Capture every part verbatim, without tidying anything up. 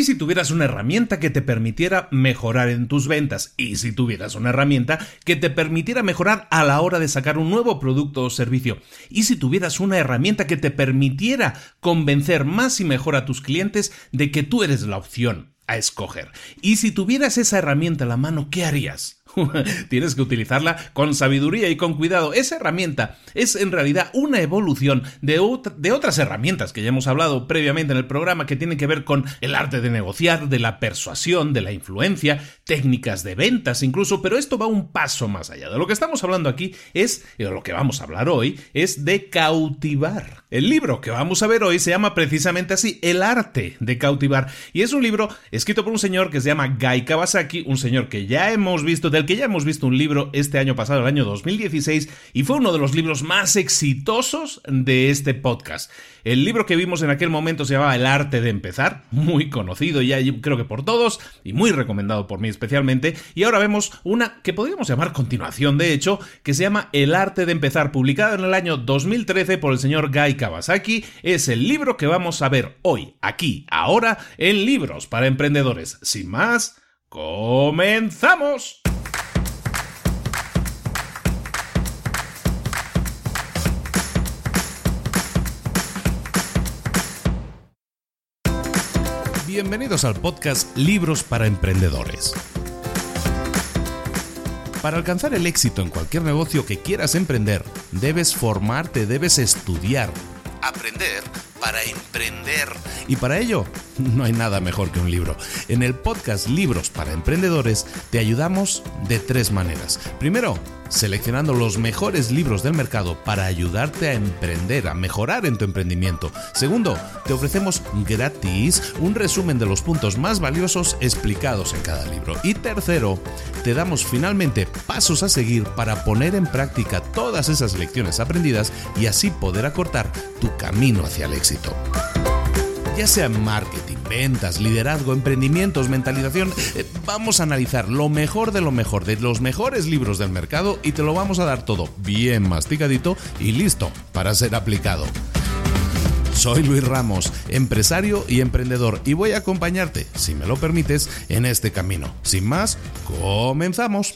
¿Y si tuvieras una herramienta que te permitiera mejorar en tus ventas? ¿Y si tuvieras una herramienta que te permitiera mejorar a la hora de sacar un nuevo producto o servicio? ¿Y si tuvieras una herramienta que te permitiera convencer más y mejor a tus clientes de que tú eres la opción a escoger? Y si tuvieras esa herramienta en la mano, ¿qué harías? Tienes que utilizarla con sabiduría y con cuidado. Esa herramienta es en realidad una evolución de, ot- de otras herramientas que ya hemos hablado previamente en el programa, que tienen que ver con el arte de negociar, de la persuasión, de la influencia, técnicas de ventas incluso, pero esto va un paso más allá. De lo que estamos hablando aquí es, y de lo que vamos a hablar hoy, es de cautivar. El libro que vamos a ver hoy se llama precisamente así, El arte de cautivar, y es un libro escrito por un señor que se llama Guy Kawasaki, un señor que ya hemos visto, del que ya hemos visto un libro este año pasado, el año dos mil dieciséis, y fue uno de los libros más exitosos de este podcast. El libro que vimos en aquel momento se llamaba El arte de empezar, muy conocido ya creo que por todos, y muy recomendado por mí especialmente, y ahora vemos una que podríamos llamar continuación, de hecho, que se llama El arte de empezar, publicado en el año dos mil trece por el señor Guy Kawasaki. Es el libro que vamos a ver hoy, aquí, ahora, en Libros para Emprendedores. Sin más, ¡comenzamos! Bienvenidos al podcast Libros para Emprendedores. Para alcanzar el éxito en cualquier negocio que quieras emprender, debes formarte, debes estudiar, aprender para emprender. Y para ello, no hay nada mejor que un libro. En el podcast Libros para Emprendedores te ayudamos de tres maneras. Primero, seleccionando los mejores libros del mercado para ayudarte a emprender, a mejorar en tu emprendimiento. Segundo, te ofrecemos gratis un resumen de los puntos más valiosos explicados en cada libro. Y tercero, te damos finalmente pasos a seguir para poner en práctica todas esas lecciones aprendidas y así poder acortar tu camino hacia el éxito. Ya sea marketing, ventas, liderazgo, emprendimientos, mentalización, eh, vamos a analizar lo mejor de lo mejor, de los mejores libros del mercado y te lo vamos a dar todo bien masticadito y listo para ser aplicado. Soy Luis Ramos, empresario y emprendedor, y voy a acompañarte, si me lo permites, en este camino. Sin más, comenzamos.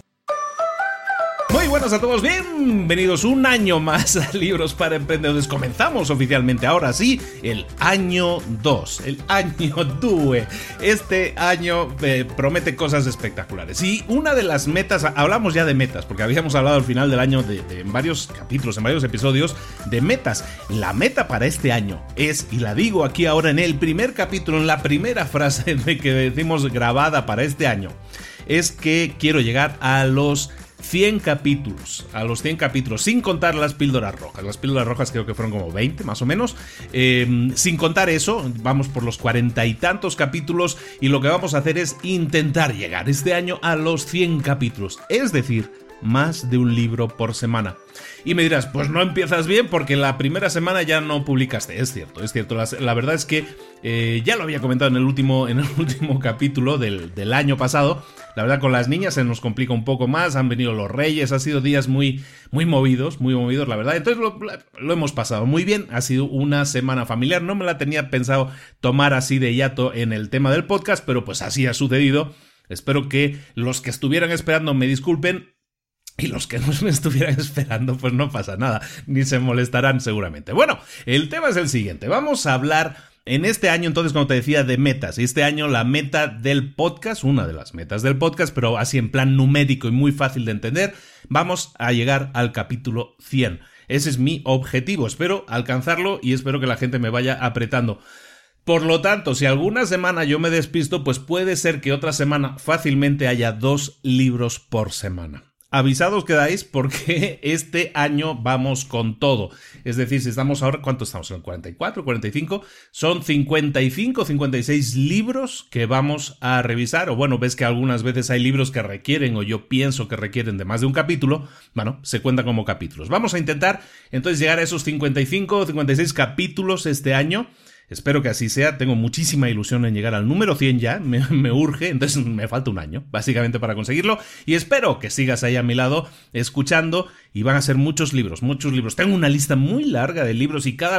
Muy buenas a todos, bienvenidos un año más a Libros para Emprendedores. Comenzamos oficialmente, ahora sí, el año dos, el año dos. Este año eh, promete cosas espectaculares. Y una de las metas, hablamos ya de metas, porque habíamos hablado al final del año de, de en varios capítulos, en varios episodios, de metas. La meta para este año es, y la digo aquí ahora en el primer capítulo, en la primera frase de que decimos grabada para este año, es que quiero llegar a los cien capítulos, a los cien capítulos, sin contar las píldoras rojas. Las píldoras rojas creo que fueron como veinte más o menos. Eh, sin contar eso, vamos por los cuarenta y tantos capítulos y lo que vamos a hacer es intentar llegar este año a los cien capítulos, es decir, más de un libro por semana. Y me dirás, pues no empiezas bien porque la primera semana ya no publicaste. Es cierto, es cierto. La, la verdad es que eh, ya lo había comentado en el último, en el último capítulo del, del año pasado. La verdad, con las niñas se nos complica un poco más. Han venido los Reyes, ha sido días muy, muy movidos, muy movidos, la verdad. Entonces lo, lo hemos pasado muy bien. Ha sido una semana familiar. No me la tenía pensado tomar así de hiato en el tema del podcast, pero pues así ha sucedido. Espero que los que estuvieran esperando me disculpen. Y los que no me estuvieran esperando, pues no pasa nada, ni se molestarán seguramente. Bueno, el tema es el siguiente. Vamos a hablar en este año, entonces, como te decía, de metas. Este año la meta del podcast, una de las metas del podcast, pero así en plan numérico y muy fácil de entender, vamos a llegar al capítulo cien. Ese es mi objetivo. Espero alcanzarlo y espero que la gente me vaya apretando. Por lo tanto, si alguna semana yo me despisto, pues puede ser que otra semana fácilmente haya dos libros por semana. Avisados quedáis porque este año vamos con todo. Es decir, si estamos ahora, ¿cuánto estamos? ¿En cuarenta y cuatro, cuarenta y cinco? Son cincuenta y cinco, cincuenta y seis libros que vamos a revisar. O bueno, ves que algunas veces hay libros que requieren, o yo pienso que requieren de más de un capítulo. Bueno, se cuenta como capítulos. Vamos a intentar entonces llegar a esos cincuenta y cinco, cincuenta y seis capítulos este año. Espero que así sea, tengo muchísima ilusión en llegar al número cien ya, me, me urge, entonces me falta un año, básicamente, para conseguirlo, y espero que sigas ahí a mi lado, escuchando, y van a ser muchos libros, muchos libros. Tengo una lista muy larga de libros y cada vez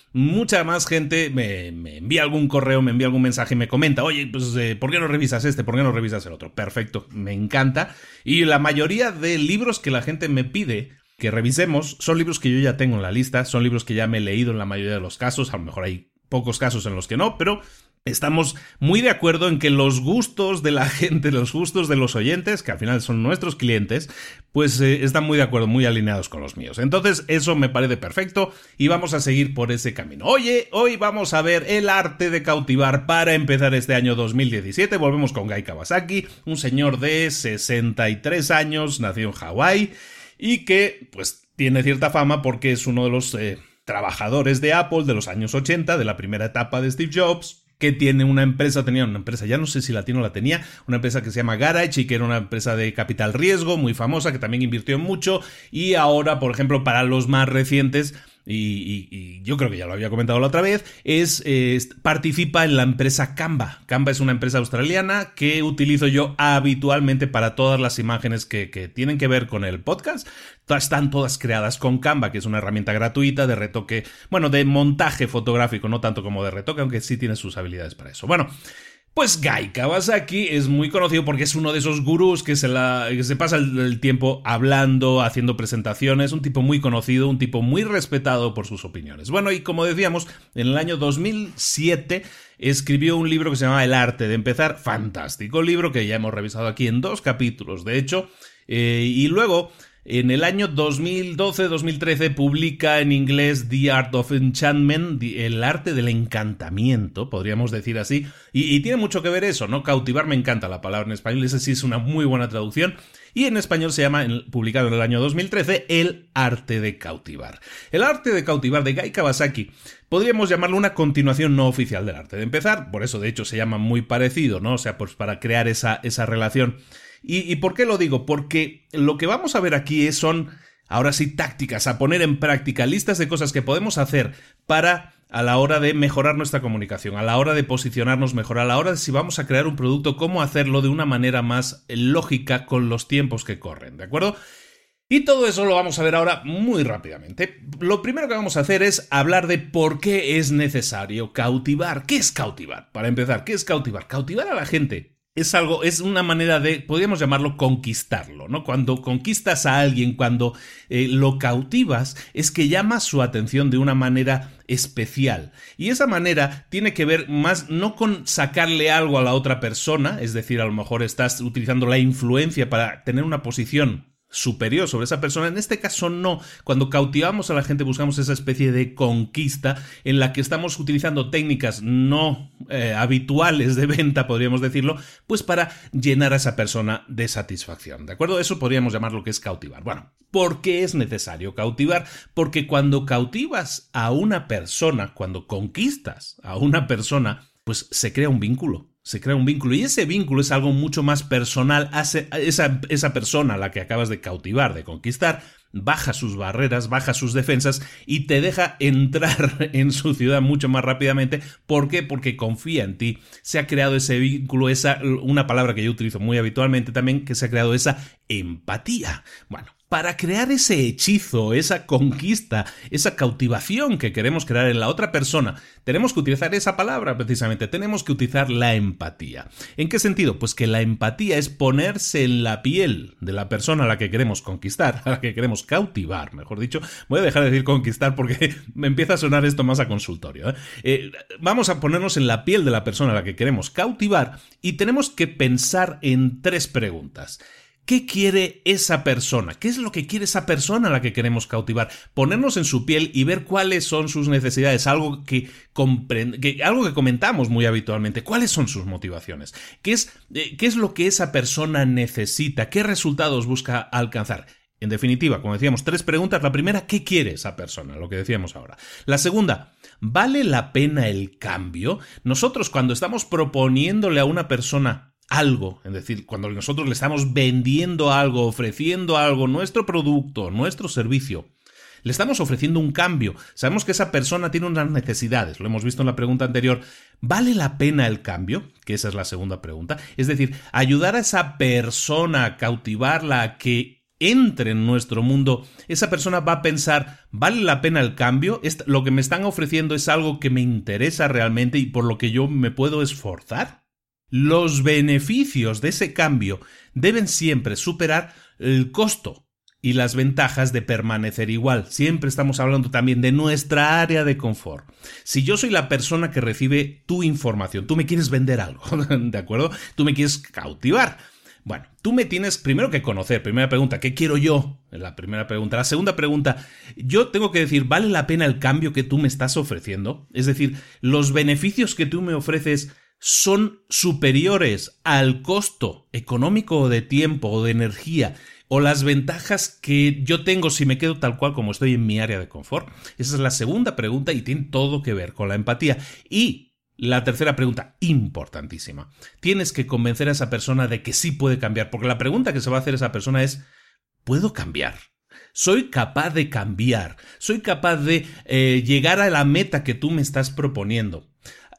mucha más gente me, me envía algún correo, me envía algún mensaje, me comenta, oye, pues eh, ¿por qué no revisas este? ¿Por qué no revisas el otro? Perfecto, me encanta. Y la mayoría de libros que la gente me pide que revisemos son libros que yo ya tengo en la lista, son libros que ya me he leído en la mayoría de los casos, a lo mejor hay pocos casos en los que no, pero estamos muy de acuerdo en que los gustos de la gente, los gustos de los oyentes, que al final son nuestros clientes, pues eh, están muy de acuerdo, muy alineados con los míos. Entonces eso me parece perfecto y vamos a seguir por ese camino. Oye, hoy vamos a ver el arte de cautivar para empezar este año dos mil diecisiete. Volvemos con Guy Kawasaki, un señor de sesenta y tres años, nacido en Hawái y que pues tiene cierta fama porque es uno de los eh, trabajadores de Apple de los años ochenta, de la primera etapa de Steve Jobs, que tiene una empresa, tenía una empresa, ya no sé si la tiene o la tenía, una empresa que se llama Garage y que era una empresa de capital riesgo muy famosa que también invirtió mucho y ahora, por ejemplo, para los más recientes, y, y, y yo creo que ya lo había comentado la otra vez, es, eh, participa en la empresa Canva. Canva es una empresa australiana que utilizo yo habitualmente para todas las imágenes que, que tienen que ver con el podcast. Están todas creadas con Canva, que es una herramienta gratuita de retoque, bueno, de montaje fotográfico, no tanto como de retoque, aunque sí tiene sus habilidades para eso. Bueno, pues Guy Kawasaki es muy conocido porque es uno de esos gurús que se, la, que se pasa el, el tiempo hablando, haciendo presentaciones, un tipo muy conocido, un tipo muy respetado por sus opiniones. Bueno, y como decíamos, en el año dos mil siete escribió un libro que se llama El arte de empezar, fantástico libro que ya hemos revisado aquí en dos capítulos, de hecho, eh, y luego en el año dos mil doce dos mil trece publica en inglés The Art of Enchantment, el arte del encantamiento, podríamos decir así, y, y tiene mucho que ver eso, ¿no? Cautivar, me encanta la palabra en español, esa sí es una muy buena traducción, y en español se llama, publicado en el año dos mil trece, El arte de cautivar. El arte de cautivar de Guy Kawasaki podríamos llamarlo una continuación no oficial del arte de empezar, por eso de hecho se llama muy parecido, ¿no? O sea, pues para crear esa, esa relación. ¿Y, ¿Y por qué lo digo? Porque lo que vamos a ver aquí es, son, ahora sí, tácticas a poner en práctica, listas de cosas que podemos hacer para, a la hora de mejorar nuestra comunicación, a la hora de posicionarnos mejor, a la hora de si vamos a crear un producto, cómo hacerlo de una manera más lógica con los tiempos que corren, ¿de acuerdo? Y todo eso lo vamos a ver ahora muy rápidamente. Lo primero que vamos a hacer es hablar de por qué es necesario cautivar. ¿Qué es cautivar? Para empezar, ¿qué es cautivar? Cautivar a la gente es algo, es una manera de, podríamos llamarlo conquistarlo, ¿no? Cuando conquistas a alguien, cuando eh, lo cautivas, es que llamas su atención de una manera especial. Y esa manera tiene que ver más no con sacarle algo a la otra persona, es decir, a lo mejor estás utilizando la influencia para tener una posición superior sobre esa persona. En este caso no. Cuando cautivamos a la gente buscamos esa especie de conquista en la que estamos utilizando técnicas no eh, habituales de venta, podríamos decirlo, pues para llenar a esa persona de satisfacción, ¿de acuerdo? Eso podríamos llamar lo que es cautivar. Bueno, ¿por qué es necesario cautivar? Porque cuando cautivas a una persona, cuando conquistas a una persona, pues se crea un vínculo. Se crea un vínculo y ese vínculo es algo mucho más personal. Esa, esa persona a la que acabas de cautivar, de conquistar, baja sus barreras, baja sus defensas y te deja entrar en su ciudad mucho más rápidamente. ¿Por qué? Porque confía en ti. Se ha creado ese vínculo, esa, una palabra que yo utilizo muy habitualmente también, que se ha creado esa empatía. Bueno, para crear ese hechizo, esa conquista, esa cautivación que queremos crear en la otra persona, tenemos que utilizar esa palabra precisamente, tenemos que utilizar la empatía. ¿En qué sentido? Pues que la empatía es ponerse en la piel de la persona a la que queremos conquistar, a la que queremos cautivar, mejor dicho. Voy a dejar de decir conquistar porque me empieza a sonar esto más a consultorio, ¿eh? Eh, vamos a ponernos en la piel de la persona a la que queremos cautivar y tenemos que pensar en tres preguntas. ¿Qué quiere esa persona? ¿Qué es lo que quiere esa persona a la que queremos cautivar? Ponernos en su piel y ver cuáles son sus necesidades, algo que, comprend- que, algo que comentamos muy habitualmente. ¿Cuáles son sus motivaciones? ¿Qué es, eh, qué es lo que esa persona necesita? ¿Qué resultados busca alcanzar? En definitiva, como decíamos, tres preguntas. La primera, ¿qué quiere esa persona? Lo que decíamos ahora. La segunda, ¿vale la pena el cambio? Nosotros, cuando estamos proponiéndole a una persona algo, es decir, cuando nosotros le estamos vendiendo algo, ofreciendo algo, nuestro producto, nuestro servicio, le estamos ofreciendo un cambio. Sabemos que esa persona tiene unas necesidades, lo hemos visto en la pregunta anterior. ¿Vale la pena el cambio? Que esa es la segunda pregunta. Es decir, ayudar a esa persona, a cautivarla, a que entre en nuestro mundo, esa persona va a pensar, ¿vale la pena el cambio? ¿Lo que me están ofreciendo es algo que me interesa realmente y por lo que yo me puedo esforzar? Los beneficios de ese cambio deben siempre superar el costo y las ventajas de permanecer igual. Siempre estamos hablando también de nuestra área de confort. Si yo soy la persona que recibe tu información, tú me quieres vender algo, ¿de acuerdo? Tú me quieres cautivar. Bueno, tú me tienes primero que conocer. Primera pregunta, ¿qué quiero yo? La primera pregunta. La segunda pregunta, yo tengo que decir, ¿vale la pena el cambio que tú me estás ofreciendo? Es decir, ¿los beneficios que tú me ofreces son superiores al costo económico o de tiempo o de energía o las ventajas que yo tengo si me quedo tal cual como estoy en mi área de confort? Esa es la segunda pregunta y tiene todo que ver con la empatía. Y la tercera pregunta, importantísima. Tienes que convencer a esa persona de que sí puede cambiar, porque la pregunta que se va a hacer esa persona es, ¿puedo cambiar? ¿Soy capaz de cambiar? ¿Soy capaz de eh, llegar a la meta que tú me estás proponiendo?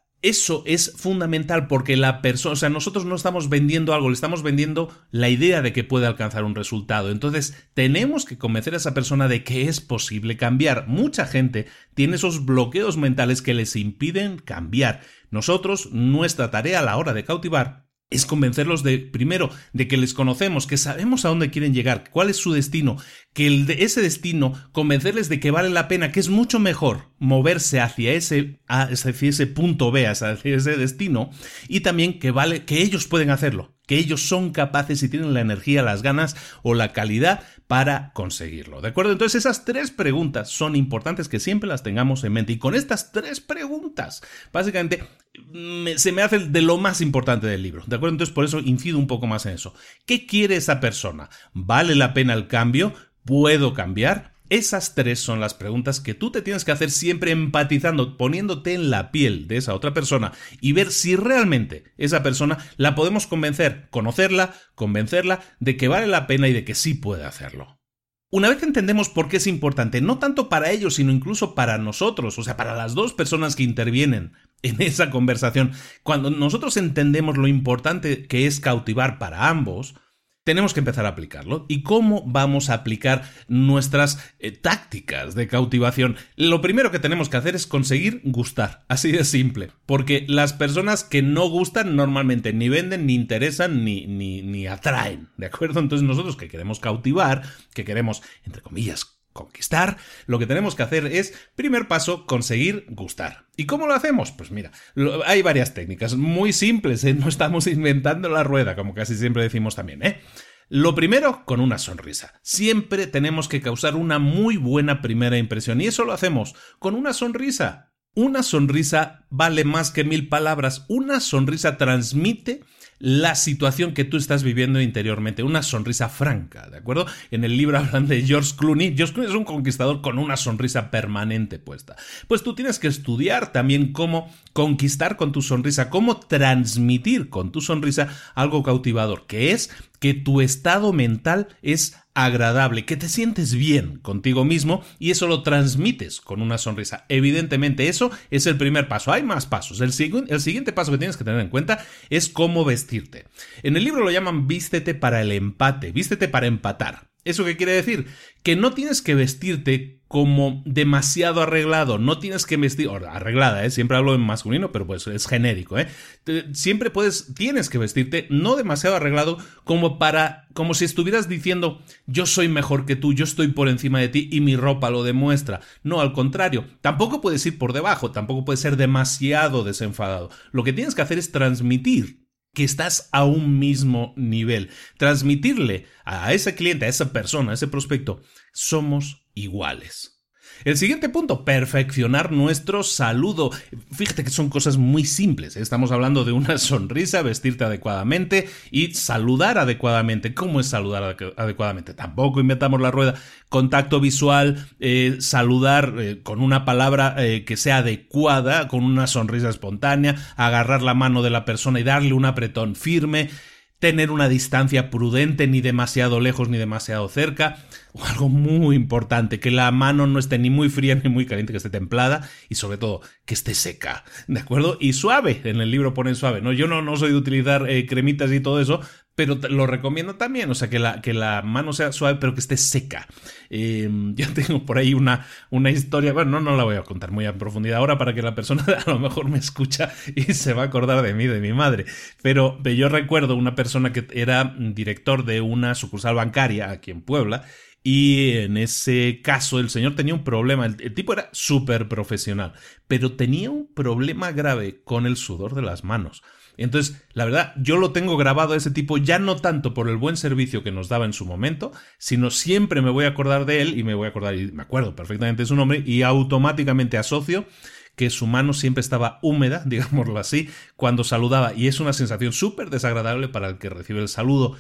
Eso es fundamental porque la persona, o sea, nosotros no estamos vendiendo algo, le estamos vendiendo la idea de que puede alcanzar un resultado. Entonces, tenemos que convencer a esa persona de que es posible cambiar. Mucha gente tiene esos bloqueos mentales que les impiden cambiar. Nosotros, nuestra tarea a la hora de cautivar es convencerlos de, primero, de que les conocemos, que sabemos a dónde quieren llegar, cuál es su destino, que el de ese destino, convencerles de que vale la pena, que es mucho mejor moverse hacia ese, hacia ese punto B, hacia ese destino, y también que vale, que ellos pueden hacerlo, que ellos son capaces y tienen la energía, las ganas o la calidad para conseguirlo, ¿de acuerdo? Entonces esas tres preguntas son importantes que siempre las tengamos en mente, y con estas tres preguntas, básicamente, me, se me hace de lo más importante del libro, ¿de acuerdo? Entonces por eso incido un poco más en eso. ¿Qué quiere esa persona? ¿Vale la pena el cambio? ¿Puedo cambiar? Esas tres son las preguntas que tú te tienes que hacer siempre empatizando, poniéndote en la piel de esa otra persona y ver si realmente esa persona la podemos convencer, conocerla, convencerla de que vale la pena y de que sí puede hacerlo. Una vez que entendemos por qué es importante, no tanto para ellos, sino incluso para nosotros, o sea, para las dos personas que intervienen en esa conversación, cuando nosotros entendemos lo importante que es cautivar para ambos, tenemos que empezar a aplicarlo. ¿Y cómo vamos a aplicar nuestras eh, tácticas de cautivación? Lo primero que tenemos que hacer es conseguir gustar, así de simple, porque las personas que no gustan normalmente ni venden, ni interesan, ni, ni, ni atraen, ¿de acuerdo? Entonces nosotros que queremos cautivar, que queremos, entre comillas, conquistar, lo que tenemos que hacer es, primer paso, conseguir gustar. ¿Y cómo lo hacemos? Pues mira, lo, hay varias técnicas muy simples, ¿eh? No estamos inventando la rueda, como casi siempre decimos también, ¿eh? Lo primero, con una sonrisa. Siempre tenemos que causar una muy buena primera impresión, y eso lo hacemos con una sonrisa. Una sonrisa vale más que mil palabras. Una sonrisa transmite la situación que tú estás viviendo interiormente, una sonrisa franca, ¿de acuerdo? En el libro hablan de George Clooney. George Clooney es un conquistador con una sonrisa permanente puesta. Pues tú tienes que estudiar también cómo conquistar con tu sonrisa, cómo transmitir con tu sonrisa algo cautivador, que es que tu estado mental es agradable, que te sientes bien contigo mismo y eso lo transmites con una sonrisa. Evidentemente eso es el primer paso. Hay más pasos. El, sig- el siguiente paso que tienes que tener en cuenta es cómo vestirte. En el libro lo llaman vístete para el empate, vístete para empatar. ¿Eso qué quiere decir? Que no tienes que vestirte como demasiado arreglado, no tienes que vestir, o arreglada, ¿eh? Siempre hablo en masculino, pero pues es genérico, ¿eh? Siempre puedes, tienes que vestirte no demasiado arreglado como para, como si estuvieras diciendo yo soy mejor que tú, yo estoy por encima de ti y mi ropa lo demuestra. No, al contrario, tampoco puedes ir por debajo, tampoco puedes ser demasiado desenfadado. Lo que tienes que hacer es transmitir que estás a un mismo nivel. Transmitirle a ese cliente, a esa persona, a ese prospecto, somos iguales. El siguiente punto, perfeccionar nuestro saludo. Fíjate que son cosas muy simples, ¿eh? Estamos hablando de una sonrisa, vestirte adecuadamente y saludar adecuadamente. ¿Cómo es saludar adecuadamente? Tampoco inventamos la rueda. Contacto visual, eh, saludar eh, con una palabra eh, que sea adecuada, con una sonrisa espontánea, agarrar la mano de la persona y darle un apretón firme. Tener una distancia prudente, ni demasiado lejos ni demasiado cerca. O algo muy importante, que la mano no esté ni muy fría ni muy caliente, que esté templada y sobre todo que esté seca, ¿de acuerdo? Y suave, en el libro ponen suave, ¿no? Yo no, no soy de utilizar eh, cremitas y todo eso, pero lo recomiendo también, o sea, que la, que la mano sea suave, pero que esté seca. Eh, yo tengo por ahí una, una historia, bueno, no, no la voy a contar muy a profundidad ahora para que la persona a lo mejor me escucha y se va a acordar de mí, de mi madre. Pero yo recuerdo una persona que era director de una sucursal bancaria aquí en Puebla, y en ese caso el señor tenía un problema, el, el tipo era súper profesional, pero tenía un problema grave con el sudor de las manos. Entonces, la verdad, yo lo tengo grabado a ese tipo, ya no tanto por el buen servicio que nos daba en su momento, sino siempre me voy a acordar de él y me voy a acordar, y me acuerdo perfectamente de su nombre, y automáticamente asocio que su mano siempre estaba húmeda, digámoslo así, cuando saludaba, y es una sensación súper desagradable para el que recibe el saludo.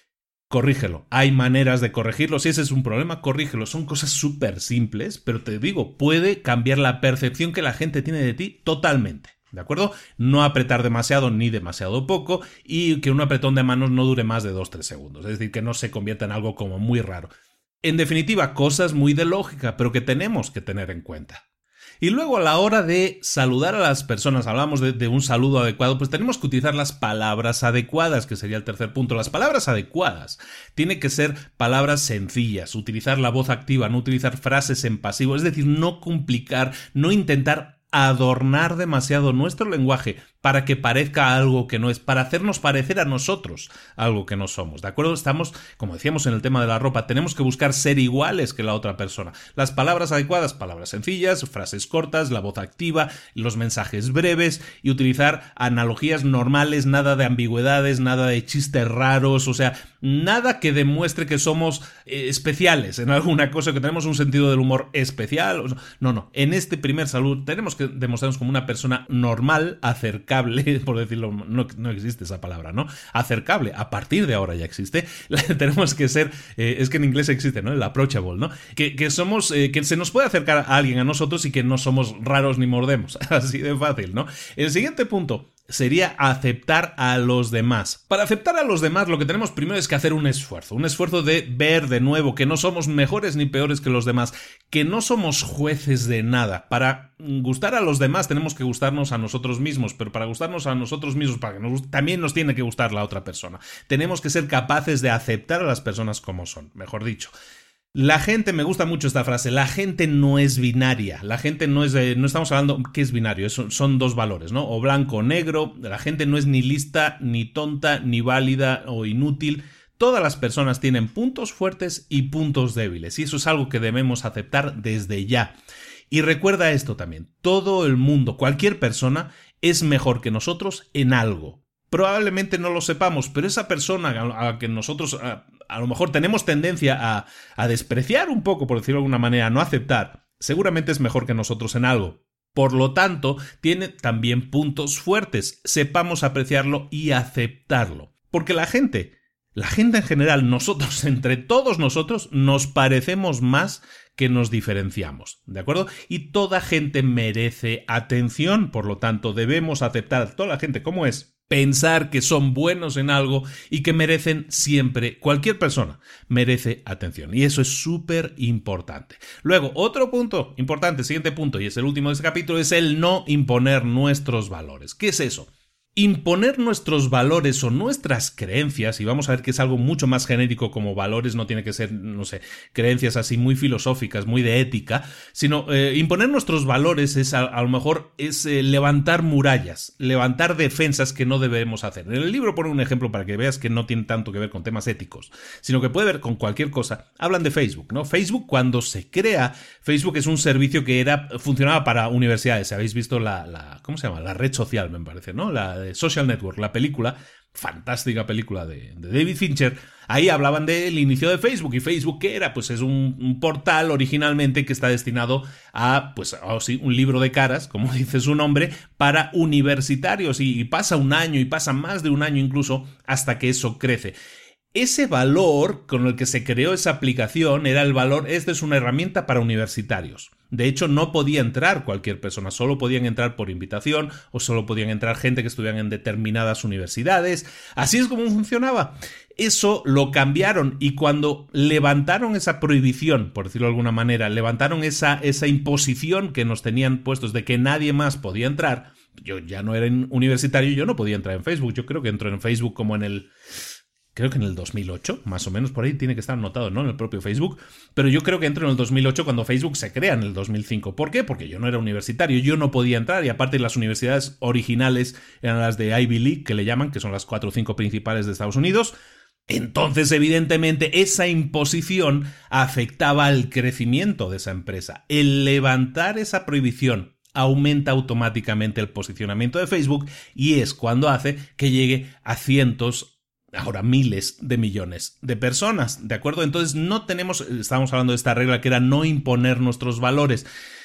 Corrígelo, hay maneras de corregirlo, si ese es un problema, corrígelo, son cosas súper simples, pero te digo, puede cambiar la percepción que la gente tiene de ti totalmente. ¿De acuerdo? No apretar demasiado ni demasiado poco, y que un apretón de manos no dure más de dos a tres segundos. Es decir, que no se convierta en algo como muy raro. En definitiva, cosas muy de lógica, pero que tenemos que tener en cuenta. Y luego a la hora de saludar a las personas, hablamos de, de un saludo adecuado, pues tenemos que utilizar las palabras adecuadas, que sería el tercer punto. Las palabras adecuadas tienen que ser palabras sencillas, utilizar la voz activa, no utilizar frases en pasivo, es decir, no complicar, no intentar adornar demasiado nuestro lenguaje para que parezca algo que no es, para hacernos parecer a nosotros algo que no somos, ¿de acuerdo? Estamos, como decíamos en el tema de la ropa, tenemos que buscar ser iguales que la otra persona. Las palabras adecuadas, palabras sencillas, frases cortas, la voz activa, los mensajes breves y utilizar analogías normales, nada de ambigüedades, nada de chistes raros, o sea, nada que demuestre que somos eh, especiales en alguna cosa, que tenemos un sentido del humor especial. No, no, en este primer saludo tenemos que demostrarnos como una persona normal, acercable, por decirlo, no, no existe esa palabra, ¿no? Acercable, a partir de ahora ya existe. Tenemos que ser, eh, es que en inglés existe, ¿no? El approachable, ¿no? Que, que somos, eh, que se nos puede acercar a alguien, a nosotros, y que no somos raros ni mordemos. Así de fácil, ¿no? El siguiente punto sería aceptar a los demás. Para aceptar a los demás, lo que tenemos primero es que hacer un esfuerzo, un esfuerzo de ver de nuevo que no somos mejores ni peores que los demás, que no somos jueces de nada. Para gustar a los demás tenemos que gustarnos a nosotros mismos, pero para gustarnos a nosotros mismos, para que nos, también nos tiene que gustar la otra persona. Tenemos que ser capaces de aceptar a las personas como son, mejor dicho. La gente, me gusta mucho esta frase, la gente no es binaria, la gente no es, eh, no estamos hablando, ¿qué es binario? Son, son dos valores, ¿no? O blanco o negro, la gente no es ni lista, ni tonta, ni válida o inútil. Todas las personas tienen puntos fuertes y puntos débiles, y eso es algo que debemos aceptar desde ya. Y recuerda esto también, todo el mundo, cualquier persona, es mejor que nosotros en algo. Probablemente no lo sepamos, pero esa persona a la que nosotros a, a lo mejor tenemos tendencia a, a despreciar un poco, por decirlo de alguna manera, a no aceptar, seguramente es mejor que nosotros en algo. Por lo tanto, tiene también puntos fuertes. Sepamos apreciarlo y aceptarlo. Porque la gente, la gente en general, nosotros, entre todos nosotros, nos parecemos más que nos diferenciamos, ¿de acuerdo? Y toda gente merece atención, por lo tanto, debemos aceptar a toda la gente como es. Pensar que son buenos en algo y que merecen siempre, cualquier persona merece atención. Y eso es súper importante. Luego, otro punto importante, siguiente punto, y es el último de este capítulo, es el no imponer nuestros valores. ¿Qué es eso? Imponer nuestros valores o nuestras creencias, y vamos a ver que es algo mucho más genérico como valores, no tiene que ser, no sé, creencias así muy filosóficas, muy de ética, sino eh, imponer nuestros valores es a, a lo mejor es eh, levantar murallas, levantar defensas que no debemos hacer. En el libro pone un ejemplo para que veas que no tiene tanto que ver con temas éticos, sino que puede ver con cualquier cosa. Hablan de Facebook, ¿no? Facebook, cuando se crea, Facebook es un servicio que era funcionaba para universidades. Habéis visto la, la ¿cómo se llama? La red social, me parece, ¿no? La Social Network, la película, fantástica película de, de David Fincher. Ahí hablaban del inicio de Facebook. ¿Y Facebook qué era? Pues es un, un portal originalmente que está destinado a, pues, oh, sí, un libro de caras, como dice su nombre, para universitarios. Y, y pasa un año, y pasa más de un año incluso, hasta que eso crece. Ese valor con el que se creó esa aplicación era el valor, esta es una herramienta para universitarios. De hecho, no podía entrar cualquier persona, solo podían entrar por invitación o solo podían entrar gente que estuvieran en determinadas universidades. Así es como funcionaba. Eso lo cambiaron y cuando levantaron esa prohibición, por decirlo de alguna manera, levantaron esa, esa imposición que nos tenían puestos de que nadie más podía entrar, yo ya no era universitario, yo no podía entrar en Facebook. Yo creo que entro en Facebook como en el creo que en el dos mil ocho, más o menos, por ahí tiene que estar anotado, ¿no? En el propio Facebook, pero yo creo que entro en el dos mil ocho cuando Facebook se crea en el dos mil cinco. ¿Por qué? Porque yo no era universitario, yo no podía entrar, y aparte las universidades originales eran las de Ivy League, que le llaman, que son las cuatro o cinco principales de Estados Unidos. Entonces, evidentemente, esa imposición afectaba al crecimiento de esa empresa. El levantar esa prohibición aumenta automáticamente el posicionamiento de Facebook y es cuando hace que llegue a cientos, ahora miles de millones de personas, ¿de acuerdo? Entonces no tenemos, estábamos hablando de esta regla que era no imponer nuestros valores.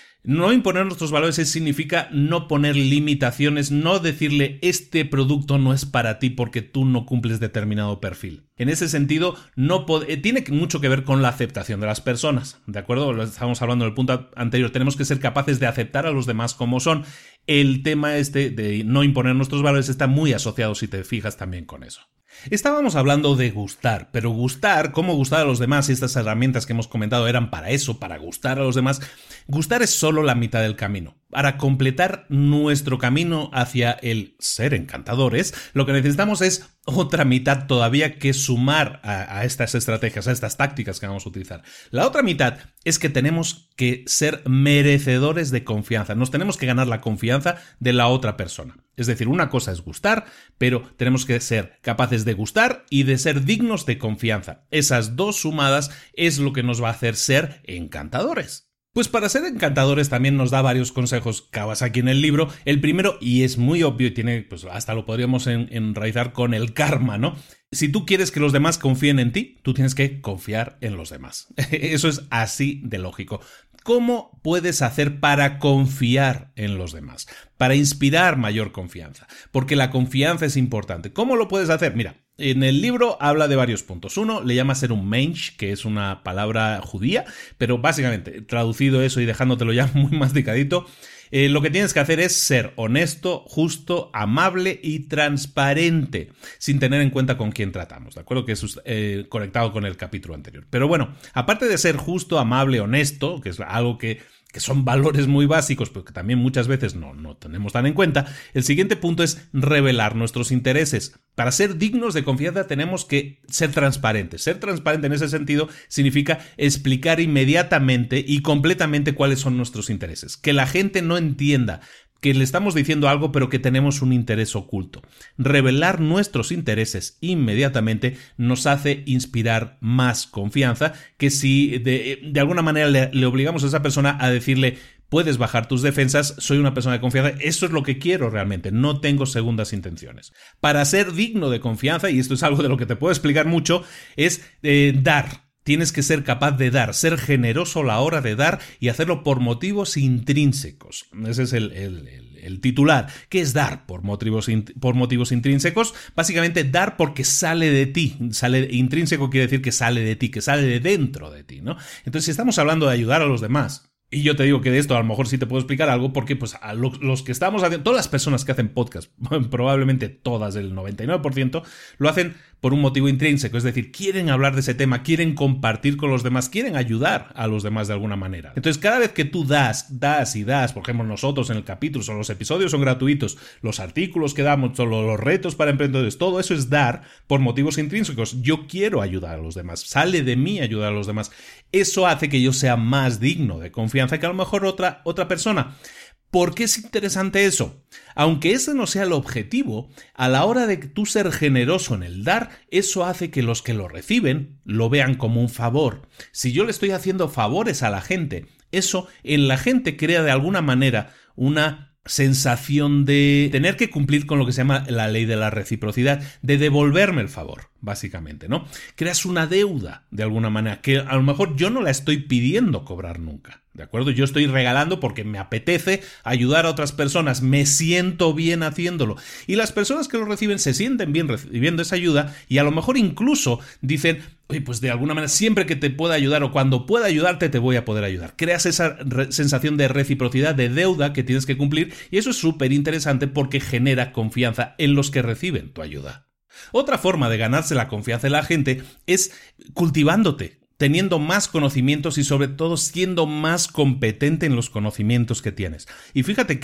No imponer nuestros valores significa no poner limitaciones, no decirle este producto no es para ti porque tú no cumples determinado perfil. En ese sentido, no pod- tiene mucho que ver con la aceptación de las personas, ¿de acuerdo? Lo estábamos hablando en el punto anterior, tenemos que ser capaces de aceptar a los demás como son. El tema este de no imponer nuestros valores está muy asociado, si te fijas, también con eso. Estábamos hablando de gustar, pero gustar, cómo gustar a los demás, y estas herramientas que hemos comentado eran para eso, para gustar a los demás. Gustar es solo la mitad del camino. Para completar nuestro camino hacia el ser encantadores, lo que necesitamos es otra mitad todavía que sumar a, a estas estrategias, a estas tácticas que vamos a utilizar. La otra mitad es que tenemos que ser merecedores de confianza. Nos tenemos que ganar la confianza de la otra persona. Es decir, una cosa es gustar, pero tenemos que ser capaces de gustar y de ser dignos de confianza. Esas dos sumadas es lo que nos va a hacer ser encantadores. Pues para ser encantadores también nos da varios consejos Kawasaki en el libro. El primero, y es muy obvio y tiene, pues hasta lo podríamos en, enraizar con el karma, ¿no? Si tú quieres que los demás confíen en ti, tú tienes que confiar en los demás. Eso es así de lógico. ¿Cómo puedes hacer para confiar en los demás? Para inspirar mayor confianza. Porque la confianza es importante. ¿Cómo lo puedes hacer? Mira, en el libro habla de varios puntos. Uno, le llama ser un mensch, que es una palabra judía, pero básicamente, traducido eso y dejándotelo ya muy masticadito, eh, lo que tienes que hacer es ser honesto, justo, amable y transparente, sin tener en cuenta con quién tratamos, ¿de acuerdo? Que eso es eh, conectado con el capítulo anterior. Pero bueno, aparte de ser justo, amable, honesto, que es algo que que son valores muy básicos, pero que también muchas veces no, no tenemos tan en cuenta, el siguiente punto es revelar nuestros intereses. Para ser dignos de confianza tenemos que ser transparentes. Ser transparente en ese sentido significa explicar inmediatamente y completamente cuáles son nuestros intereses. Que la gente no entienda que le estamos diciendo algo pero que tenemos un interés oculto. Revelar nuestros intereses inmediatamente nos hace inspirar más confianza que si de, de alguna manera le, le obligamos a esa persona a decirle puedes bajar tus defensas, soy una persona de confianza, eso es lo que quiero realmente, no tengo segundas intenciones. Para ser digno de confianza, y esto es algo de lo que te puedo explicar mucho, es eh, dar. Tienes que ser capaz de dar, ser generoso a la hora de dar y hacerlo por motivos intrínsecos. Ese es el, el, el, el titular. ¿Qué es dar por motivos, por motivos intrínsecos? Básicamente dar porque sale de ti. Sale, intrínseco quiere decir que sale de ti, que sale de dentro de ti, ¿no? Entonces, si estamos hablando de ayudar a los demás, y yo te digo que de esto a lo mejor sí te puedo explicar algo porque pues a los, los que estamos haciendo, todas las personas que hacen podcast, probablemente todas, el noventa y nueve por ciento, lo hacen por un motivo intrínseco, es decir, quieren hablar de ese tema, quieren compartir con los demás, quieren ayudar a los demás de alguna manera. Entonces cada vez que tú das, das y das, por ejemplo nosotros en el capítulo, son los episodios son gratuitos, los artículos que damos, solo los retos para emprendedores, todo eso es dar por motivos intrínsecos. Yo quiero ayudar a los demás, sale de mí ayudar a los demás. Eso hace que yo sea más digno de confianza que a lo mejor otra, otra persona. ¿Por qué es interesante eso? Aunque ese no sea el objetivo, a la hora de tú ser generoso en el dar, eso hace que los que lo reciben lo vean como un favor. Si yo le estoy haciendo favores a la gente, eso en la gente crea de alguna manera una sensación de tener que cumplir con lo que se llama la ley de la reciprocidad, de devolverme el favor, básicamente, ¿no? Creas una deuda, de alguna manera, que a lo mejor yo no la estoy pidiendo cobrar nunca, ¿de acuerdo? Yo estoy regalando porque me apetece ayudar a otras personas, me siento bien haciéndolo, y las personas que lo reciben se sienten bien recibiendo esa ayuda, y a lo mejor incluso dicen, oye, pues de alguna manera, siempre que te pueda ayudar o cuando pueda ayudarte, te voy a poder ayudar. Creas esa sensación de reciprocidad, de deuda que tienes que cumplir, y eso es súper interesante porque genera confianza en los que reciben tu ayuda. Otra forma de ganarse la confianza de la gente es cultivándote, teniendo más conocimientos y sobre todo siendo más competente en los conocimientos que tienes. Y fíjate que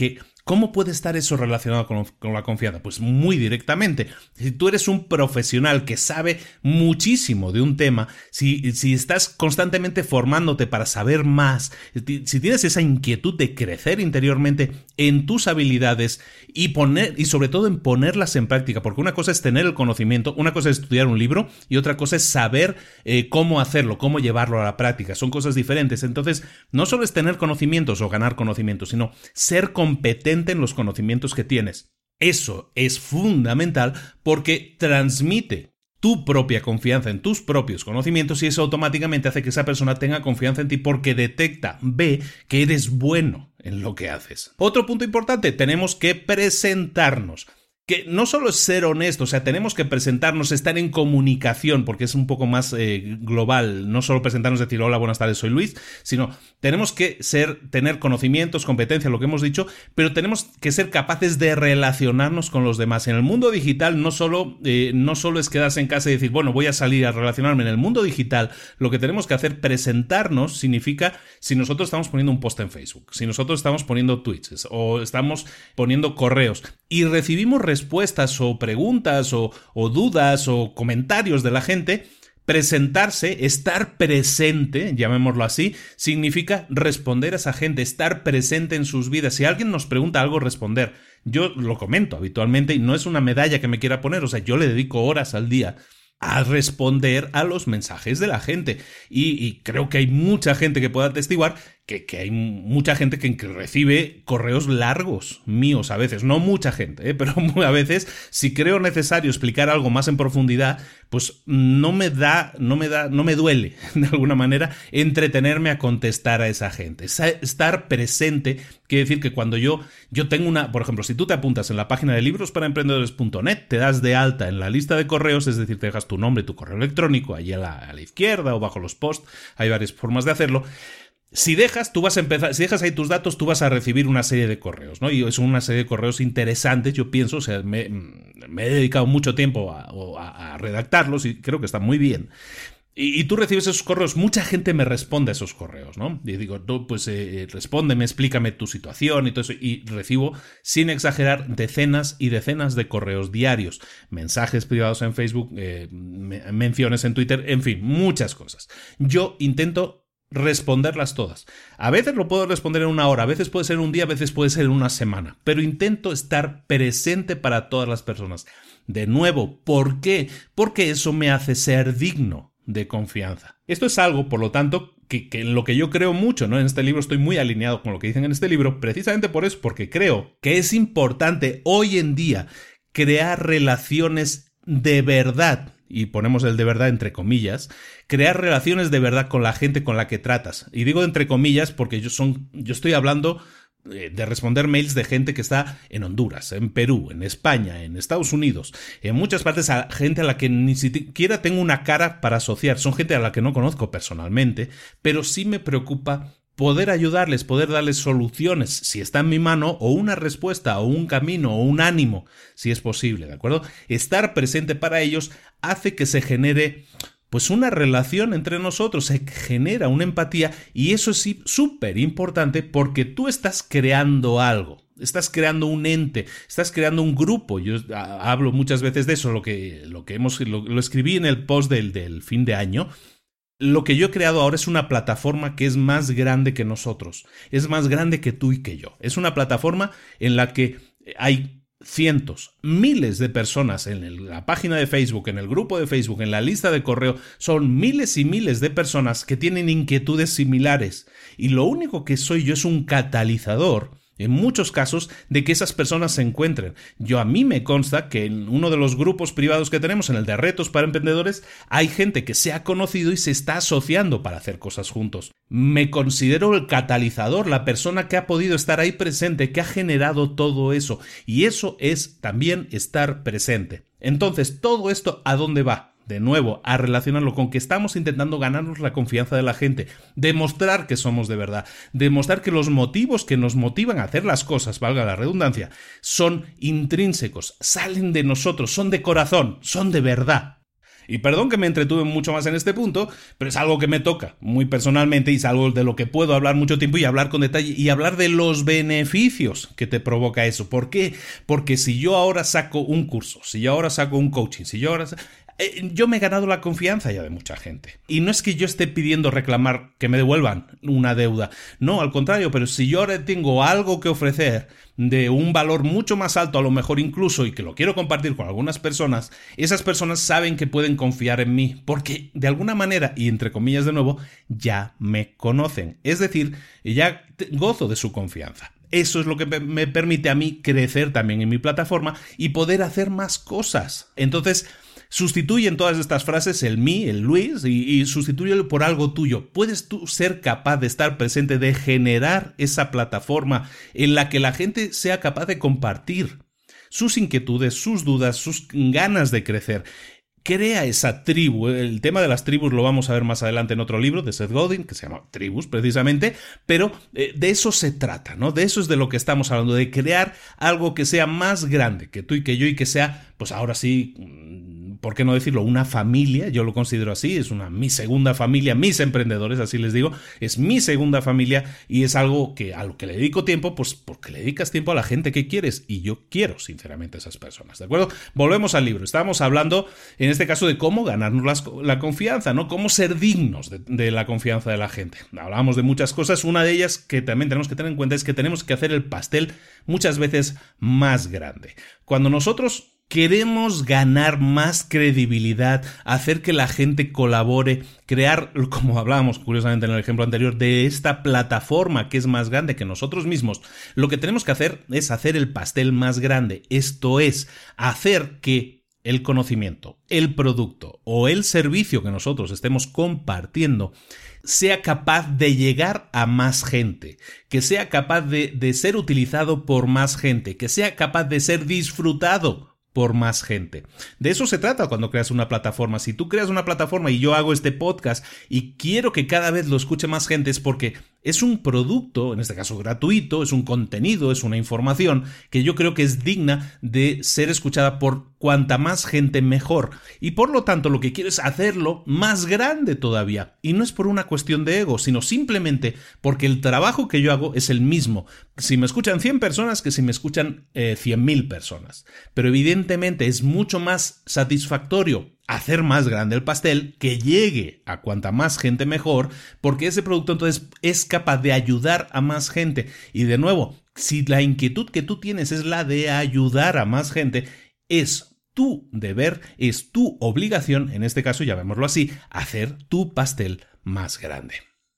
¿Cómo puede estar eso relacionado con, con la confianza? Pues muy directamente. Si tú eres un profesional que sabe muchísimo de un tema, si, si estás constantemente formándote para saber más, si tienes esa inquietud de crecer interiormente en tus habilidades y poner, y sobre todo en ponerlas en práctica, porque una cosa es tener el conocimiento, una cosa es estudiar un libro y otra cosa es saber eh, cómo hacerlo, cómo llevarlo a la práctica. Son cosas diferentes. Entonces, no solo es tener conocimientos o ganar conocimientos, sino ser competente en los conocimientos que tienes. Eso es fundamental porque transmite tu propia confianza en tus propios conocimientos y eso automáticamente hace que esa persona tenga confianza en ti porque detecta, ve que eres bueno en lo que haces. Otro punto importante, tenemos que presentarnos. Que no solo es ser honesto, o sea, tenemos que presentarnos, estar en comunicación, porque es un poco más eh, global, no solo presentarnos, decir hola, buenas tardes, soy Luis, sino tenemos que ser, tener conocimientos, competencia, lo que hemos dicho, pero tenemos que ser capaces de relacionarnos con los demás. En el mundo digital no solo, eh, no solo es quedarse en casa y decir, bueno, voy a salir a relacionarme. En el mundo digital lo que tenemos que hacer, presentarnos, significa si nosotros estamos poniendo un post en Facebook, si nosotros estamos poniendo tweets o estamos poniendo correos y recibimos respuestas o preguntas o, o dudas o comentarios de la gente, presentarse, estar presente, llamémoslo así, significa responder a esa gente, estar presente en sus vidas. Si alguien nos pregunta algo, responder. Yo lo comento habitualmente y no es una medalla que me quiera poner, o sea, yo le dedico horas al día a responder a los mensajes de la gente y, y creo que hay mucha gente que pueda atestiguar que, que hay mucha gente que, que recibe correos largos míos a veces, no mucha gente, ¿eh? Pero a veces si creo necesario explicar algo más en profundidad, pues no me da, no me da, no me duele de alguna manera entretenerme a contestar a esa gente. Estar presente quiere decir que cuando yo, yo tengo una, por ejemplo, si tú te apuntas en la página de libros para emprendedores punto net, te das de alta en la lista de correos, es decir, te dejas tu nombre, tu correo electrónico, allí a la, a la izquierda o bajo los posts, hay varias formas de hacerlo. Si dejas, tú vas a empezar, si dejas ahí tus datos, tú vas a recibir una serie de correos, ¿no? Y son una serie de correos interesantes, yo pienso, o sea, me, me he dedicado mucho tiempo a, a, a redactarlos y creo que están muy bien. Y, y tú recibes esos correos, mucha gente me responde a esos correos, ¿no? Y digo, tú, pues eh, respóndeme, explícame tu situación y todo eso. Y recibo, sin exagerar, decenas y decenas de correos diarios, mensajes privados en Facebook, eh, menciones en Twitter, en fin, muchas cosas. Yo intento responderlas todas. A veces lo puedo responder en una hora, a veces puede ser un día, a veces puede ser en una semana, pero intento estar presente para todas las personas. De nuevo, ¿por qué? Porque eso me hace ser digno de confianza. Esto es algo, por lo tanto, que, que en lo que yo creo mucho, ¿no? En este libro estoy muy alineado con lo que dicen en este libro, precisamente por eso, porque creo que es importante hoy en día crear relaciones de verdad, y ponemos el de verdad entre comillas, crear relaciones de verdad con la gente con la que tratas. Y digo entre comillas porque yo, son, yo estoy hablando de responder mails de gente que está en Honduras, en Perú, en España, en Estados Unidos, en muchas partes, a gente a la que ni siquiera tengo una cara para asociar. Son gente a la que no conozco personalmente, pero sí me preocupa poder ayudarles, poder darles soluciones, si está en mi mano, o una respuesta, o un camino, o un ánimo, si es posible, ¿de acuerdo? Estar presente para ellos hace que se genere pues una relación entre nosotros, se genera una empatía y eso es súper importante porque tú estás creando algo. Estás creando un ente, estás creando un grupo. Yo hablo muchas veces de eso, lo que, lo que hemos, lo, lo escribí en el post del, del fin de año. Lo que yo he creado ahora es una plataforma que es más grande que nosotros, es más grande que tú y que yo. Es una plataforma en la que hay cientos, miles de personas en el, la página de Facebook, en el grupo de Facebook, en la lista de correo. Son miles y miles de personas que tienen inquietudes similares y lo único que soy yo es un catalizador, en muchos casos, de que esas personas se encuentren. Yo a mí me consta que en uno de los grupos privados que tenemos, en el de retos para emprendedores, hay gente que se ha conocido y se está asociando para hacer cosas juntos. Me considero el catalizador, la persona que ha podido estar ahí presente, que ha generado todo eso. Y eso es también estar presente. Entonces, ¿todo esto a dónde va? De nuevo, a relacionarlo con que estamos intentando ganarnos la confianza de la gente, demostrar que somos de verdad, demostrar que los motivos que nos motivan a hacer las cosas, valga la redundancia, son intrínsecos, salen de nosotros, son de corazón, son de verdad. Y perdón que me entretuve mucho más en este punto, pero es algo que me toca muy personalmente y es algo de lo que puedo hablar mucho tiempo y hablar con detalle y hablar de los beneficios que te provoca eso. ¿Por qué? Porque si yo ahora saco un curso, si yo ahora saco un coaching, si yo ahora... Eh, yo me he ganado la confianza ya de mucha gente. Y no es que yo esté pidiendo reclamar que me devuelvan una deuda. No, al contrario, pero si yo ahora tengo algo que ofrecer de un valor mucho más alto, a lo mejor incluso, y que lo quiero compartir con algunas personas, esas personas saben que pueden confiar en mí, porque de alguna manera, y entre comillas de nuevo, ya me conocen. Es decir, ya gozo de su confianza. Eso es lo que me permite a mí crecer también en mi plataforma y poder hacer más cosas. Entonces, sustituyen todas estas frases el mí, el Luis, y, y sustitúyelo por algo tuyo. Puedes tú ser capaz de estar presente, de generar esa plataforma en la que la gente sea capaz de compartir sus inquietudes, sus dudas, sus ganas de crecer. Crea esa tribu. El tema de las tribus lo vamos a ver más adelante en otro libro de Seth Godin, que se llama Tribus precisamente, pero eh, de eso se trata, ¿no? De eso es de lo que estamos hablando, de crear algo que sea más grande que tú y que yo y que sea, pues ahora sí, ¿por qué no decirlo? Una familia, yo lo considero así, es una mi segunda familia, mis emprendedores, así les digo, es mi segunda familia y es algo que a lo que le dedico tiempo, pues porque le dedicas tiempo a la gente que quieres y yo quiero sinceramente a esas personas, ¿de acuerdo? Volvemos al libro, estábamos hablando en este caso de cómo ganarnos las, la confianza, ¿no? Cómo ser dignos de, de la confianza de la gente. Hablábamos de muchas cosas, una de ellas que también tenemos que tener en cuenta es que tenemos que hacer el pastel muchas veces más grande. Cuando nosotros queremos ganar más credibilidad, hacer que la gente colabore, crear, como hablábamos curiosamente en el ejemplo anterior, de esta plataforma que es más grande que nosotros mismos, lo que tenemos que hacer es hacer el pastel más grande. Esto es, hacer que el conocimiento, el producto o el servicio que nosotros estemos compartiendo sea capaz de llegar a más gente, que sea capaz de, de ser utilizado por más gente, que sea capaz de ser disfrutado por más gente. De eso se trata cuando creas una plataforma. Si tú creas una plataforma y yo hago este podcast y quiero que cada vez lo escuche más gente, es porque es un producto, en este caso gratuito, es un contenido, es una información que yo creo que es digna de ser escuchada por cuanta más gente mejor. Y por lo tanto lo que quiero es hacerlo más grande todavía. Y no es por una cuestión de ego, sino simplemente porque el trabajo que yo hago es el mismo. Si me escuchan cien personas que si me escuchan eh, cien mil personas. Pero evidentemente es mucho más satisfactorio hacer más grande el pastel, que llegue a cuanta más gente mejor, porque ese producto entonces es capaz de ayudar a más gente. Y de nuevo, si la inquietud que tú tienes es la de ayudar a más gente, es tu deber, es tu obligación, en este caso llamémoslo así, hacer tu pastel más grande.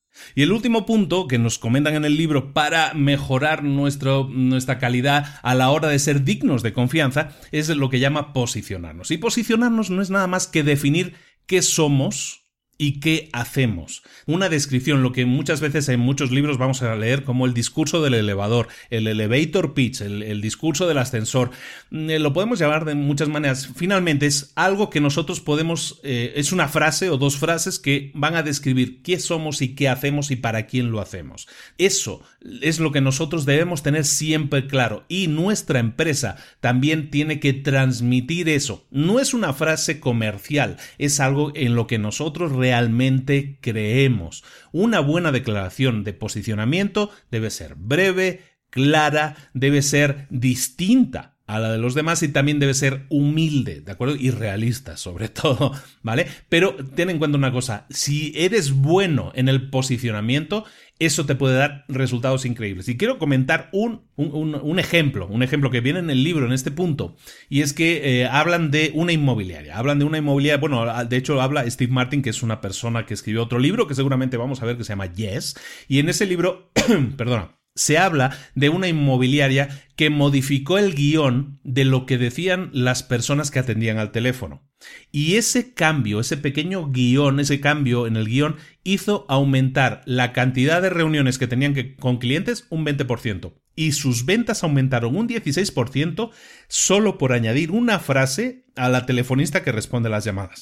Y el último punto que nos comentan en el libro para mejorar nuestro, nuestra calidad a la hora de ser dignos de confianza es lo que llama posicionarnos. Y posicionarnos no es nada más que definir qué somos y qué hacemos. Una descripción, lo que muchas veces en muchos libros vamos a leer como el discurso del elevador, el elevator pitch, el, el discurso del ascensor. Eh, lo podemos llamar de muchas maneras. Finalmente es algo que nosotros podemos, eh, es una frase o dos frases que van a describir qué somos y qué hacemos y para quién lo hacemos. Eso es lo que nosotros debemos tener siempre claro y nuestra empresa también tiene que transmitir eso. No es una frase comercial, es algo en lo que nosotros realmente realmente creemos. Una buena declaración de posicionamiento debe ser breve, clara, debe ser distinta a la de los demás y también debe ser humilde, ¿de acuerdo? Y realista, sobre todo, ¿vale? Pero ten en cuenta una cosa, si eres bueno en el posicionamiento, eso te puede dar resultados increíbles. Y quiero comentar un, un, un ejemplo, un ejemplo que viene en el libro en este punto, y es que eh, hablan de una inmobiliaria, hablan de una inmobiliaria, bueno, de hecho habla Steve Martin, que es una persona que escribió otro libro, que seguramente vamos a ver, que se llama Yes, y en ese libro, perdona, se habla de una inmobiliaria que modificó el guión de lo que decían las personas que atendían al teléfono. Y ese cambio, ese pequeño guión, ese cambio en el guión hizo aumentar la cantidad de reuniones que tenían que, con clientes un veinte por ciento. Y sus ventas aumentaron un dieciséis por ciento solo por añadir una frase a la telefonista que responde las llamadas.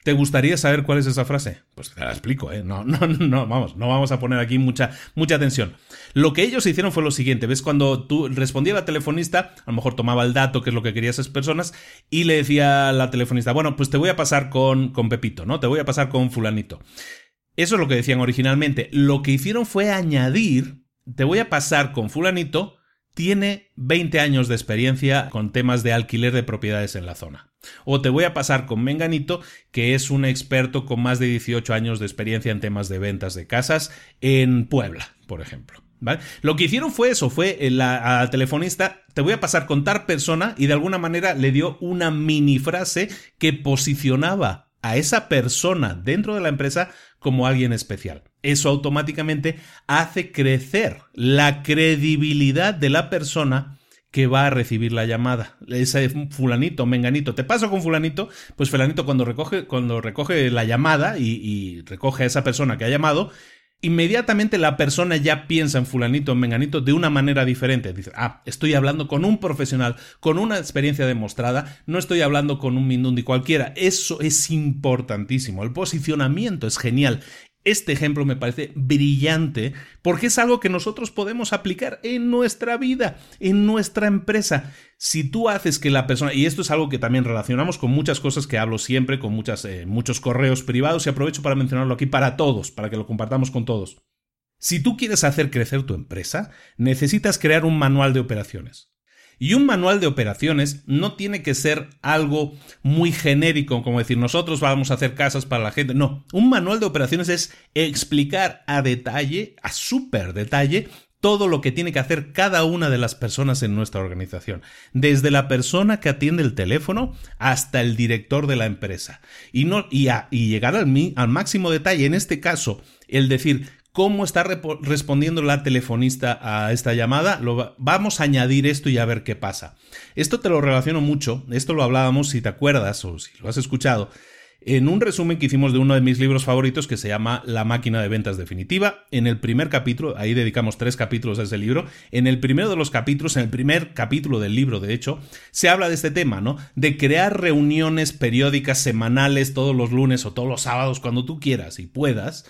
¿Te gustaría saber cuál es esa frase? Pues te la explico, ¿eh? No, no, no, vamos, no vamos a poner aquí mucha, mucha tensión. Lo que ellos hicieron fue lo siguiente, ¿ves? Cuando tú respondías a la telefonista, a lo mejor tomaba el dato, que es lo que querían esas personas, y le decía a la telefonista, bueno, pues te voy a pasar con, con Pepito, ¿no? Te voy a pasar con fulanito. Eso es lo que decían originalmente. Lo que hicieron fue añadir, te voy a pasar con fulanito, tiene veinte años de experiencia con temas de alquiler de propiedades en la zona. O te voy a pasar con menganito, que es un experto con más de dieciocho años de experiencia en temas de ventas de casas en Puebla, por ejemplo. ¿Vale? Lo que hicieron fue eso, fue la, al telefonista, te voy a pasar con tal persona, y de alguna manera le dio una mini frase que posicionaba a esa persona dentro de la empresa como alguien especial. Eso automáticamente hace crecer la credibilidad de la persona que va a recibir la llamada. Ese fulanito, menganito, te paso con fulanito, pues fulanito cuando recoge, cuando recoge la llamada y, y recoge a esa persona que ha llamado, inmediatamente la persona ya piensa en fulanito, en menganito de una manera diferente. Dice, ah, estoy hablando con un profesional, con una experiencia demostrada, no estoy hablando con un mindundi cualquiera. Eso es importantísimo. El posicionamiento es genial. Este ejemplo me parece brillante porque es algo que nosotros podemos aplicar en nuestra vida, en nuestra empresa. Si tú haces que la persona, y esto es algo que también relacionamos con muchas cosas que hablo siempre, con muchas, eh, muchos correos privados, y aprovecho para mencionarlo aquí para todos, para que lo compartamos con todos. Si tú quieres hacer crecer tu empresa, necesitas crear un manual de operaciones. Y un manual de operaciones no tiene que ser algo muy genérico, como decir, nosotros vamos a hacer casas para la gente. No, un manual de operaciones es explicar a detalle, a súper detalle, todo lo que tiene que hacer cada una de las personas en nuestra organización. Desde la persona que atiende el teléfono hasta el director de la empresa. Y, no, y, a, y llegar al, al máximo detalle, en este caso, el decir cómo está rep- respondiendo la telefonista a esta llamada, lo va- vamos a añadir esto y a ver qué pasa. Esto te lo relaciono mucho, esto lo hablábamos, si te acuerdas o si lo has escuchado, en un resumen que hicimos de uno de mis libros favoritos que se llama La máquina de ventas definitiva. En el primer capítulo, ahí dedicamos tres capítulos a ese libro, en el primero de los capítulos, en el primer capítulo del libro de hecho, se habla de este tema, ¿no? De crear reuniones periódicas, semanales, todos los lunes o todos los sábados, cuando tú quieras y puedas.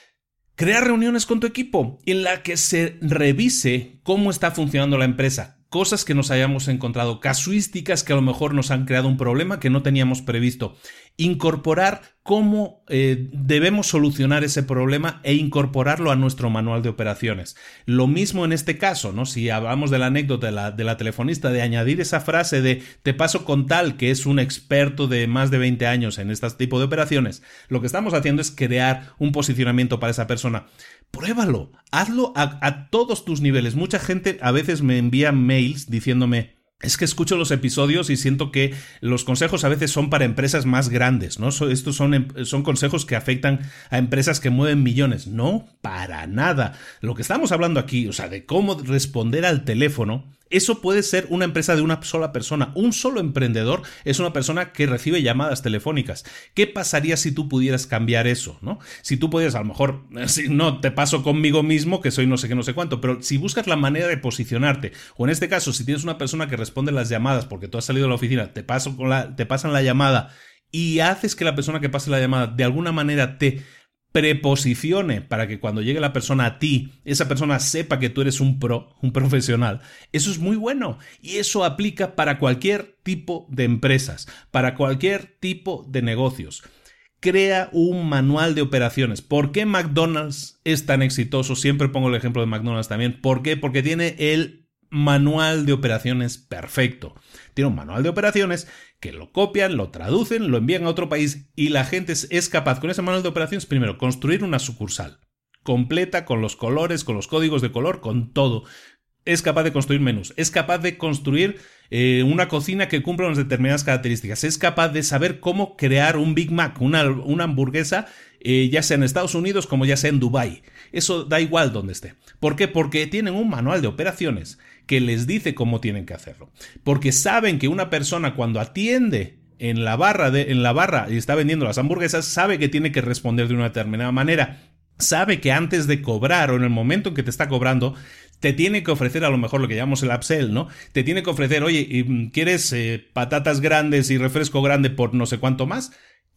Crear reuniones con tu equipo en la que se revise cómo está funcionando la empresa, cosas que nos hayamos encontrado, casuísticas que a lo mejor nos han creado un problema que no teníamos previsto. Incorporar cómo eh, debemos solucionar ese problema e incorporarlo a nuestro manual de operaciones. Lo mismo en este caso, ¿no? Si hablamos de la anécdota de la, de la telefonista, de añadir esa frase de te paso con tal, que es un experto de más de veinte años en este tipo de operaciones, lo que estamos haciendo es crear un posicionamiento para esa persona. Pruébalo, hazlo a, a todos tus niveles. Mucha gente a veces me envía mails diciéndome, es que escucho los episodios y siento que los consejos a veces son para empresas más grandes, ¿no? Estos son, son consejos que afectan a empresas que mueven millones. No, para nada. Lo que estamos hablando aquí, o sea, de cómo responder al teléfono, eso puede ser una empresa de una sola persona. Un solo emprendedor es una persona que recibe llamadas telefónicas. ¿Qué pasaría si tú pudieras cambiar eso, ¿no? Si tú pudieras, a lo mejor, si no te paso conmigo mismo, que soy no sé qué, no sé cuánto, pero si buscas la manera de posicionarte, o en este caso, si tienes una persona que responde las llamadas porque tú has salido de la oficina, te, paso con la, te pasan la llamada y haces que la persona que pase la llamada de alguna manera te preposicione para que cuando llegue la persona a ti, esa persona sepa que tú eres un pro, un profesional. Eso es muy bueno y eso aplica para cualquier tipo de empresas, para cualquier tipo de negocios. Crea un manual de operaciones. ¿Por qué McDonald's es tan exitoso? Siempre pongo el ejemplo de McDonald's también. ¿Por qué? Porque tiene el manual de operaciones perfecto. Tiene un manual de operaciones que lo copian, lo traducen, lo envían a otro país y la gente es capaz con ese manual de operaciones, primero, construir una sucursal completa con los colores, con los códigos de color, con todo. Es capaz de construir menús, es capaz de construir eh, una cocina que cumpla unas determinadas características, es capaz de saber cómo crear un Big Mac, una, una hamburguesa, eh, ya sea en Estados Unidos como ya sea en Dubái. Eso da igual donde esté. ¿Por qué? Porque tienen un manual de operaciones que les dice cómo tienen que hacerlo. Porque saben que una persona cuando atiende en la barra, de, en la barra y está vendiendo las hamburguesas, sabe que tiene que responder de una determinada manera. Sabe que antes de cobrar o en el momento en que te está cobrando, te tiene que ofrecer a lo mejor lo que llamamos el upsell, ¿no? Te tiene que ofrecer, oye, ¿quieres eh, patatas grandes y refresco grande por no sé cuánto más?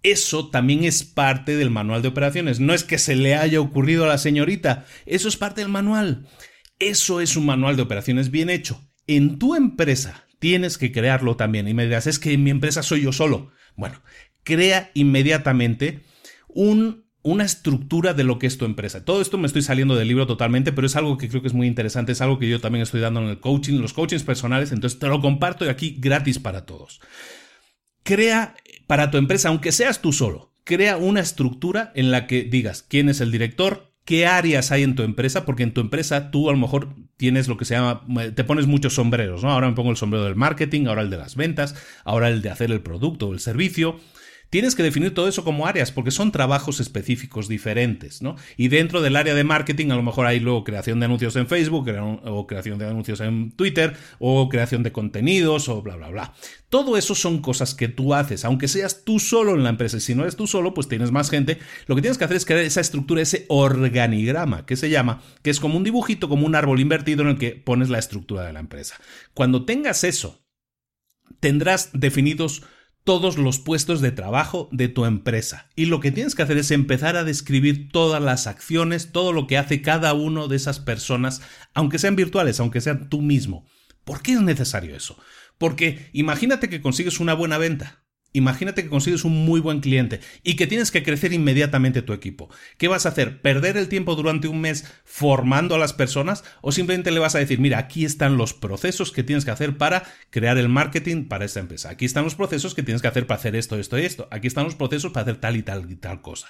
Eso también es parte del manual de operaciones. No es que se le haya ocurrido a la señorita. Eso es parte del manual. Eso es un manual de operaciones bien hecho. En tu empresa tienes que crearlo también. Y me dirás, es que en mi empresa soy yo solo. Bueno, crea inmediatamente un, una estructura de lo que es tu empresa. Todo esto me estoy saliendo del libro totalmente, pero es algo que creo que es muy interesante. Es algo que yo también estoy dando en el coaching, los coachings personales. Entonces te lo comparto aquí gratis para todos. Crea para tu empresa, aunque seas tú solo, crea una estructura en la que digas quién es el director, qué áreas hay en tu empresa, porque en tu empresa tú a lo mejor tienes lo que se llama, te pones muchos sombreros, ¿no? Ahora me pongo el sombrero del marketing, ahora el de las ventas, ahora el de hacer el producto o el servicio. Tienes que definir todo eso como áreas porque son trabajos específicos diferentes, ¿no? Y dentro del área de marketing a lo mejor hay luego creación de anuncios en Facebook o creación de anuncios en Twitter o creación de contenidos o bla, bla, bla. Todo eso son cosas que tú haces, aunque seas tú solo en la empresa. Y si no eres tú solo, pues tienes más gente. Lo que tienes que hacer es crear esa estructura, ese organigrama que se llama, que es como un dibujito, como un árbol invertido en el que pones la estructura de la empresa. Cuando tengas eso, tendrás definidos todos los puestos de trabajo de tu empresa. Y lo que tienes que hacer es empezar a describir todas las acciones, todo lo que hace cada uno de esas personas, aunque sean virtuales, aunque sean tú mismo. ¿Por qué es necesario eso? Porque imagínate que consigues una buena venta. Imagínate que consigues un muy buen cliente y que tienes que crecer inmediatamente tu equipo. ¿Qué vas a hacer? ¿Perder el tiempo durante un mes formando a las personas? ¿O simplemente le vas a decir, mira, aquí están los procesos que tienes que hacer para crear el marketing para esta empresa? Aquí están los procesos que tienes que hacer para hacer esto, esto y esto. Aquí están los procesos para hacer tal y tal y tal cosa.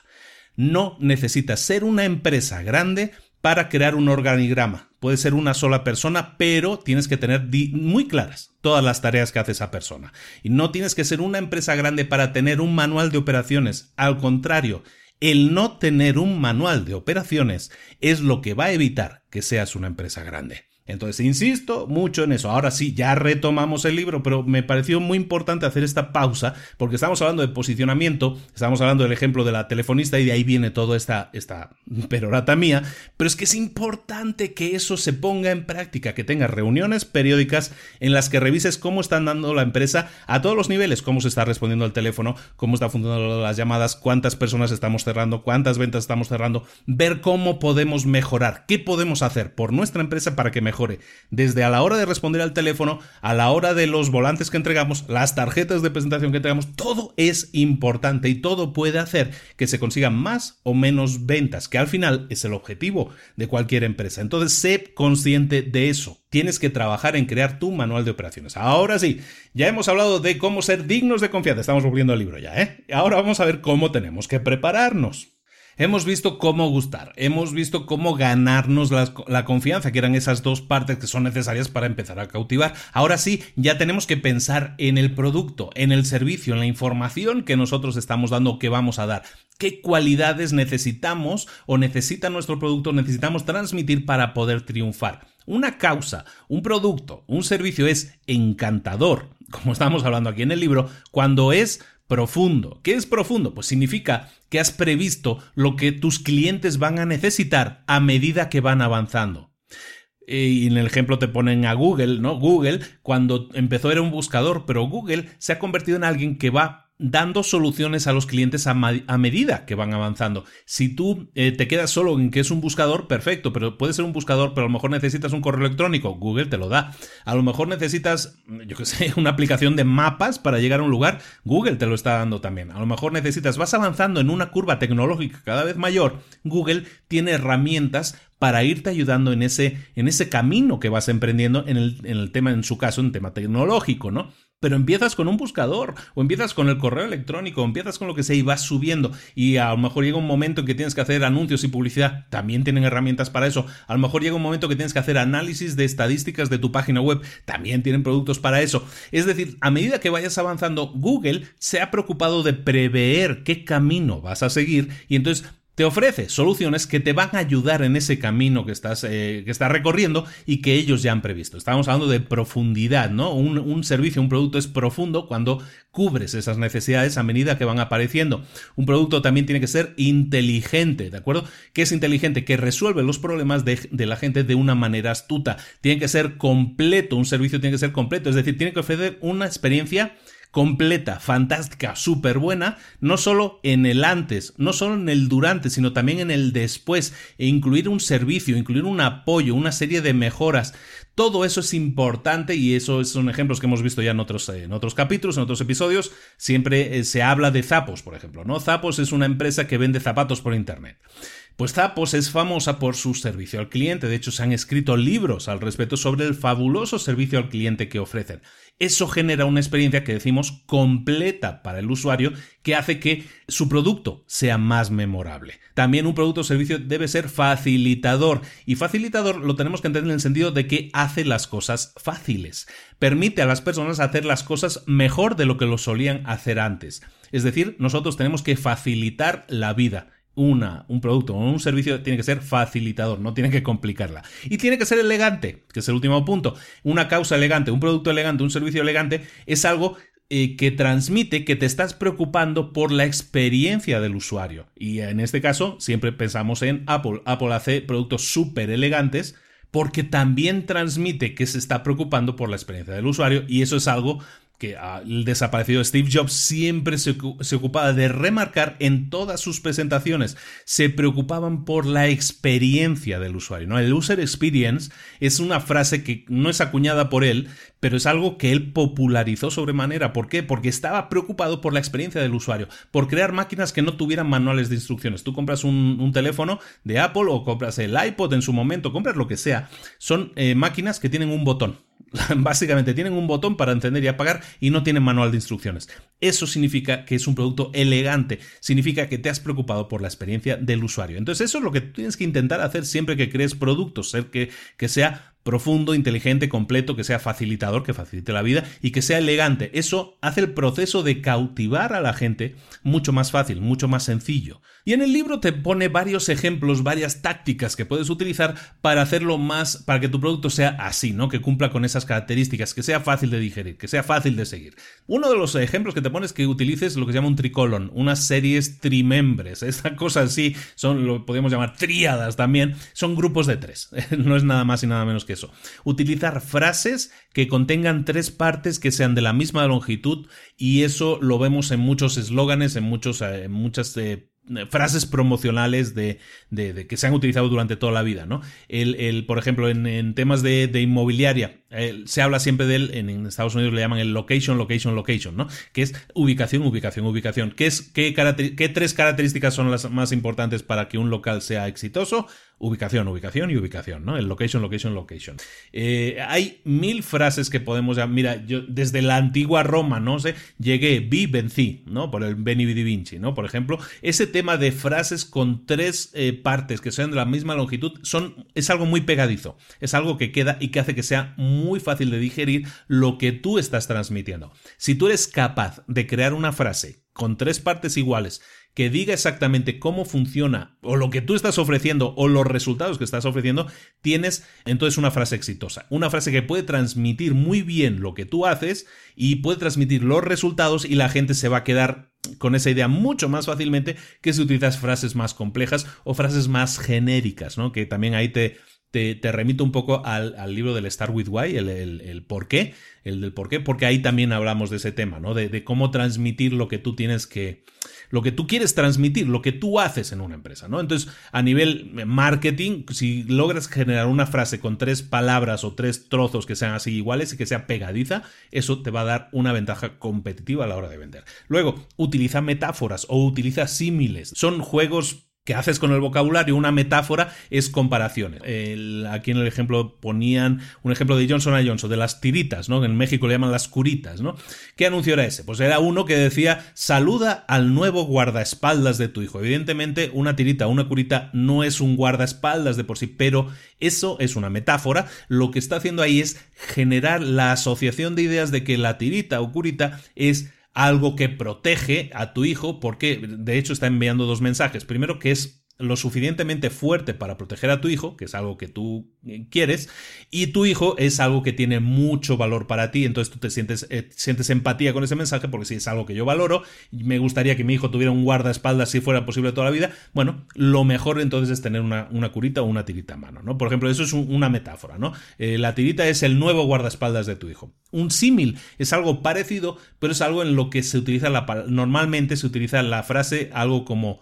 No necesitas ser una empresa grande para crear un organigrama. Puede ser una sola persona, pero tienes que tener muy claras todas las tareas que hace esa persona. Y no tienes que ser una empresa grande para tener un manual de operaciones. Al contrario, el no tener un manual de operaciones es lo que va a evitar que seas una empresa grande. Entonces, insisto mucho en eso. Ahora sí, ya retomamos el libro, pero me pareció muy importante hacer esta pausa porque estamos hablando de posicionamiento, estamos hablando del ejemplo de la telefonista y de ahí viene toda esta, esta perorata mía, pero es que es importante que eso se ponga en práctica, que tengas reuniones periódicas en las que revises cómo están dando la empresa a todos los niveles, cómo se está respondiendo al teléfono, cómo están funcionando las llamadas, cuántas personas estamos cerrando, cuántas ventas estamos cerrando, ver cómo podemos mejorar, qué podemos hacer por nuestra empresa para que mejore. Mejore, desde a la hora de responder al teléfono, a la hora de los volantes que entregamos, las tarjetas de presentación que entregamos, todo es importante y todo puede hacer que se consigan más o menos ventas, que al final es el objetivo de cualquier empresa. Entonces, sé consciente de eso. Tienes que trabajar en crear tu manual de operaciones. Ahora sí, ya hemos hablado de cómo ser dignos de confianza. Estamos volviendo al libro ya, ¿eh? Ahora vamos a ver cómo tenemos que prepararnos. Hemos visto cómo gustar, hemos visto cómo ganarnos la, la confianza, que eran esas dos partes que son necesarias para empezar a cautivar. Ahora sí, ya tenemos que pensar en el producto, en el servicio, en la información que nosotros estamos dando o que vamos a dar. ¿Qué cualidades necesitamos o necesita nuestro producto, necesitamos transmitir para poder triunfar? Una causa, un producto, un servicio es encantador, como estamos hablando aquí en el libro, cuando es profundo. ¿Qué es profundo? Pues significa que has previsto lo que tus clientes van a necesitar a medida que van avanzando. Y en el ejemplo te ponen a Google, ¿no? Google, cuando empezó era un buscador, pero Google se ha convertido en alguien que va dando soluciones a los clientes a, ma- a medida que van avanzando. Si tú eh, te quedas solo en que es un buscador, perfecto, pero puede ser un buscador, pero a lo mejor necesitas un correo electrónico, Google te lo da. A lo mejor necesitas, yo qué sé, una aplicación de mapas para llegar a un lugar, Google te lo está dando también. A lo mejor necesitas, vas avanzando en una curva tecnológica cada vez mayor, Google tiene herramientas para irte ayudando en ese, en ese camino que vas emprendiendo en el, en el tema, en su caso, en tema tecnológico, ¿no? Pero empiezas con un buscador, o empiezas con el correo electrónico, o empiezas con lo que sea y vas subiendo. Y a lo mejor llega un momento en que tienes que hacer anuncios y publicidad, también tienen herramientas para eso. A lo mejor llega un momento que tienes que hacer análisis de estadísticas de tu página web, también tienen productos para eso. Es decir, a medida que vayas avanzando, Google se ha preocupado de prever qué camino vas a seguir y entonces te ofrece soluciones que te van a ayudar en ese camino que estás, eh, que estás recorriendo y que ellos ya han previsto. Estamos hablando de profundidad, ¿no? Un, un servicio, un producto es profundo cuando cubres esas necesidades a medida que van apareciendo. Un producto también tiene que ser inteligente, ¿de acuerdo? ¿Qué es inteligente? Que resuelve los problemas de, de la gente de una manera astuta. Tiene que ser completo, un servicio tiene que ser completo, es decir, tiene que ofrecer una experiencia completa, fantástica, súper buena, no solo en el antes, no solo en el durante, sino también en el después, e incluir un servicio, incluir un apoyo, una serie de mejoras. Todo eso es importante y esos son ejemplos que hemos visto ya en otros, en otros capítulos, en otros episodios. Siempre eh, se habla de Zappos, por ejemplo, ¿no? Zappos es una empresa que vende zapatos por internet. Pues Zappos es famosa por su servicio al cliente. De hecho, se han escrito libros al respecto sobre el fabuloso servicio al cliente que ofrecen. Eso genera una experiencia que decimos completa para el usuario, que hace que su producto sea más memorable. También un producto o servicio debe ser facilitador, y facilitador lo tenemos que entender en el sentido de que hace las cosas fáciles. Permite a las personas hacer las cosas mejor de lo que lo solían hacer antes. Es decir, nosotros tenemos que facilitar la vida. Una, un producto o un servicio tiene que ser facilitador, no tiene que complicarla. Y tiene que ser elegante, que es el último punto. Una causa elegante, un producto elegante, un servicio elegante es algo eh, que transmite que te estás preocupando por la experiencia del usuario. Y en este caso siempre pensamos en Apple. Apple hace productos súper elegantes porque también transmite que se está preocupando por la experiencia del usuario, y eso es algo que el desaparecido Steve Jobs siempre se, se ocupaba de remarcar en todas sus presentaciones. Se preocupaban por la experiencia del usuario, ¿no? El user experience es una frase que no es acuñada por él, pero es algo que él popularizó sobremanera. ¿Por qué? Porque estaba preocupado por la experiencia del usuario, por crear máquinas que no tuvieran manuales de instrucciones. Tú compras un, un teléfono de Apple o compras el iPod en su momento, compras lo que sea. Son eh, máquinas que tienen un botón. Básicamente tienen un botón para encender y apagar y no tienen manual de instrucciones. Eso significa que es un producto elegante, significa que te has preocupado por la experiencia del usuario. Entonces eso es lo que tienes que intentar hacer siempre que crees productos, ser que, que sea profundo, inteligente, completo, que sea facilitador, que facilite la vida y que sea elegante. Eso hace el proceso de cautivar a la gente mucho más fácil, mucho más sencillo. Y en el libro te pone varios ejemplos, varias tácticas que puedes utilizar para hacerlo más, para que tu producto sea así, ¿no? Que cumpla con esas características, que sea fácil de digerir, que sea fácil de seguir. Uno de los ejemplos que te pone es que utilices lo que se llama un tricolon, unas series trimembres. Esta cosa así son, lo podemos llamar tríadas también, son grupos de tres. No es nada más y nada menos que eso. Utilizar frases que contengan tres partes que sean de la misma longitud, y eso lo vemos en muchos eslóganes, en, muchos, en muchas eh, frases promocionales de, de, de que se han utilizado durante toda la vida, ¿no? El, el, por ejemplo, en, en temas de, de inmobiliaria, eh, se habla siempre de él, en, en Estados Unidos le llaman el location, location, location, ¿no? Que es ubicación, ubicación, ubicación. ¿Qué, es, qué, ¿Qué tres características son las más importantes para que un local sea exitoso? Ubicación, ubicación y ubicación, ¿no? El location, location, location. Eh, hay mil frases que podemos ya, mira, yo desde la antigua Roma, no sé, llegué, vi, vencí, ¿no? Por el Veni Vidi Vinci, ¿no? Por ejemplo, ese tema de frases con tres eh, partes que sean de la misma longitud son, es algo muy pegadizo, es algo que queda y que hace que sea muy fácil de digerir lo que tú estás transmitiendo. Si tú eres capaz de crear una frase con tres partes iguales que diga exactamente cómo funciona o lo que tú estás ofreciendo o los resultados que estás ofreciendo, tienes entonces una frase exitosa. Una frase que puede transmitir muy bien lo que tú haces y puede transmitir los resultados, y la gente se va a quedar con esa idea mucho más fácilmente que si utilizas frases más complejas o frases más genéricas, ¿no? Que también ahí te... Te, te remito un poco al, al libro del Start with Why, el, el, el por qué, el del por qué, porque ahí también hablamos de ese tema, ¿no? De, de cómo transmitir lo que tú tienes que, lo que tú quieres transmitir, lo que tú haces en una empresa, ¿no? Entonces, a nivel marketing, si logras generar una frase con tres palabras o tres trozos que sean así iguales y que sea pegadiza, eso te va a dar una ventaja competitiva a la hora de vender. Luego, utiliza metáforas o utiliza símiles. Son juegos que haces con el vocabulario. Una metáfora es comparaciones. El, aquí en el ejemplo ponían un ejemplo de Johnson and Johnson, de las tiritas, ¿no? En México le llaman las curitas, ¿no? ¿Qué anuncio era ese? Pues era uno que decía: saluda al nuevo guardaespaldas de tu hijo. Evidentemente, una tirita, una curita no es un guardaespaldas de por sí, pero eso es una metáfora. Lo que está haciendo ahí es generar la asociación de ideas de que la tirita o curita es algo que protege a tu hijo, porque de hecho está enviando dos mensajes. Primero, que es lo suficientemente fuerte para proteger a tu hijo, que es algo que tú quieres, y tu hijo es algo que tiene mucho valor para ti, entonces tú te sientes, eh, sientes empatía con ese mensaje, porque si es algo que yo valoro, y me gustaría que mi hijo tuviera un guardaespaldas si fuera posible toda la vida, bueno, lo mejor entonces es tener una, una curita o una tirita a mano, ¿no? Por ejemplo, eso es un, una metáfora, ¿no? Eh, la tirita es el nuevo guardaespaldas de tu hijo. Un símil es algo parecido, pero es algo en lo que se utiliza la, normalmente se utiliza la frase algo como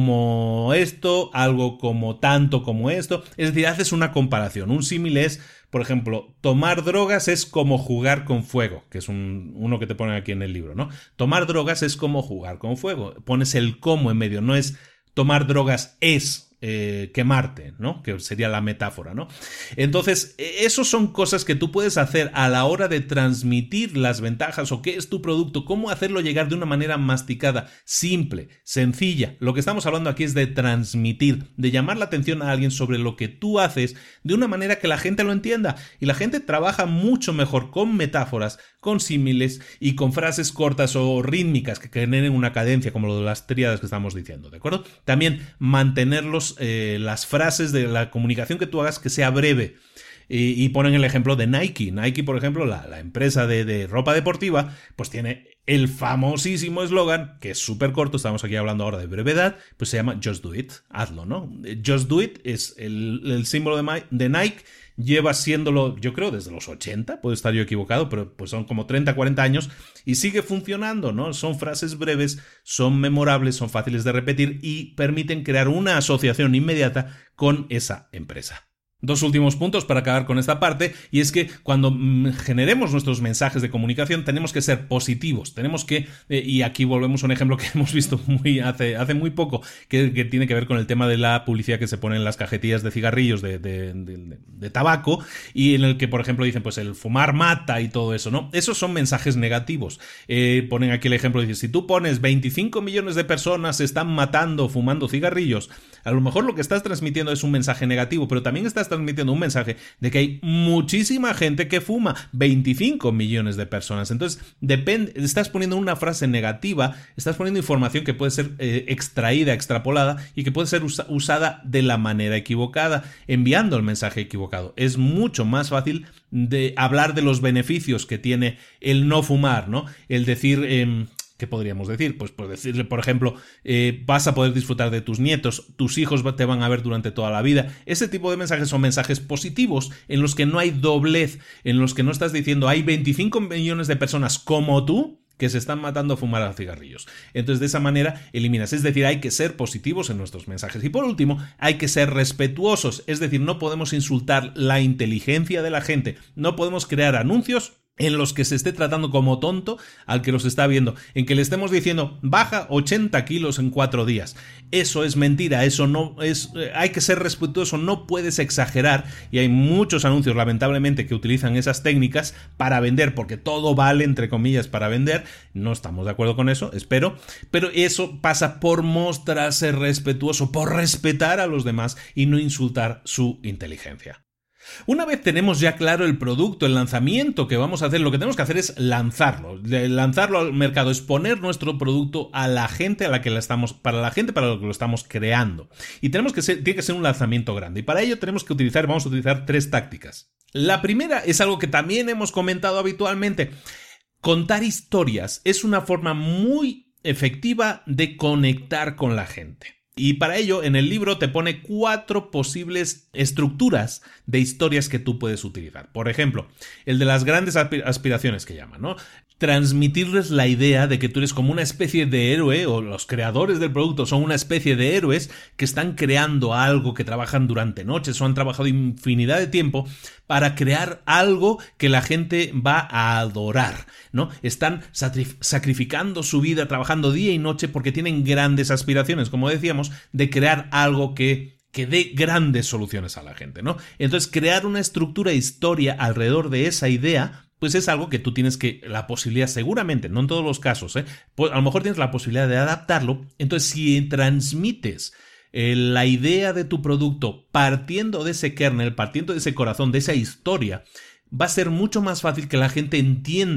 como esto, algo como tanto como esto, es decir, haces una comparación. Un símil es, por ejemplo, tomar drogas es como jugar con fuego, que es un, uno que te ponen aquí en el libro, ¿no? Tomar drogas es como jugar con fuego, pones el como en medio, no es tomar drogas es Eh, quemarte, ¿no? Que sería la metáfora, ¿no? Entonces, esos son cosas que tú puedes hacer a la hora de transmitir las ventajas o qué es tu producto, cómo hacerlo llegar de una manera masticada, simple, sencilla. Lo que estamos hablando aquí es de transmitir, de llamar la atención a alguien sobre lo que tú haces de una manera que la gente lo entienda. Y la gente trabaja mucho mejor con metáforas, con símiles y con frases cortas o rítmicas que generen una cadencia, como lo de las tríadas que estamos diciendo, ¿de acuerdo? También mantenerlos Eh, las frases de la comunicación que tú hagas que sea breve. Y, y ponen el ejemplo de Nike. Nike, por ejemplo, la, la empresa de, de ropa deportiva, pues tiene el famosísimo eslogan, que es súper corto, estamos aquí hablando ahora de brevedad, pues se llama Just Do It, hazlo, ¿no? Just Do It es el, el símbolo de, My, de Nike, lleva siéndolo, yo creo, desde los ochenta, puedo estar yo equivocado, pero pues son como treinta, cuarenta años, y sigue funcionando, ¿no? Son frases breves, son memorables, son fáciles de repetir y permiten crear una asociación inmediata con esa empresa. Dos últimos puntos para acabar con esta parte, y es que cuando mm, generemos nuestros mensajes de comunicación tenemos que ser positivos, tenemos que, eh, y aquí volvemos a un ejemplo que hemos visto muy hace, hace muy poco, que, que tiene que ver con el tema de la publicidad que se pone en las cajetillas de cigarrillos de, de, de, de, de tabaco, y en el que, por ejemplo, dicen, pues el fumar mata y todo eso, ¿no? Esos son mensajes negativos. Eh, ponen aquí el ejemplo, dicen, si tú pones veinticinco millones de personas se están matando fumando cigarrillos, a lo mejor lo que estás transmitiendo es un mensaje negativo, pero también estás transmitiendo un mensaje de que hay muchísima gente que fuma, veinticinco millones de personas. Entonces, depende, estás poniendo una frase negativa, estás poniendo información que puede ser eh, extraída, extrapolada y que puede ser usa, usada de la manera equivocada, enviando el mensaje equivocado. Es mucho más fácil de hablar de los beneficios que tiene el no fumar, ¿no? El decir... Eh, ¿Qué podríamos decir? Pues, pues decirle, por ejemplo, eh, vas a poder disfrutar de tus nietos, tus hijos te van a ver durante toda la vida. Ese tipo de mensajes son mensajes positivos en los que no hay doblez, en los que no estás diciendo hay veinticinco millones de personas como tú que se están matando a fumar a cigarrillos. Entonces, de esa manera eliminas. Es decir, hay que ser positivos en nuestros mensajes. Y por último, hay que ser respetuosos. Es decir, no podemos insultar la inteligencia de la gente. No podemos crear anuncios en los que se esté tratando como tonto al que los está viendo, en que le estemos diciendo baja ochenta kilos en cuatro días. Eso es mentira, eso no es, eh, hay que ser respetuoso, no puedes exagerar, y hay muchos anuncios lamentablemente que utilizan esas técnicas para vender, porque todo vale entre comillas para vender. No estamos de acuerdo con eso, espero, pero eso pasa por mostrarse respetuoso, por respetar a los demás y no insultar su inteligencia. Una vez tenemos ya claro el producto, el lanzamiento que vamos a hacer, lo que tenemos que hacer es lanzarlo, lanzarlo al mercado, exponer nuestro producto a la gente a la que la estamos, para la gente para la que lo estamos creando. Y tenemos que ser, tiene que ser un lanzamiento grande. Y para ello tenemos que utilizar, vamos a utilizar tres tácticas. La primera es algo que también hemos comentado habitualmente. Contar historias es una forma muy efectiva de conectar con la gente. Y para ello, en el libro te pone cuatro posibles estructuras de historias que tú puedes utilizar. Por ejemplo, el de las grandes aspiraciones que llaman, ¿no? Transmitirles la idea de que tú eres como una especie de héroe, o los creadores del producto son una especie de héroes que están creando algo, que trabajan durante noches o han trabajado infinidad de tiempo para crear algo que la gente va a adorar, ¿no? Están sacrificando su vida, trabajando día y noche porque tienen grandes aspiraciones, como decíamos, de crear algo que que dé grandes soluciones a la gente, ¿no? Entonces, crear una estructura, historia alrededor de esa idea, pues es algo que tú tienes que, la posibilidad, seguramente, no en todos los casos, ¿eh? Pues a lo mejor tienes la posibilidad de adaptarlo. Entonces, si transmites eh, la idea de tu producto partiendo de ese kernel, partiendo de ese corazón, de esa historia, va a ser mucho más fácil que la gente entienda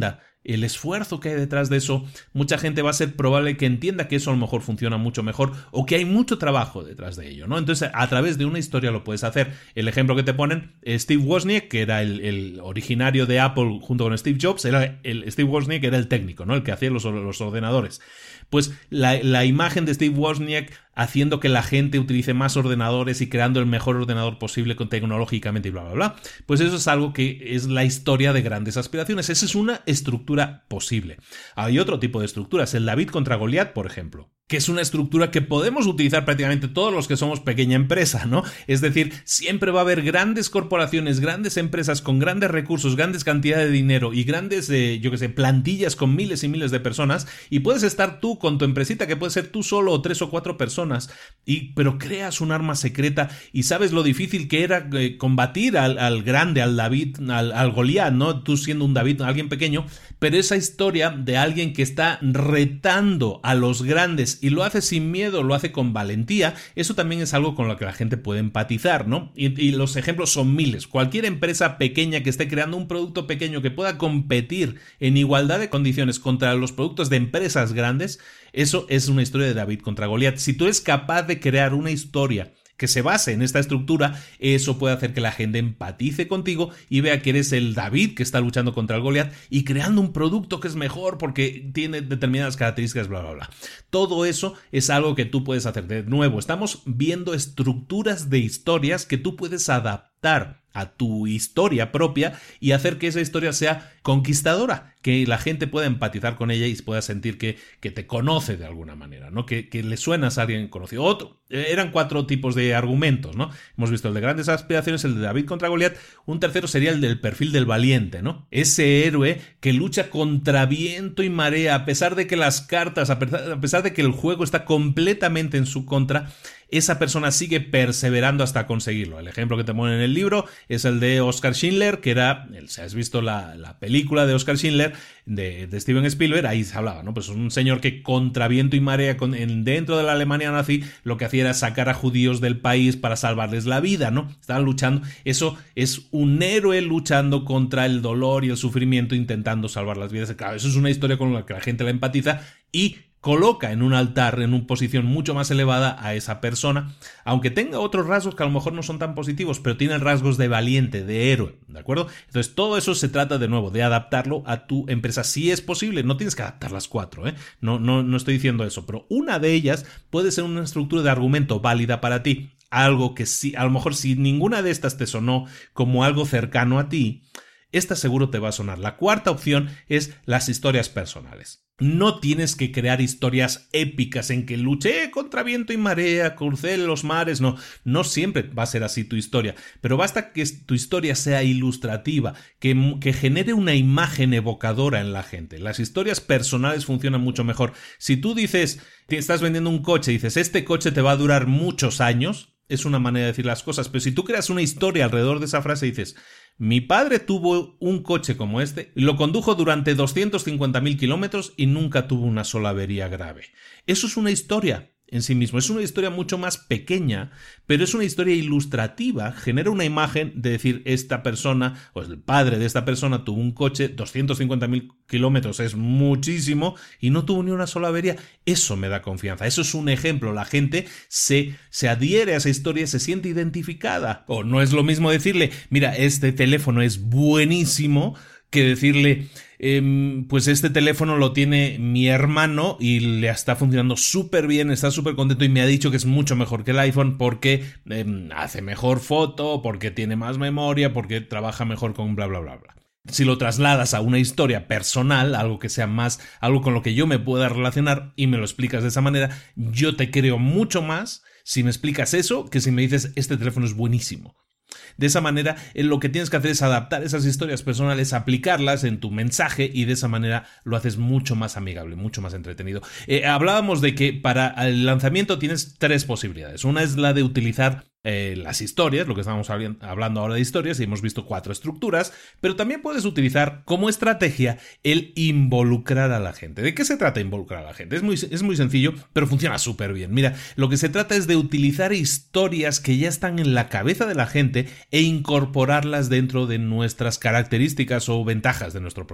el esfuerzo que hay detrás de eso, mucha gente va a ser probable que entienda que eso a lo mejor funciona mucho mejor o que hay mucho trabajo detrás de ello, ¿no? Entonces, a través de una historia lo puedes hacer. El ejemplo que te ponen, Steve Wozniak, que era el, el originario de Apple junto con Steve Jobs, era el Steve Wozniak era el técnico, ¿no? El que hacía los, los ordenadores. Pues la, la imagen de Steve Wozniak haciendo que la gente utilice más ordenadores y creando el mejor ordenador posible con tecnológicamente y bla, bla, bla. Pues eso es algo que es la historia de grandes aspiraciones. Esa es una estructura posible. Hay otro tipo de estructuras, el David contra Goliat, por ejemplo, que es una estructura que podemos utilizar prácticamente todos los que somos pequeña empresa, ¿no? Es decir, siempre va a haber grandes corporaciones, grandes empresas con grandes recursos, grandes cantidades de dinero y grandes, eh, yo qué sé, plantillas con miles y miles de personas, y puedes estar tú con tu empresita, que puede ser tú solo o tres o cuatro personas, y, pero creas un arma secreta y sabes lo difícil que era eh, combatir al, al grande, al David, al, al Goliat, ¿no? Tú siendo un David, alguien pequeño, pero esa historia de alguien que está retando a los grandes y lo hace sin miedo, lo hace con valentía, eso también es algo con lo que la gente puede empatizar, ¿no? Y, y los ejemplos son miles. Cualquier empresa pequeña que esté creando un producto pequeño que pueda competir en igualdad de condiciones contra los productos de empresas grandes, eso es una historia de David contra Goliat. Si tú eres capaz de crear una historia que se base en esta estructura, eso puede hacer que la gente empatice contigo y vea que eres el David que está luchando contra el Goliat y creando un producto que es mejor porque tiene determinadas características, bla, bla, bla. Todo eso es algo que tú puedes hacer. De nuevo, estamos viendo estructuras de historias que tú puedes adaptar a tu historia propia y hacer que esa historia sea conquistadora, que la gente pueda empatizar con ella y pueda sentir que, que te conoce de alguna manera, ¿no? Que, que le suenas a alguien conocido. Otro, eran cuatro tipos de argumentos, ¿no? Hemos visto el de grandes aspiraciones, el de David contra Goliat. Un tercero sería el del perfil del valiente, ¿no? Ese héroe que lucha contra viento y marea, a pesar de que las cartas, a pesar, a pesar de que el juego está completamente en su contra, esa persona sigue perseverando hasta conseguirlo. El ejemplo que te ponen en el libro es el de Oscar Schindler, que era, si has visto la, la película de Oscar Schindler de, de Steven Spielberg, ahí se hablaba, ¿no? Pues un señor que contra viento y marea con, en, dentro de la Alemania nazi lo que hacía era sacar a judíos del país para salvarles la vida, ¿no? Estaban luchando. Eso es un héroe luchando contra el dolor y el sufrimiento, intentando salvar las vidas. Claro, eso es una historia con la que la gente la empatiza y coloca en un altar, en una posición mucho más elevada a esa persona, aunque tenga otros rasgos que a lo mejor no son tan positivos, pero tiene rasgos de valiente, de héroe, ¿de acuerdo? Entonces todo eso se trata de nuevo de adaptarlo a tu empresa, si es posible. No tienes que adaptar las cuatro, ¿eh? No, no, no estoy diciendo eso, pero una de ellas puede ser una estructura de argumento válida para ti, algo que sí, a lo mejor si ninguna de estas te sonó como algo cercano a ti, esta seguro te va a sonar. La cuarta opción es las historias personales. No tienes que crear historias épicas en que luché contra viento y marea, crucé los mares, no, no siempre va a ser así tu historia, pero basta que tu historia sea ilustrativa, que, que genere una imagen evocadora en la gente. Las historias personales funcionan mucho mejor. Si tú dices, te estás vendiendo un coche y dices, este coche te va a durar muchos años, es una manera de decir las cosas, pero si tú creas una historia alrededor de esa frase y dices, mi padre tuvo un coche como este y lo condujo durante doscientos cincuenta mil kilómetros y nunca tuvo una sola avería grave. Eso es una historia en sí mismo. Es una historia mucho más pequeña, pero es una historia ilustrativa. Genera una imagen de decir, esta persona, o el padre de esta persona tuvo un coche, doscientos cincuenta mil kilómetros es muchísimo, y no tuvo ni una sola avería. Eso me da confianza. Eso es un ejemplo. La gente se, se adhiere a esa historia, se siente identificada. O no es lo mismo decirle, mira, este teléfono es buenísimo, que decirle, eh, pues este teléfono lo tiene mi hermano y le está funcionando súper bien, está súper contento y me ha dicho que es mucho mejor que el iPhone porque eh, hace mejor foto, porque tiene más memoria, porque trabaja mejor con bla, bla, bla, bla. Si lo trasladas a una historia personal, algo que sea más, algo con lo que yo me pueda relacionar y me lo explicas de esa manera, yo te creo mucho más si me explicas eso que si me dices, este teléfono es buenísimo. De esa manera, lo que tienes que hacer es adaptar esas historias personales, aplicarlas en tu mensaje y de esa manera lo haces mucho más amigable, mucho más entretenido. Eh, hablábamos de que para el lanzamiento tienes tres posibilidades. Una es la de utilizar eh, las historias, lo que estamos hablando ahora de historias, y hemos visto cuatro estructuras, pero también puedes utilizar como estrategia el involucrar a la gente. ¿De qué se trata involucrar a la gente? Es muy, es muy sencillo, pero funciona súper bien. Mira, lo que se trata es de utilizar historias que ya están en la cabeza de la gente e incorporarlas dentro de nuestras características o ventajas de nuestro producto.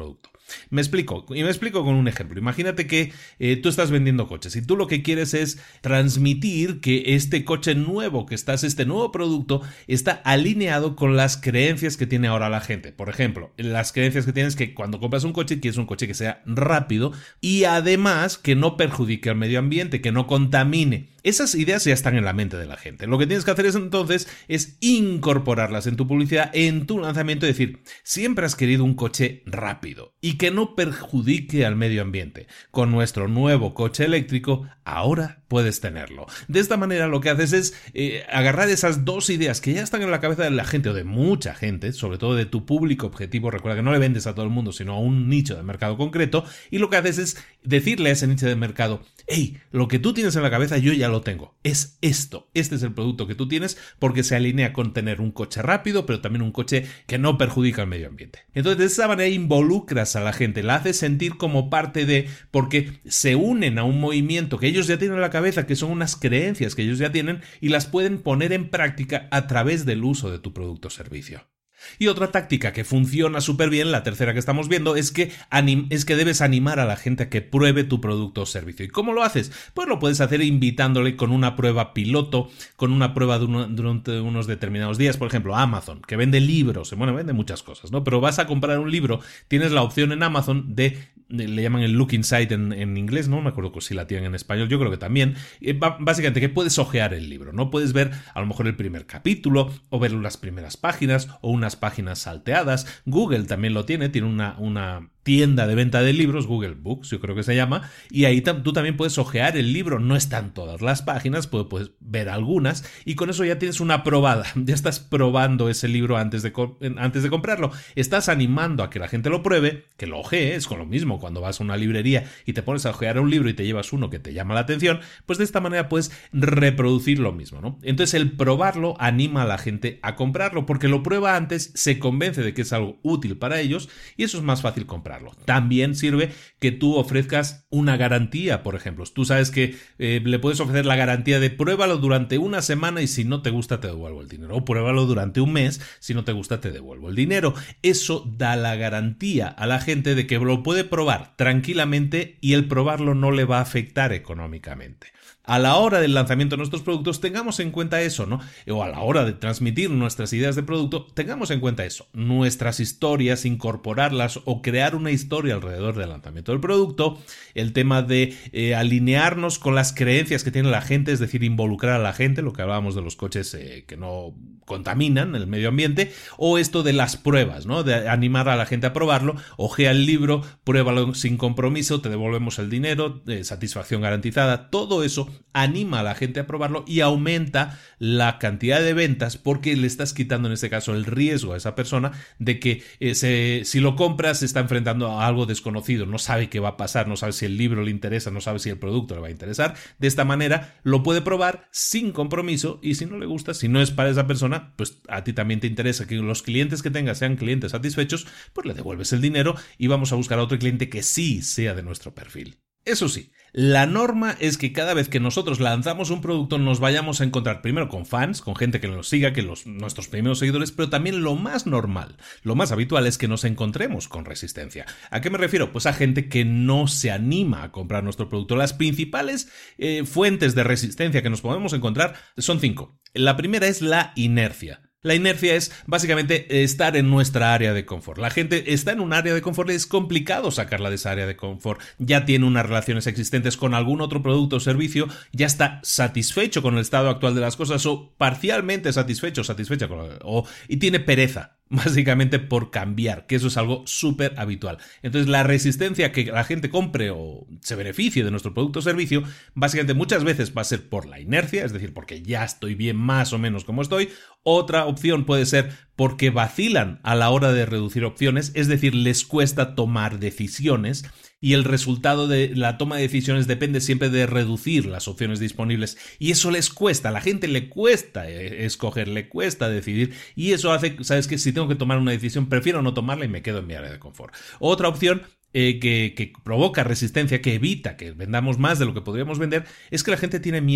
Me explico, y me explico con un ejemplo. Imagínate que eh, tú estás vendiendo coches y tú lo que quieres es transmitir que este coche nuevo que estás, este nuevo producto, está alineado con las creencias que tiene ahora la gente. Por ejemplo, las creencias que tienes que cuando compras un coche, quieres un coche que sea rápido y además que no perjudique al medio ambiente, que no contamine. Esas ideas ya están en la mente de la gente. Lo que tienes que hacer es entonces es incorporarlas en tu publicidad, en tu lanzamiento, es decir, siempre has querido un coche rápido y que no perjudique al medio ambiente. Con nuestro nuevo coche eléctrico, ahora puedes tenerlo. De esta manera lo que haces es eh, agarrar esas dos ideas que ya están en la cabeza de la gente o de mucha gente, sobre todo de tu público objetivo. Recuerda que no le vendes a todo el mundo, sino a un nicho de mercado concreto, y lo que haces es decirle a ese nicho de mercado: hey, lo que tú tienes en la cabeza yo ya lo tengo, es esto, este es el producto que tú tienes, porque se alinea con tener un coche rápido, pero también un coche que no perjudica al medio ambiente. Entonces, de esa manera involucras a la gente, la haces sentir como parte de, porque se unen a un movimiento que ellos ya tienen en la cabeza, que son unas creencias que ellos ya tienen, y las pueden poner en práctica a través del uso de tu producto o servicio. Y otra táctica que funciona súper bien, la tercera que estamos viendo, es que, anim- es que debes animar a la gente a que pruebe tu producto o servicio. ¿Y cómo lo haces? Pues lo puedes hacer invitándole con una prueba piloto, con una prueba de uno, durante unos determinados días. Por ejemplo, Amazon, que vende libros, bueno, vende muchas cosas, ¿no? Pero vas a comprar un libro, tienes la opción en Amazon de, de le llaman el Look Inside en, en inglés, no me acuerdo si la tienen en español, yo creo que también. Eh, básicamente que puedes ojear el libro, ¿no? Puedes ver a lo mejor el primer capítulo, o ver las primeras páginas, o unas páginas salteadas. Google también lo tiene, tiene una, una tienda de venta de libros, Google Books, yo creo que se llama, y ahí tam- tú también puedes ojear el libro. No están todas las páginas, puedes, puedes ver algunas, y con eso ya tienes una probada, ya estás probando ese libro antes de, co- antes de comprarlo, estás animando a que la gente lo pruebe, que lo ojee. Es con lo mismo cuando vas a una librería y te pones a ojear un libro y te llevas uno que te llama la atención, pues de esta manera puedes reproducir lo mismo, ¿no? Entonces el probarlo anima a la gente a comprarlo, porque lo prueba antes, se convence de que es algo útil para ellos, y eso es más fácil comprarlo. También sirve que tú ofrezcas una garantía, por ejemplo. Tú sabes que eh, le puedes ofrecer la garantía de pruébalo durante una semana y si no te gusta te devuelvo el dinero, o pruébalo durante un mes, si no te gusta te devuelvo el dinero. Eso da la garantía a la gente de que lo puede probar tranquilamente y el probarlo no le va a afectar económicamente. A la hora del lanzamiento de nuestros productos, tengamos en cuenta eso, ¿no? O a la hora de transmitir nuestras ideas de producto, tengamos en cuenta eso. Nuestras historias, incorporarlas o crear una historia alrededor del lanzamiento del producto. El tema de eh, alinearnos con las creencias que tiene la gente, es decir, involucrar a la gente, lo que hablábamos de los coches eh, que no contaminan el medio ambiente, o esto de las pruebas, ¿no? De animar a la gente a probarlo. Ojea el libro, pruébalo sin compromiso, te devolvemos el dinero, eh, satisfacción garantizada. Todo eso anima a la gente a probarlo y aumenta la cantidad de ventas, porque le estás quitando en este caso el riesgo a esa persona de que eh, se, si lo compras se está enfrentando a algo desconocido, no sabe qué va a pasar, no sabe si el libro le interesa, no sabe si el producto le va a interesar. De esta manera lo puede probar sin compromiso, y si no le gusta, si no es para esa persona, pues a ti también te interesa que los clientes que tengas sean clientes satisfechos, pues le devuelves el dinero y vamos a buscar a otro cliente que sí sea de nuestro perfil. Eso sí, la norma es que cada vez que nosotros lanzamos un producto nos vayamos a encontrar primero con fans, con gente que nos siga, que los, nuestros primeros seguidores, pero también lo más normal, lo más habitual es que nos encontremos con resistencia. ¿A qué me refiero? Pues a gente que no se anima a comprar nuestro producto. Las principales eh, fuentes de resistencia que nos podemos encontrar son cinco. La primera es la inercia. La inercia es básicamente estar en nuestra área de confort. La gente está en un área de confort y es complicado sacarla de esa área de confort. Ya tiene unas relaciones existentes con algún otro producto o servicio, ya está satisfecho con el estado actual de las cosas o parcialmente satisfecho, satisfecha con el, o, y tiene pereza, básicamente por cambiar, que eso es algo súper habitual. Entonces la resistencia a que la gente compre o se beneficie de nuestro producto o servicio, básicamente muchas veces va a ser por la inercia, es decir, porque ya estoy bien más o menos como estoy. Otra opción puede ser porque vacilan a la hora de reducir opciones, es decir, les cuesta tomar decisiones, y el resultado de la toma de decisiones depende siempre de reducir las opciones disponibles, y eso les cuesta, a la gente le cuesta escoger, le cuesta decidir, y eso hace, ¿sabes qué? Si tengo que tomar una decisión, prefiero no tomarla y me quedo en mi área de confort. Otra opción Eh, que, que provoca resistencia, que evita que vendamos más de lo que podríamos vender, es que la gente tiene miedo.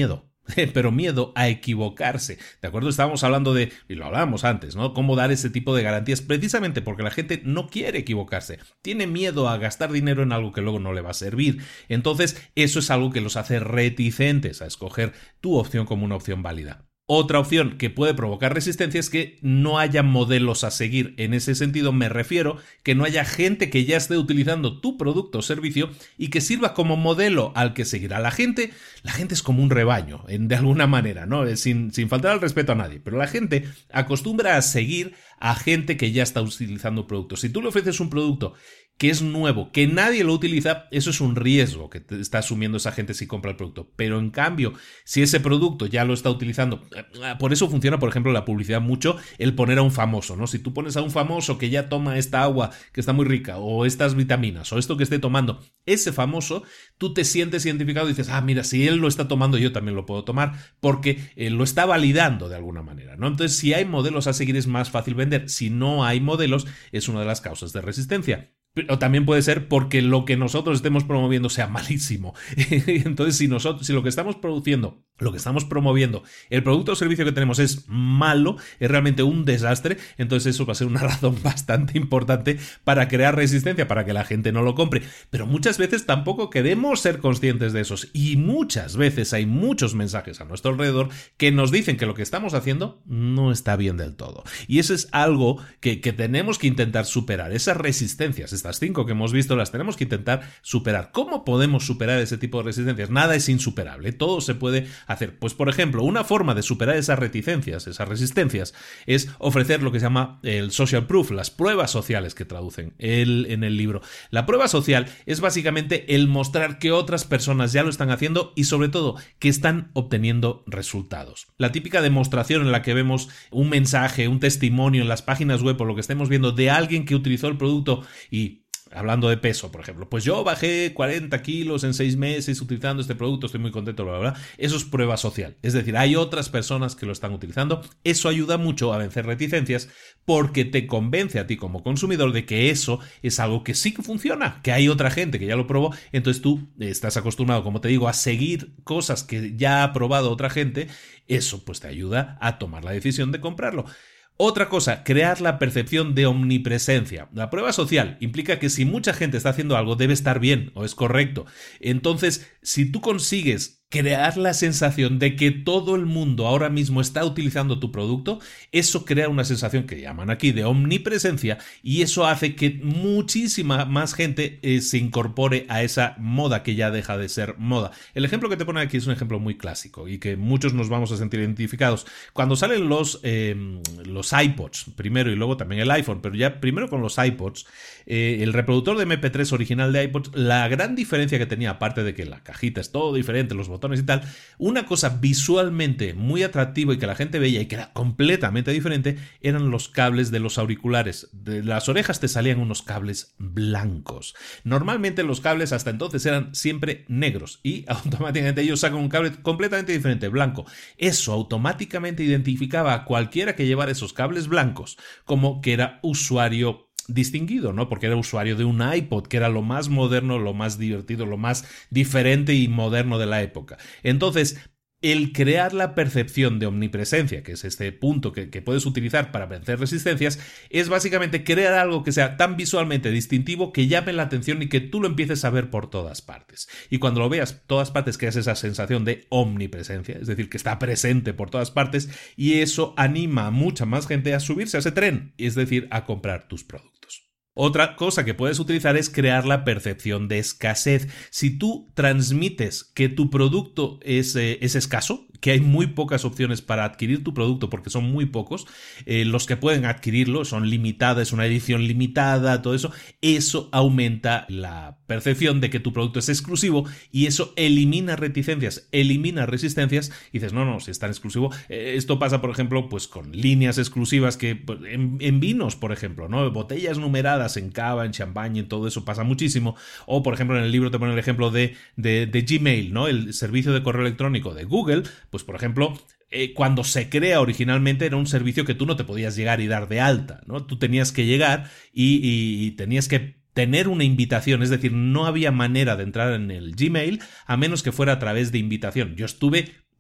pero miedo a equivocarse. ¿De acuerdo? Estábamos hablando de, y lo hablábamos antes, ¿no? Cómo dar ese tipo de garantías, precisamente porque la gente no quiere equivocarse. Tiene miedo a gastar dinero en algo que luego no le va a servir. Entonces, eso es algo que los hace reticentes a escoger tu opción como una opción válida. Otra opción que puede provocar resistencia es que no haya modelos a seguir. En ese sentido me refiero que no haya gente que ya esté utilizando tu producto o servicio y que sirva como modelo al que seguirá. La gente, la gente es como un rebaño, de alguna manera, ¿no? Sin, sin faltar al respeto a nadie, pero la gente acostumbra a seguir a gente que ya está utilizando productos. Si tú le ofreces un producto que es nuevo, que nadie lo utiliza, eso es un riesgo que te está asumiendo esa gente si compra el producto. Pero en cambio, si ese producto ya lo está utilizando, por eso funciona, por ejemplo, la publicidad mucho, el poner a un famoso, ¿no? Si tú pones a un famoso que ya toma esta agua que está muy rica, o estas vitaminas, o esto que esté tomando, ese famoso, tú te sientes identificado y dices, ah, mira, si él lo está tomando, yo también lo puedo tomar, porque eh, lo está validando de alguna manera, ¿no? Entonces, si hay modelos a seguir, es más fácil vender. Si no hay modelos, es una de las causas de resistencia. Pero también puede ser porque lo que nosotros estemos promoviendo sea malísimo. Entonces, si nosotros, si lo que estamos produciendo, lo que estamos promoviendo, el producto o servicio que tenemos es malo, es realmente un desastre, entonces eso va a ser una razón bastante importante para crear resistencia, para que la gente no lo compre. Pero muchas veces tampoco queremos ser conscientes de esos. Y muchas veces hay muchos mensajes a nuestro alrededor que nos dicen que lo que estamos haciendo no está bien del todo. Y eso es algo que, que tenemos que intentar superar. Esas resistencias, estas cinco que hemos visto, las tenemos que intentar superar. ¿Cómo podemos superar ese tipo de resistencias? Nada es insuperable, todo se puede hacer. Pues, por ejemplo, una forma de superar esas reticencias, esas resistencias, es ofrecer lo que se llama el social proof, las pruebas sociales que traducen el, en el libro. La prueba social es básicamente el mostrar que otras personas ya lo están haciendo y, sobre todo, que están obteniendo resultados. La típica demostración en la que vemos un mensaje, un testimonio en las páginas web o lo que estemos viendo de alguien que utilizó el producto y hablando de peso, por ejemplo, pues yo bajé cuarenta kilos en seis meses utilizando este producto, estoy muy contento, bla, bla, bla. Eso es prueba social. Es decir, hay otras personas que lo están utilizando. Eso ayuda mucho a vencer reticencias porque te convence a ti como consumidor de que eso es algo que sí que funciona, que hay otra gente que ya lo probó. Entonces tú estás acostumbrado, como te digo, a seguir cosas que ya ha probado otra gente. Eso pues te ayuda a tomar la decisión de comprarlo. Otra cosa, crear la percepción de omnipresencia. La prueba social implica que si mucha gente está haciendo algo, debe estar bien o es correcto. Entonces, si tú consigues crear la sensación de que todo el mundo ahora mismo está utilizando tu producto, eso crea una sensación que llaman aquí de omnipresencia y eso hace que muchísima más gente eh, se incorpore a esa moda que ya deja de ser moda. El ejemplo que te pone aquí es un ejemplo muy clásico y que muchos nos vamos a sentir identificados. Cuando salen los, eh, los iPods primero y luego también el iPhone, pero ya primero con los iPods, eh, el reproductor de eme pe tres original de iPods, la gran diferencia que tenía, aparte de que la cajita es todo diferente, los botones y tal, una cosa visualmente muy atractiva y que la gente veía y que era completamente diferente, eran los cables de los auriculares. De las orejas te salían unos cables blancos. Normalmente los cables hasta entonces eran siempre negros y automáticamente ellos sacan un cable completamente diferente, blanco. Eso automáticamente identificaba a cualquiera que llevara esos cables blancos como que era usuario distinguido, ¿no? Porque era usuario de un iPod, que era lo más moderno, lo más divertido, lo más diferente y moderno de la época. Entonces, el crear la percepción de omnipresencia, que es este punto que, que puedes utilizar para vencer resistencias, es básicamente crear algo que sea tan visualmente distintivo que llame la atención y que tú lo empieces a ver por todas partes. Y cuando lo veas por todas partes, creas esa sensación de omnipresencia, es decir, que está presente por todas partes y eso anima a mucha más gente a subirse a ese tren, es decir, a comprar tus productos. Otra cosa que puedes utilizar es crear la percepción de escasez. Si tú transmites que tu producto es, eh, es escaso, que hay muy pocas opciones para adquirir tu producto porque son muy pocos, eh, los que pueden adquirirlo son limitadas, es una edición limitada, todo eso, eso aumenta la percepción de que tu producto es exclusivo y eso elimina reticencias, elimina resistencias y dices, no, no, si es tan exclusivo. Eh, esto pasa, por ejemplo, pues con líneas exclusivas que pues, en, en vinos, por ejemplo, ¿no? Botellas numeradas en cava, en champaña, en todo eso pasa muchísimo. O, por ejemplo, en el libro te ponen el ejemplo de, de, de Gmail, ¿no? El servicio de correo electrónico de Google, pues, por ejemplo, eh, cuando se crea originalmente era un servicio que tú no te podías llegar y dar de alta, ¿no? Tú tenías que llegar y, y, y tenías que tener una invitación, es decir, no había manera de entrar en el Gmail a menos que fuera a través de invitación. Yo estuve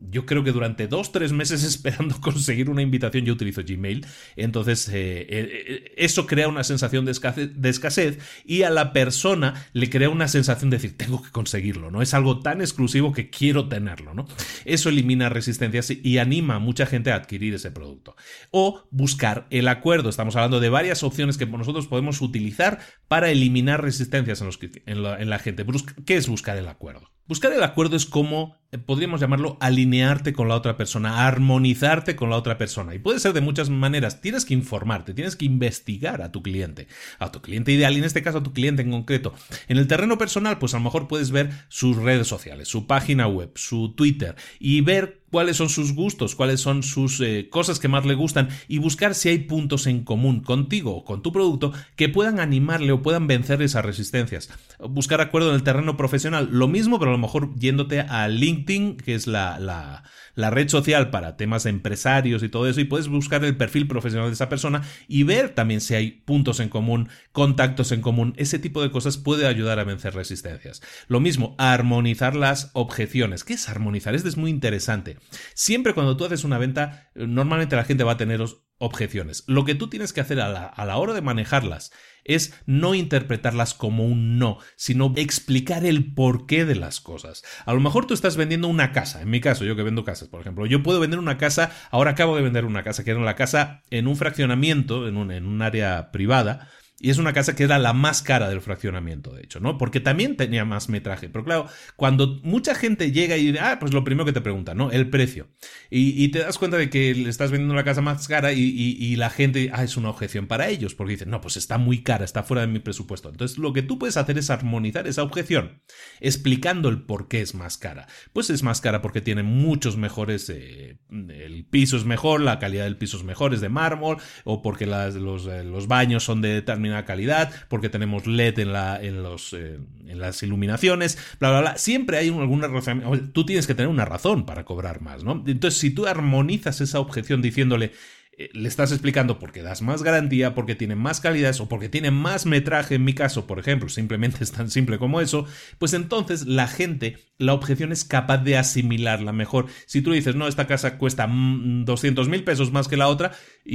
yo creo que durante dos, tres meses esperando conseguir una invitación. Yo utilizo Gmail, entonces eh, eh, eso crea una sensación de escasez, de escasez y a la persona le crea una sensación de decir, tengo que conseguirlo, ¿no? Es algo tan exclusivo que quiero tenerlo, ¿no? Eso elimina resistencias y anima a mucha gente a adquirir ese producto. O buscar el acuerdo. Estamos hablando de varias opciones que nosotros podemos utilizar para eliminar resistencias en, los, en, la, en la gente. ¿Qué es buscar el acuerdo? Buscar el acuerdo es como, podríamos llamarlo, alinearte con la otra persona, armonizarte con la otra persona. Y puede ser de muchas maneras. Tienes que informarte, tienes que investigar a tu cliente, a tu cliente ideal y en este caso a tu cliente en concreto. En el terreno personal, pues a lo mejor puedes ver sus redes sociales, su página web, su Twitter y ver cuáles son sus gustos, cuáles son sus eh, cosas que más le gustan y buscar si hay puntos en común contigo o con tu producto que puedan animarle o puedan vencer esas resistencias. Buscar acuerdo en el terreno profesional, lo mismo, pero a lo mejor yéndote a LinkedIn, que es la, la, la red social para temas de empresarios y todo eso, y puedes buscar el perfil profesional de esa persona y ver también si hay puntos en común, contactos en común. Ese tipo de cosas puede ayudar a vencer resistencias. Lo mismo, armonizar las objeciones. ¿Qué es armonizar? Esto es muy interesante. Siempre cuando tú haces una venta, normalmente la gente va a tener objeciones. Lo que tú tienes que hacer a la, a la hora de manejarlas es no interpretarlas como un no, sino explicar el porqué de las cosas. A lo mejor tú estás vendiendo una casa. En mi caso, yo que vendo casas, por ejemplo, yo puedo vender una casa, ahora acabo de vender una casa, que era la casa en un fraccionamiento, en un, en un área privada. Y es una casa que era la más cara del fraccionamiento, de hecho, ¿no? Porque también tenía más metraje. Pero claro, cuando mucha gente llega y dice, ah, pues lo primero que te pregunta, ¿no? El precio. Y, y te das cuenta de que le estás vendiendo la casa más cara y, y, y la gente, ah, es una objeción para ellos. Porque dicen, no, pues está muy cara, está fuera de mi presupuesto. Entonces, lo que tú puedes hacer es armonizar esa objeción, explicando el por qué es más cara. Pues es más cara porque tiene muchos mejores, eh, el piso es mejor, la calidad del piso es mejor, es de mármol, o porque las, los, eh, los baños son de determinada calidad, porque tenemos L E D en, la, en, los, eh, en las iluminaciones, bla, bla, bla. Siempre hay alguna razón. Tú tienes que tener una razón para cobrar más, ¿no? Entonces, si tú armonizas esa objeción diciéndole, eh, le estás explicando porque das más garantía, porque tiene más calidades o porque tiene más metraje, en mi caso, por ejemplo, simplemente es tan simple como eso, pues entonces la gente, la objeción es capaz de asimilarla mejor. Si tú le dices, no, esta casa cuesta doscientos mil pesos más que la otra,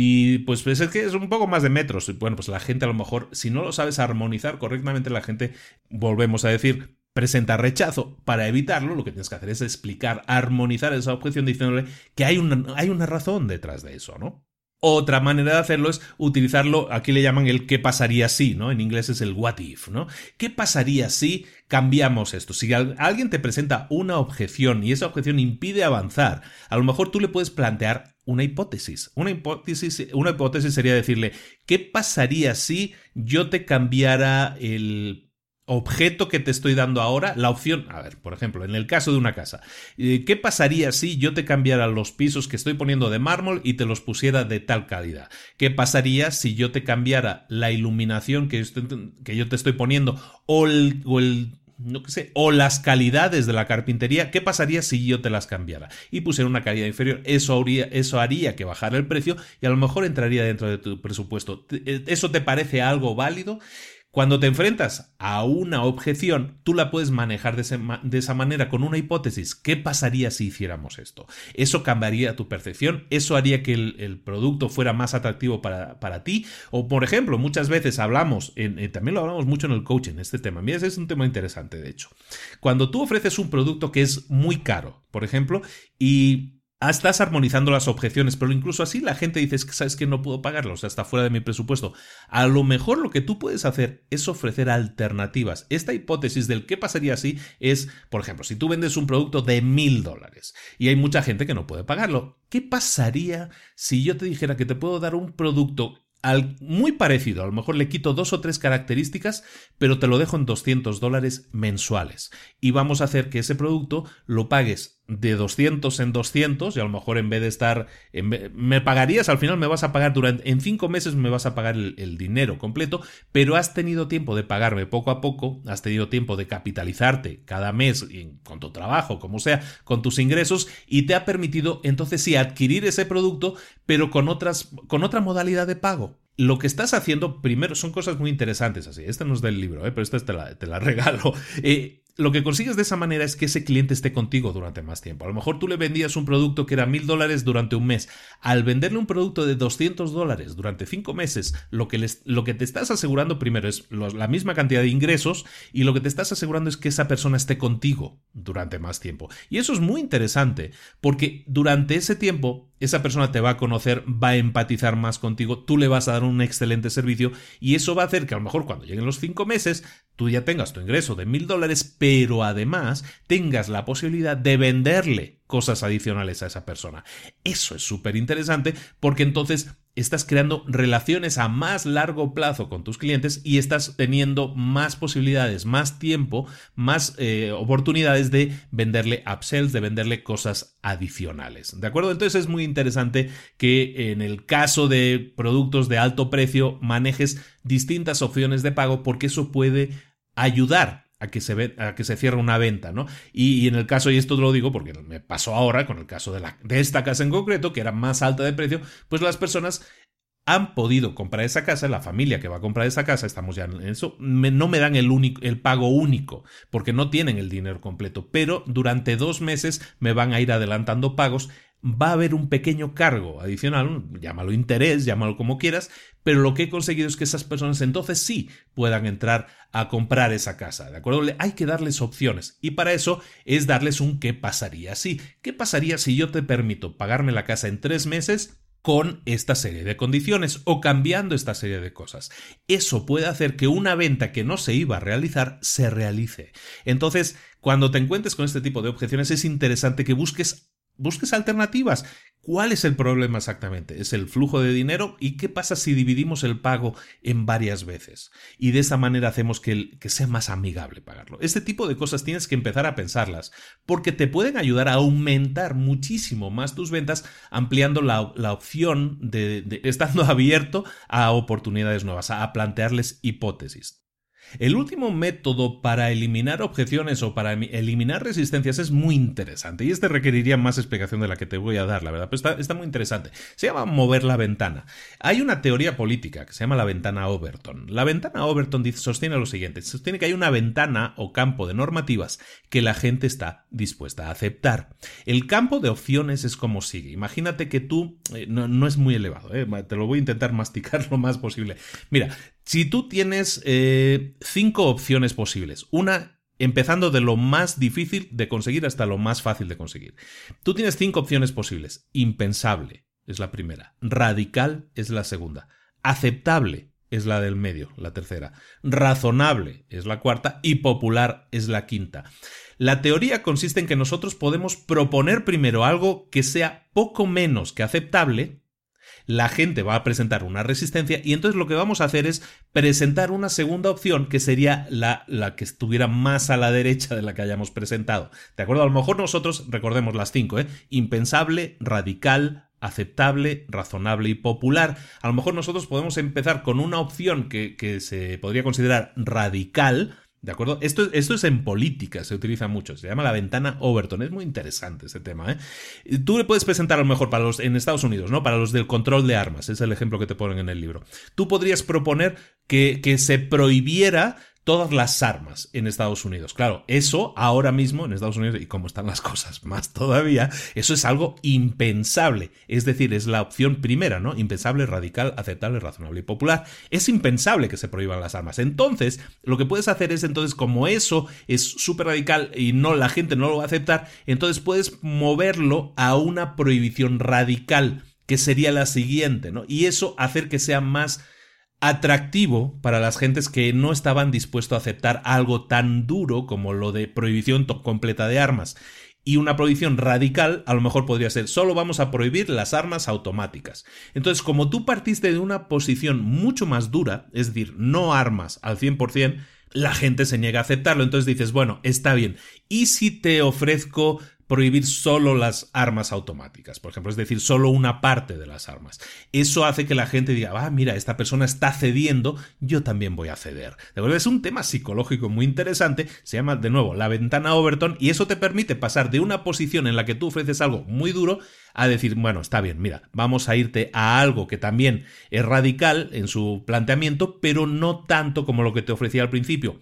y pues, pues es que es un poco más de metros. Bueno, pues la gente a lo mejor, si no lo sabes armonizar correctamente, la gente, volvemos a decir, presenta rechazo. Para evitarlo, lo que tienes que hacer es explicar, armonizar esa objeción diciéndole que hay una, hay una razón detrás de eso, ¿no? Otra manera de hacerlo es utilizarlo, aquí le llaman el qué pasaría si, ¿no? En inglés es el what if, ¿no? ¿Qué pasaría si cambiamos esto? Si alguien te presenta una objeción y esa objeción impide avanzar, a lo mejor tú le puedes plantear una hipótesis. Una hipótesis, una hipótesis sería decirle, ¿qué pasaría si yo te cambiara el objeto que te estoy dando ahora? La opción, a ver, por ejemplo, en el caso de una casa, ¿qué pasaría si yo te cambiara los pisos que estoy poniendo de mármol y te los pusiera de tal calidad? ¿Qué pasaría si yo te cambiara la iluminación que, estoy, que yo te estoy poniendo o el, o el no qué sé, o las calidades de la carpintería? ¿Qué pasaría si yo te las cambiara y pusiera una calidad inferior? Eso haría, eso haría que bajara el precio y a lo mejor entraría dentro de tu presupuesto. ¿Eso te parece algo válido? Cuando te enfrentas a una objeción, tú la puedes manejar de, ese, de esa manera, con una hipótesis. ¿Qué pasaría si hiciéramos esto? Eso cambiaría tu percepción, eso haría que el, el producto fuera más atractivo para, para ti. O, por ejemplo, muchas veces hablamos, en, eh, también lo hablamos mucho en el coaching, este tema. Mira, ese es un tema interesante, de hecho. Cuando tú ofreces un producto que es muy caro, por ejemplo, y estás armonizando las objeciones, pero incluso así la gente dice, ¿sabes que no puedo pagarlo? O sea, está fuera de mi presupuesto. A lo mejor lo que tú puedes hacer es ofrecer alternativas. Esta hipótesis del qué pasaría si es, por ejemplo, si tú vendes un producto de mil dólares y hay mucha gente que no puede pagarlo, ¿qué pasaría si yo te dijera que te puedo dar un producto al, muy parecido? A lo mejor le quito dos o tres características, pero te lo dejo en doscientos dólares mensuales. Y vamos a hacer que ese producto lo pagues de doscientos en doscientos y a lo mejor en vez de estar, en vez, me pagarías, al final me vas a pagar durante, en cinco meses me vas a pagar el, el dinero completo, pero has tenido tiempo de pagarme poco a poco, has tenido tiempo de capitalizarte cada mes con tu trabajo, como sea, con tus ingresos, y te ha permitido entonces sí adquirir ese producto, pero con otras, con otra modalidad de pago. Lo que estás haciendo, primero, son cosas muy interesantes así. Esta no es del libro, ¿eh? Pero esta te la, te la regalo. Eh, lo que consigues de esa manera es que ese cliente esté contigo durante más tiempo. A lo mejor tú le vendías un producto que era mil dólares durante un mes. Al venderle un producto de doscientos dólares durante cinco meses, lo que, les, lo que te estás asegurando primero es lo, la misma cantidad de ingresos, y lo que te estás asegurando es que esa persona esté contigo durante más tiempo. Y eso es muy interesante, porque durante ese tiempo esa persona te va a conocer, va a empatizar más contigo, tú le vas a dar un excelente servicio, y eso va a hacer que a lo mejor cuando lleguen los cinco meses tú ya tengas tu ingreso de mil dólares, pero además tengas la posibilidad de venderle cosas adicionales a esa persona. Eso es súper interesante, porque entonces estás creando relaciones a más largo plazo con tus clientes y estás teniendo más posibilidades, más tiempo, más eh, oportunidades de venderle upsells, de venderle cosas adicionales. ¿De acuerdo? Entonces es muy interesante que en el caso de productos de alto precio manejes distintas opciones de pago, porque eso puede ayudar a que se ve, a que se cierre una venta, ¿no? Y, y en el caso, y esto te lo digo porque me pasó ahora con el caso de, la, de esta casa en concreto, que era más alta de precio, pues las personas han podido comprar esa casa, la familia que va a comprar esa casa, estamos ya en eso, me, no me dan el, único, el pago único, porque no tienen el dinero completo, pero durante dos meses me van a ir adelantando pagos. Va a haber un pequeño cargo adicional, llámalo interés, llámalo como quieras, pero lo que he conseguido es que esas personas entonces sí puedan entrar a comprar esa casa, ¿de acuerdo? Hay que darles opciones, y para eso es darles un ¿qué pasaría si? ¿Qué pasaría si yo te permito pagarme la casa en tres meses con esta serie de condiciones o cambiando esta serie de cosas? Eso puede hacer que una venta que no se iba a realizar se realice. Entonces, cuando te encuentres con este tipo de objeciones, es interesante que busques Busques alternativas. ¿Cuál es el problema exactamente? ¿Es el flujo de dinero? ¿Y qué pasa si dividimos el pago en varias veces? Y de esa manera hacemos que, el, que sea más amigable pagarlo. Este tipo de cosas tienes que empezar a pensarlas, porque te pueden ayudar a aumentar muchísimo más tus ventas, ampliando la, la opción de, de estando abierto a oportunidades nuevas, a plantearles hipótesis. El último método para eliminar objeciones o para eliminar resistencias es muy interesante, y este requeriría más explicación de la que te voy a dar, la verdad, pero está, está muy interesante. Se llama mover la ventana. Hay una teoría política que se llama la ventana Overton. La ventana Overton dice, sostiene lo siguiente: sostiene que hay una ventana o campo de normativas que la gente está dispuesta a aceptar. El campo de opciones es como sigue. Imagínate que tú, eh, no, no es muy elevado, eh, te lo voy a intentar masticar lo más posible. Mira, si tú tienes eh, cinco opciones posibles, una empezando de lo más difícil de conseguir hasta lo más fácil de conseguir. Tú tienes cinco opciones posibles. Impensable es la primera. Radical es la segunda. Aceptable es la del medio, la tercera. Razonable es la cuarta. Y popular es la quinta. La teoría consiste en que nosotros podemos proponer primero algo que sea poco menos que aceptable. La gente va a presentar una resistencia, y entonces lo que vamos a hacer es presentar una segunda opción que sería la, la que estuviera más a la derecha de la que hayamos presentado. ¿De acuerdo? A lo mejor nosotros, recordemos las cinco, ¿eh? Impensable, radical, aceptable, razonable y popular. A lo mejor nosotros podemos empezar con una opción que, que se podría considerar radical. ¿De acuerdo? Esto, esto es en política, se utiliza mucho, se llama la ventana Overton, es muy interesante este tema, ¿eh? Tú le puedes presentar a lo mejor para los, en Estados Unidos, ¿no? Para los del control de armas, es el ejemplo que te ponen en el libro. Tú podrías proponer que, que se prohibiera todas las armas en Estados Unidos. Claro, eso ahora mismo en Estados Unidos, y como están las cosas más todavía, eso es algo impensable. Es decir, es la opción primera, ¿no? Impensable, radical, aceptable, razonable y popular. Es impensable que se prohíban las armas. Entonces, lo que puedes hacer es, entonces, como eso es súper radical y no, la gente no lo va a aceptar, entonces puedes moverlo a una prohibición radical, que sería la siguiente, ¿no? Y eso hacer que sea más atractivo para las gentes que no estaban dispuestos a aceptar algo tan duro como lo de prohibición completa de armas. Y una prohibición radical a lo mejor podría ser: solo vamos a prohibir las armas automáticas. Entonces, como tú partiste de una posición mucho más dura, es decir, no armas al cien por ciento, la gente se niega a aceptarlo. Entonces dices, bueno, está bien. ¿Y si te ofrezco prohibir solo las armas automáticas, por ejemplo, es decir, solo una parte de las armas? Eso hace que la gente diga, ah, mira, esta persona está cediendo, yo también voy a ceder. De verdad, es un tema psicológico muy interesante, se llama, de nuevo, la ventana Overton, y eso te permite pasar de una posición en la que tú ofreces algo muy duro a decir, bueno, está bien, mira, vamos a irte a algo que también es radical en su planteamiento, pero no tanto como lo que te ofrecía al principio.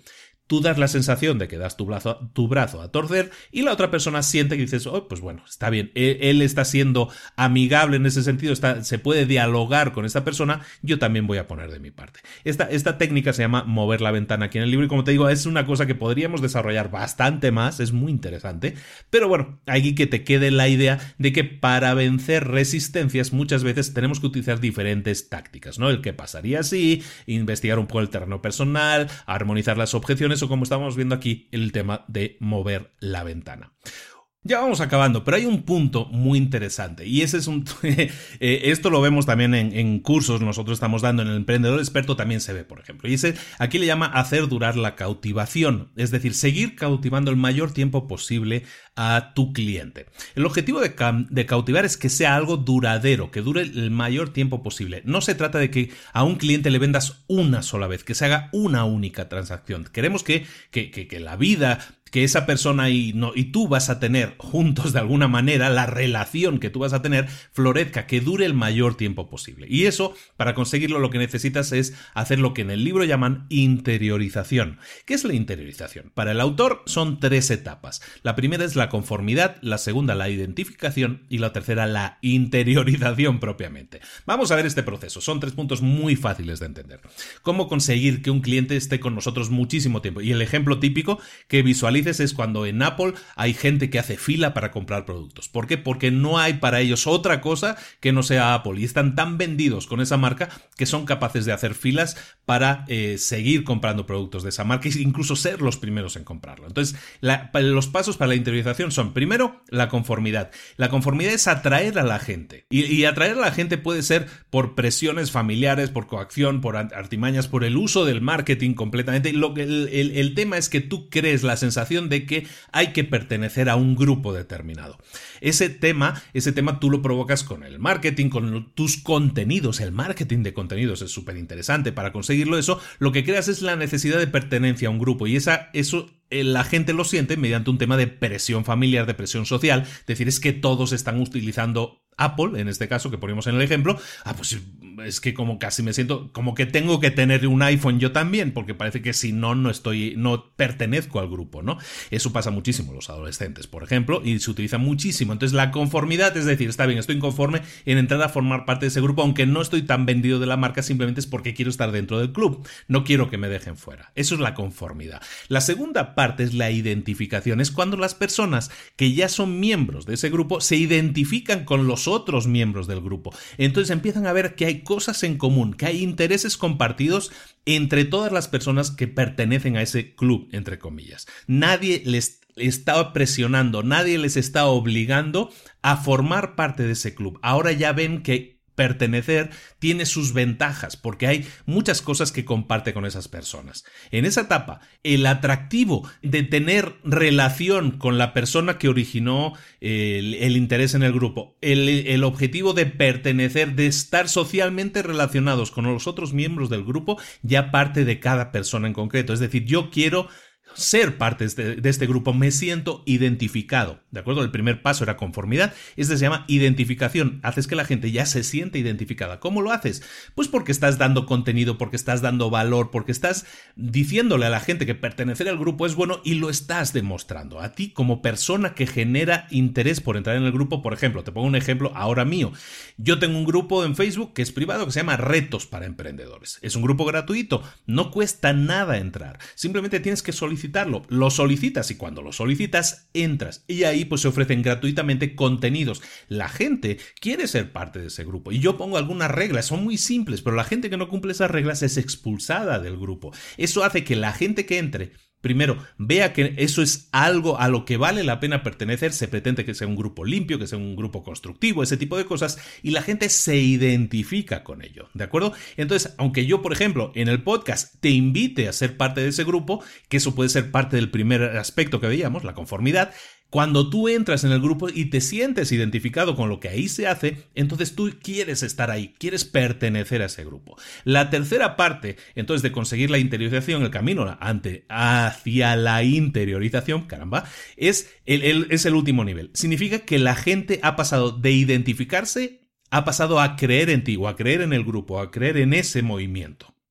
Tú das la sensación de que das tu brazo, tu brazo a torcer y la otra persona siente que dices, oh, pues bueno, está bien, él, él está siendo amigable en ese sentido, está, se puede dialogar con esta persona, yo también voy a poner de mi parte. Esta, esta técnica se llama mover la ventana aquí en el libro y como te digo, es una cosa que podríamos desarrollar bastante más, es muy interesante, pero bueno, aquí que te quede la idea de que para vencer resistencias muchas veces tenemos que utilizar diferentes tácticas, ¿no? El qué pasaría si, investigar un poco el terreno personal, armonizar las objeciones o como estamos viendo aquí el tema de mover la ventana. Ya vamos acabando, pero hay un punto muy interesante y ese es un... eh, esto lo vemos también en, en cursos nosotros estamos dando, en el Emprendedor Experto también se ve, por ejemplo, y ese aquí le llama hacer durar la cautivación, es decir, seguir cautivando el mayor tiempo posible a tu cliente. El objetivo de, de cautivar es que sea algo duradero, que dure el mayor tiempo posible. No se trata de que a un cliente le vendas una sola vez, que se haga una única transacción. Queremos que, que, que, que la vida... que esa persona y, no, y tú vas a tener juntos de alguna manera, la relación que tú vas a tener florezca, que dure el mayor tiempo posible. Y eso, para conseguirlo, lo que necesitas es hacer lo que en el libro llaman interiorización. ¿Qué es la interiorización? Para el autor son tres etapas. La primera es la conformidad, la segunda la identificación y la tercera la interiorización propiamente. Vamos a ver este proceso. Son tres puntos muy fáciles de entender. ¿Cómo conseguir que un cliente esté con nosotros muchísimo tiempo? Y el ejemplo típico que visualiza es cuando en Apple hay gente que hace fila para comprar productos. ¿Por qué? Porque no hay para ellos otra cosa que no sea Apple y están tan vendidos con esa marca que son capaces de hacer filas para eh, seguir comprando productos de esa marca e incluso ser los primeros en comprarlo. Entonces, la, los pasos para la interiorización son, primero, la conformidad. La conformidad es atraer a la gente y, y atraer a la gente puede ser por presiones familiares, por coacción, por artimañas, por el uso del marketing completamente. Lo que, el, el, el tema es que tú crees la sensación de que hay que pertenecer a un grupo determinado. Ese tema, ese tema tú lo provocas con el marketing, con tus contenidos. El marketing de contenidos es súper interesante. Para conseguirlo eso, lo que creas es la necesidad de pertenencia a un grupo y esa, eso la gente lo siente mediante un tema de presión familiar, de presión social. Es decir, es que todos están utilizando Apple, en este caso que ponemos en el ejemplo, ah, pues es que como casi me siento, como que tengo que tener un iPhone yo también, porque parece que si no, no estoy, no pertenezco al grupo, ¿no? Eso pasa muchísimo en los adolescentes, por ejemplo, y se utiliza muchísimo. Entonces la conformidad, es decir, está bien, estoy inconforme en entrar a formar parte de ese grupo, aunque no estoy tan vendido de la marca, simplemente es porque quiero estar dentro del club, no quiero que me dejen fuera. Eso es la conformidad. La segunda parte es la identificación, es cuando las personas que ya son miembros de ese grupo se identifican con los otros miembros del grupo. Entonces empiezan a ver que hay cosas en común, que hay intereses compartidos entre todas las personas que pertenecen a ese club, entre comillas. Nadie les está presionando, nadie les está obligando a formar parte de ese club. Ahora ya ven que pertenecer tiene sus ventajas porque hay muchas cosas que comparte con esas personas. En esa etapa, el atractivo de tener relación con la persona que originó el, el interés en el grupo, el, el objetivo de pertenecer, de estar socialmente relacionados con los otros miembros del grupo, ya parte de cada persona en concreto. Es decir, yo quiero ser parte de este, de este grupo, me siento identificado, ¿de acuerdo? El primer paso era conformidad, este se llama identificación, haces que la gente ya se siente identificada. ¿Cómo lo haces? Pues porque estás dando contenido, porque estás dando valor, porque estás diciéndole a la gente que pertenecer al grupo es bueno y lo estás demostrando. A ti como persona que genera interés por entrar en el grupo, por ejemplo, te pongo un ejemplo ahora mío. Yo tengo un grupo en Facebook que es privado que se llama Retos para Emprendedores. Es un grupo gratuito, no cuesta nada entrar, simplemente tienes que solicitar lo solicitas y cuando lo solicitas entras y ahí pues se ofrecen gratuitamente contenidos. La gente quiere ser parte de ese grupo y yo pongo algunas reglas, son muy simples, pero la gente que no cumple esas reglas es expulsada del grupo. Eso hace que la gente que entre primero, vea que eso es algo a lo que vale la pena pertenecer, se pretende que sea un grupo limpio, que sea un grupo constructivo, ese tipo de cosas, y la gente se identifica con ello, ¿de acuerdo? Entonces, aunque yo, por ejemplo, en el podcast te invite a ser parte de ese grupo, que eso puede ser parte del primer aspecto que veíamos, la conformidad, cuando tú entras en el grupo y te sientes identificado con lo que ahí se hace, entonces tú quieres estar ahí, quieres pertenecer a ese grupo. La tercera parte, entonces, de conseguir la interiorización, el camino ante, hacia la interiorización, caramba, es el, el, es el último nivel. Significa que la gente ha pasado de identificarse, ha pasado a creer en ti, o a creer en el grupo, a creer en ese movimiento.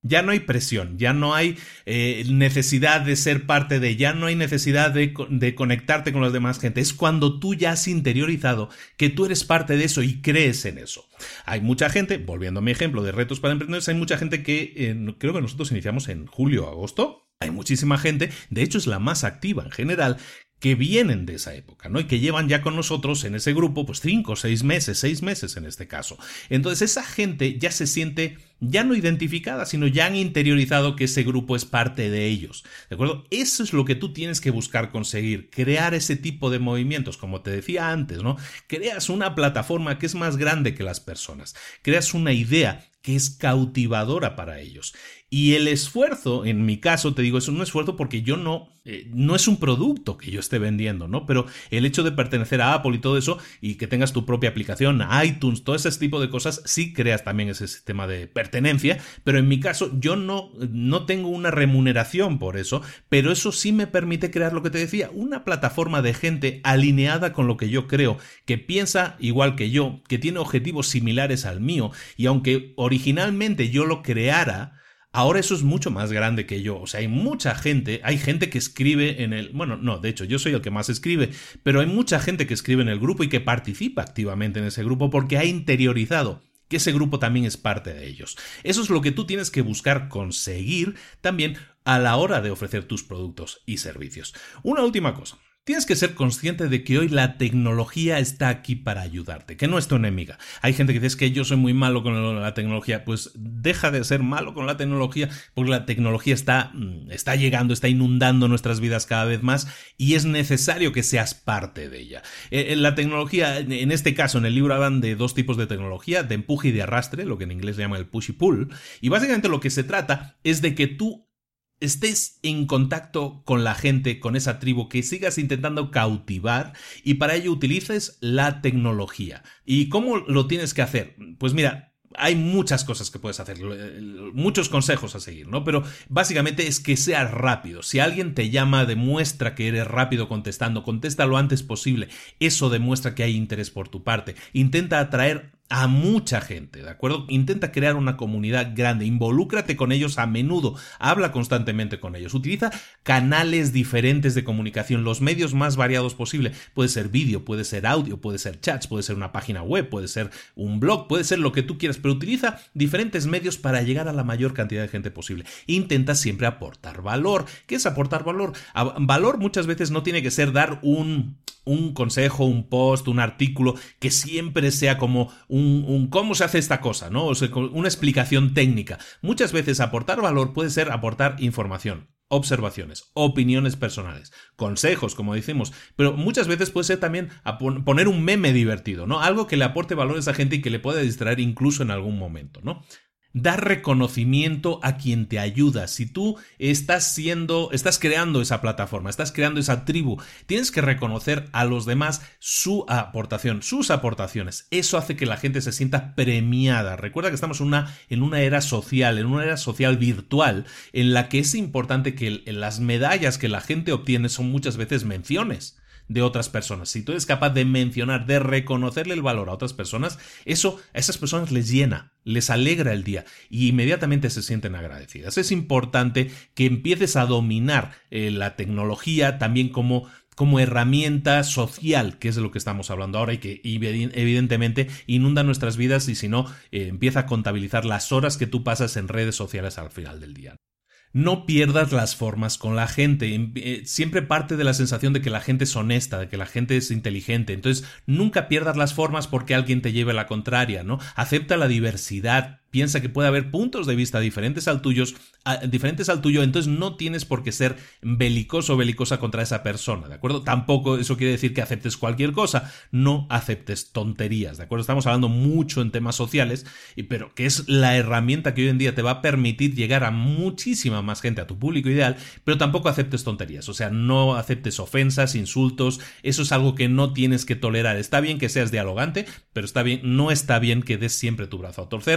Ya no hay presión, ya no hay eh, necesidad de ser parte de, ya no hay necesidad de, de conectarte con la demás gente. Es cuando tú ya has interiorizado que tú eres parte de eso y crees en eso. Hay mucha gente, volviendo a mi ejemplo de retos para emprendedores, hay mucha gente que eh, creo que nosotros iniciamos en julio o agosto. Hay muchísima gente, de hecho es la más activa en general, que vienen de esa época, ¿no? Y que llevan ya con nosotros en ese grupo, pues cinco, seis meses, seis meses en este caso. Entonces esa gente ya se siente ya no identificada, sino ya han interiorizado que ese grupo es parte de ellos, ¿de acuerdo? Eso es lo que tú tienes que buscar conseguir, crear ese tipo de movimientos, como te decía antes, ¿no? Creas una plataforma que es más grande que las personas, creas una idea que es cautivadora para ellos. Y el esfuerzo, en mi caso, te digo, es un esfuerzo porque yo no, eh, no es un producto que yo esté vendiendo, ¿no? Pero el hecho de pertenecer a Apple y todo eso, y que tengas tu propia aplicación, iTunes, todo ese tipo de cosas, sí creas también ese sistema de pertenencia, pero en mi caso yo no, no tengo una remuneración por eso, pero eso sí me permite crear lo que te decía, una plataforma de gente alineada con lo que yo creo, que piensa igual que yo, que tiene objetivos similares al mío, y aunque originalmente yo lo creara, ahora eso es mucho más grande que yo. O sea, hay mucha gente, hay gente que escribe en el... Bueno, no, de hecho, yo soy el que más escribe, pero hay mucha gente que escribe en el grupo y que participa activamente en ese grupo porque ha interiorizado que ese grupo también es parte de ellos. Eso es lo que tú tienes que buscar conseguir también a la hora de ofrecer tus productos y servicios. Una última cosa. Tienes que ser consciente de que hoy la tecnología está aquí para ayudarte, que no es tu enemiga. Hay gente que dice es que yo soy muy malo con la tecnología. Pues deja de ser malo con la tecnología, porque la tecnología está, está llegando, está inundando nuestras vidas cada vez más y es necesario que seas parte de ella. La tecnología, en este caso, en el libro hablan de dos tipos de tecnología, de empuje y de arrastre, lo que en inglés se llama el push y pull, y básicamente lo que se trata es de que tú estés en contacto con la gente, con esa tribu, que sigas intentando cautivar y para ello utilices la tecnología. ¿Y cómo lo tienes que hacer? Pues mira, hay muchas cosas que puedes hacer, muchos consejos a seguir, ¿no? Pero básicamente es que seas rápido. Si alguien te llama, demuestra que eres rápido contestando, contesta lo antes posible. Eso demuestra que hay interés por tu parte. Intenta atraer a mucha gente, ¿de acuerdo? Intenta crear una comunidad grande, involúcrate con ellos a menudo, habla constantemente con ellos, utiliza canales diferentes de comunicación, los medios más variados posible, puede ser vídeo, puede ser audio, puede ser chats, puede ser una página web, puede ser un blog, puede ser lo que tú quieras, pero utiliza diferentes medios para llegar a la mayor cantidad de gente posible. Intenta siempre aportar valor. ¿Qué es aportar valor? A- valor muchas veces no tiene que ser dar un... un consejo, un post, un artículo que siempre sea como un, un cómo se hace esta cosa, ¿no? O sea, una explicación técnica. Muchas veces aportar valor puede ser aportar información, observaciones, opiniones personales, consejos, como decimos, pero muchas veces puede ser también poner un meme divertido, ¿no? Algo que le aporte valor a esa gente y que le pueda distraer incluso en algún momento, ¿no? Dar reconocimiento a quien te ayuda. Si tú estás siendo, estás creando esa plataforma, estás creando esa tribu, tienes que reconocer a los demás su aportación, sus aportaciones. Eso hace que la gente se sienta premiada. Recuerda que estamos en una, en una era social, en una era social virtual, en la que es importante que las medallas que la gente obtiene son muchas veces menciones de otras personas. Si tú eres capaz de mencionar, de reconocerle el valor a otras personas, eso a esas personas les llena, les alegra el día y inmediatamente se sienten agradecidas. Es importante que empieces a dominar eh, la tecnología también como como herramienta social, que es de lo que estamos hablando ahora y que evidentemente inunda nuestras vidas y si no, eh, empieza a contabilizar las horas que tú pasas en redes sociales al final del día. No pierdas las formas con la gente. Siempre parte de la sensación de que la gente es honesta, de que la gente es inteligente. Entonces, nunca pierdas las formas porque alguien te lleve a la contraria, ¿no? Acepta la diversidad. Piensa que puede haber puntos de vista diferentes al tuyo, diferentes al tuyo, entonces no tienes por qué ser belicoso o belicosa contra esa persona, ¿de acuerdo? Tampoco eso quiere decir que aceptes cualquier cosa, no aceptes tonterías, ¿de acuerdo? Estamos hablando mucho en temas sociales, pero que es la herramienta que hoy en día te va a permitir llegar a muchísima más gente, a tu público ideal, pero tampoco aceptes tonterías, o sea, no aceptes ofensas, insultos, eso es algo que no tienes que tolerar. Está bien que seas dialogante, pero está bien, no está bien que des siempre tu brazo a torcer. Tienes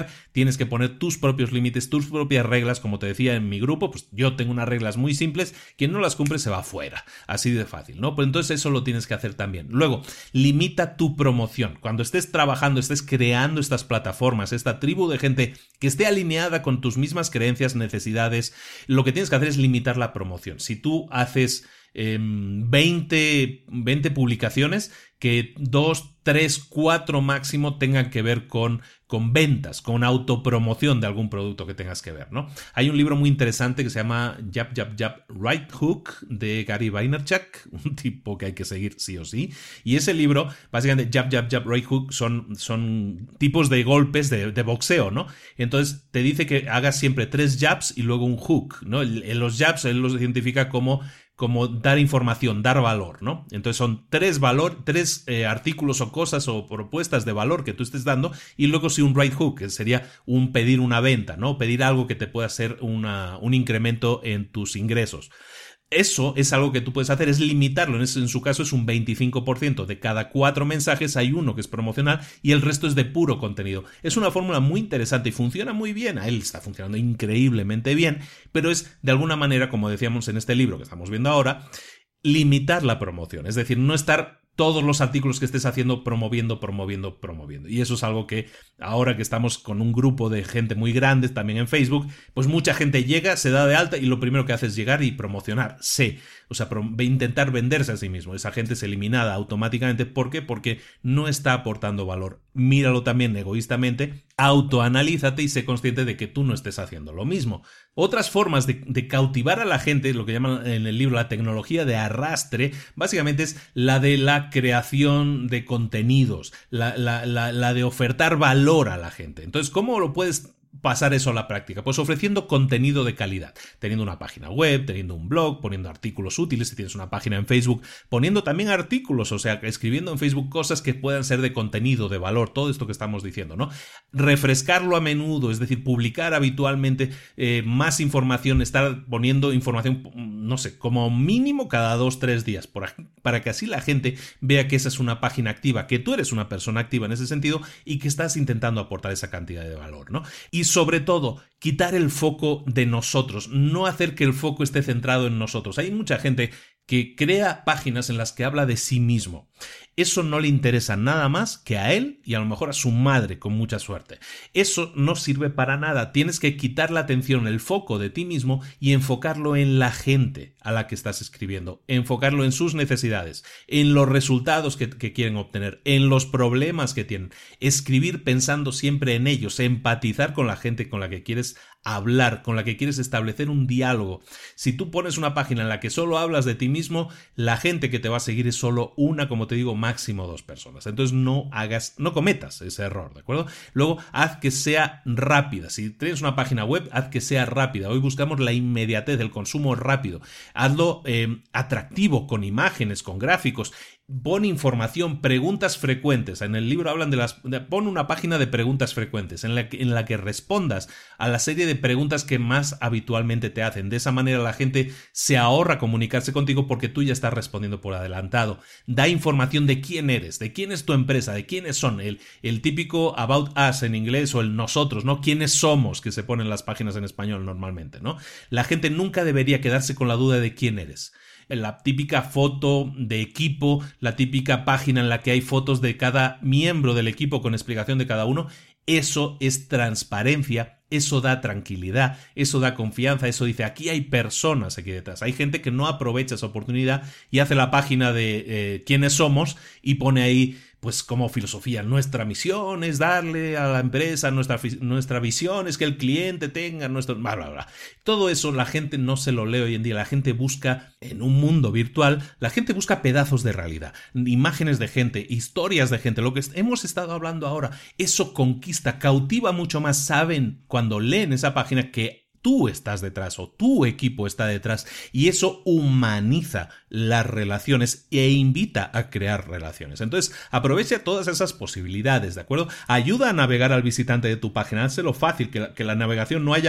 tienes que poner tus propios límites, tus propias reglas, como te decía en mi grupo, pues yo tengo unas reglas muy simples, quien no las cumple se va fuera, así de fácil, ¿no? Pues entonces eso lo tienes que hacer también. Luego, limita tu promoción. Cuando estés trabajando, estés creando estas plataformas, esta tribu de gente que esté alineada con tus mismas creencias, necesidades, lo que tienes que hacer es limitar la promoción. Si tú haces eh, veinte, veinte publicaciones, que dos, tres, cuatro máximo tengan que ver con, con ventas, con autopromoción de algún producto que tengas que ver, ¿no? Hay un libro muy interesante que se llama Jab, Jab, Jab, Right Hook de Gary Vaynerchuk, un tipo que hay que seguir sí o sí, y ese libro, básicamente Jab, Jab, Jab, Right Hook son, son tipos de golpes de, de boxeo, ¿no? Entonces te dice que hagas siempre tres jabs y luego un hook, ¿no? El, el, los jabs él los identifica como como dar información, dar valor, ¿no? Entonces son tres valor, tres eh, artículos o cosas o propuestas de valor que tú estés dando y luego sí un right hook, que sería un pedir una venta, ¿no? Pedir algo que te pueda hacer una, un incremento en tus ingresos. Eso es algo que tú puedes hacer, es limitarlo. En, ese, en su caso es un veinticinco por ciento. De cada cuatro mensajes hay uno que es promocional y el resto es de puro contenido. Es una fórmula muy interesante y funciona muy bien. A él está funcionando increíblemente bien, pero es de alguna manera, como decíamos en este libro que estamos viendo ahora, limitar la promoción. Es decir, no estar todos los artículos que estés haciendo promoviendo, promoviendo, promoviendo. Y eso es algo que ahora que estamos con un grupo de gente muy grande también en Facebook, pues mucha gente llega, se da de alta y lo primero que hace es llegar y promocionar. Sí, o sea, intentar venderse a sí mismo. Esa gente es eliminada automáticamente. ¿Por qué? Porque no está aportando valor. Míralo también egoístamente, autoanalízate y sé consciente de que tú no estés haciendo lo mismo. Otras formas de, de cautivar a la gente, lo que llaman en el libro la tecnología de arrastre, básicamente es la de la creación de contenidos, la, la, la, la de ofertar valor a la gente. Entonces, ¿cómo lo puedes pasar eso a la práctica? Pues ofreciendo contenido de calidad, teniendo una página web, teniendo un blog, poniendo artículos útiles, si tienes una página en Facebook, poniendo también artículos, o sea, escribiendo en Facebook cosas que puedan ser de contenido, de valor, todo esto que estamos diciendo, ¿no? Refrescarlo a menudo, es decir, publicar habitualmente eh, más información, estar poniendo información, no sé, como mínimo cada dos, tres días, por aquí, para que así la gente vea que esa es una página activa, que tú eres una persona activa en ese sentido y que estás intentando aportar esa cantidad de valor, ¿no? Y sobre todo, quitar el foco de nosotros, no hacer que el foco esté centrado en nosotros. Hay mucha gente que crea páginas en las que habla de sí mismo. Eso no le interesa nada más que a él y a lo mejor a su madre, con mucha suerte. Eso no sirve para nada. Tienes que quitar la atención, el foco de ti mismo y enfocarlo en la gente a la que estás escribiendo. Enfocarlo en sus necesidades, en los resultados que, que quieren obtener, en los problemas que tienen. Escribir pensando siempre en ellos, empatizar con la gente con la que quieres hablar, con la que quieres establecer un diálogo. Si tú pones una página en la que solo hablas de ti mismo, la gente que te va a seguir es solo una, como te digo, máximo dos personas. Entonces no hagas, no cometas ese error, ¿de acuerdo? Luego, haz que sea rápida. Si tienes una página web, haz que sea rápida. Hoy buscamos la inmediatez, el consumo rápido. Hazlo eh, atractivo, con imágenes, con gráficos. Pon información, preguntas frecuentes. En el libro hablan de las... De, pon una página de preguntas frecuentes en la, que, en la que respondas a la serie de preguntas que más habitualmente te hacen. De esa manera la gente se ahorra comunicarse contigo porque tú ya estás respondiendo por adelantado. Da información de quién eres, de quién es tu empresa, de quiénes son. El, el típico about us en inglés o el nosotros, ¿no? ¿Quiénes somos? Que se ponen las páginas en español normalmente, ¿no? La gente nunca debería quedarse con la duda de quién eres. La típica foto de equipo, la típica página en la que hay fotos de cada miembro del equipo con explicación de cada uno, eso es transparencia, eso da tranquilidad, eso da confianza, eso dice, aquí hay personas aquí detrás. Hay gente que no aprovecha esa oportunidad y hace la página de eh, quiénes somos y pone ahí, pues como filosofía, nuestra misión es darle a la empresa, nuestra, nuestra visión es que el cliente tenga nuestro... bla, bla, bla. Todo eso la gente no se lo lee hoy en día, la gente busca, en un mundo virtual, la gente busca pedazos de realidad, imágenes de gente, historias de gente, lo que hemos estado hablando ahora, eso conquista, cautiva mucho más, saben cuando leen esa página que tú estás detrás o tu equipo está detrás y eso humaniza las relaciones e invita a crear relaciones. Entonces, aprovecha todas esas posibilidades, ¿de acuerdo? Ayuda a navegar al visitante de tu página, hazlo fácil, que la, que la navegación no haya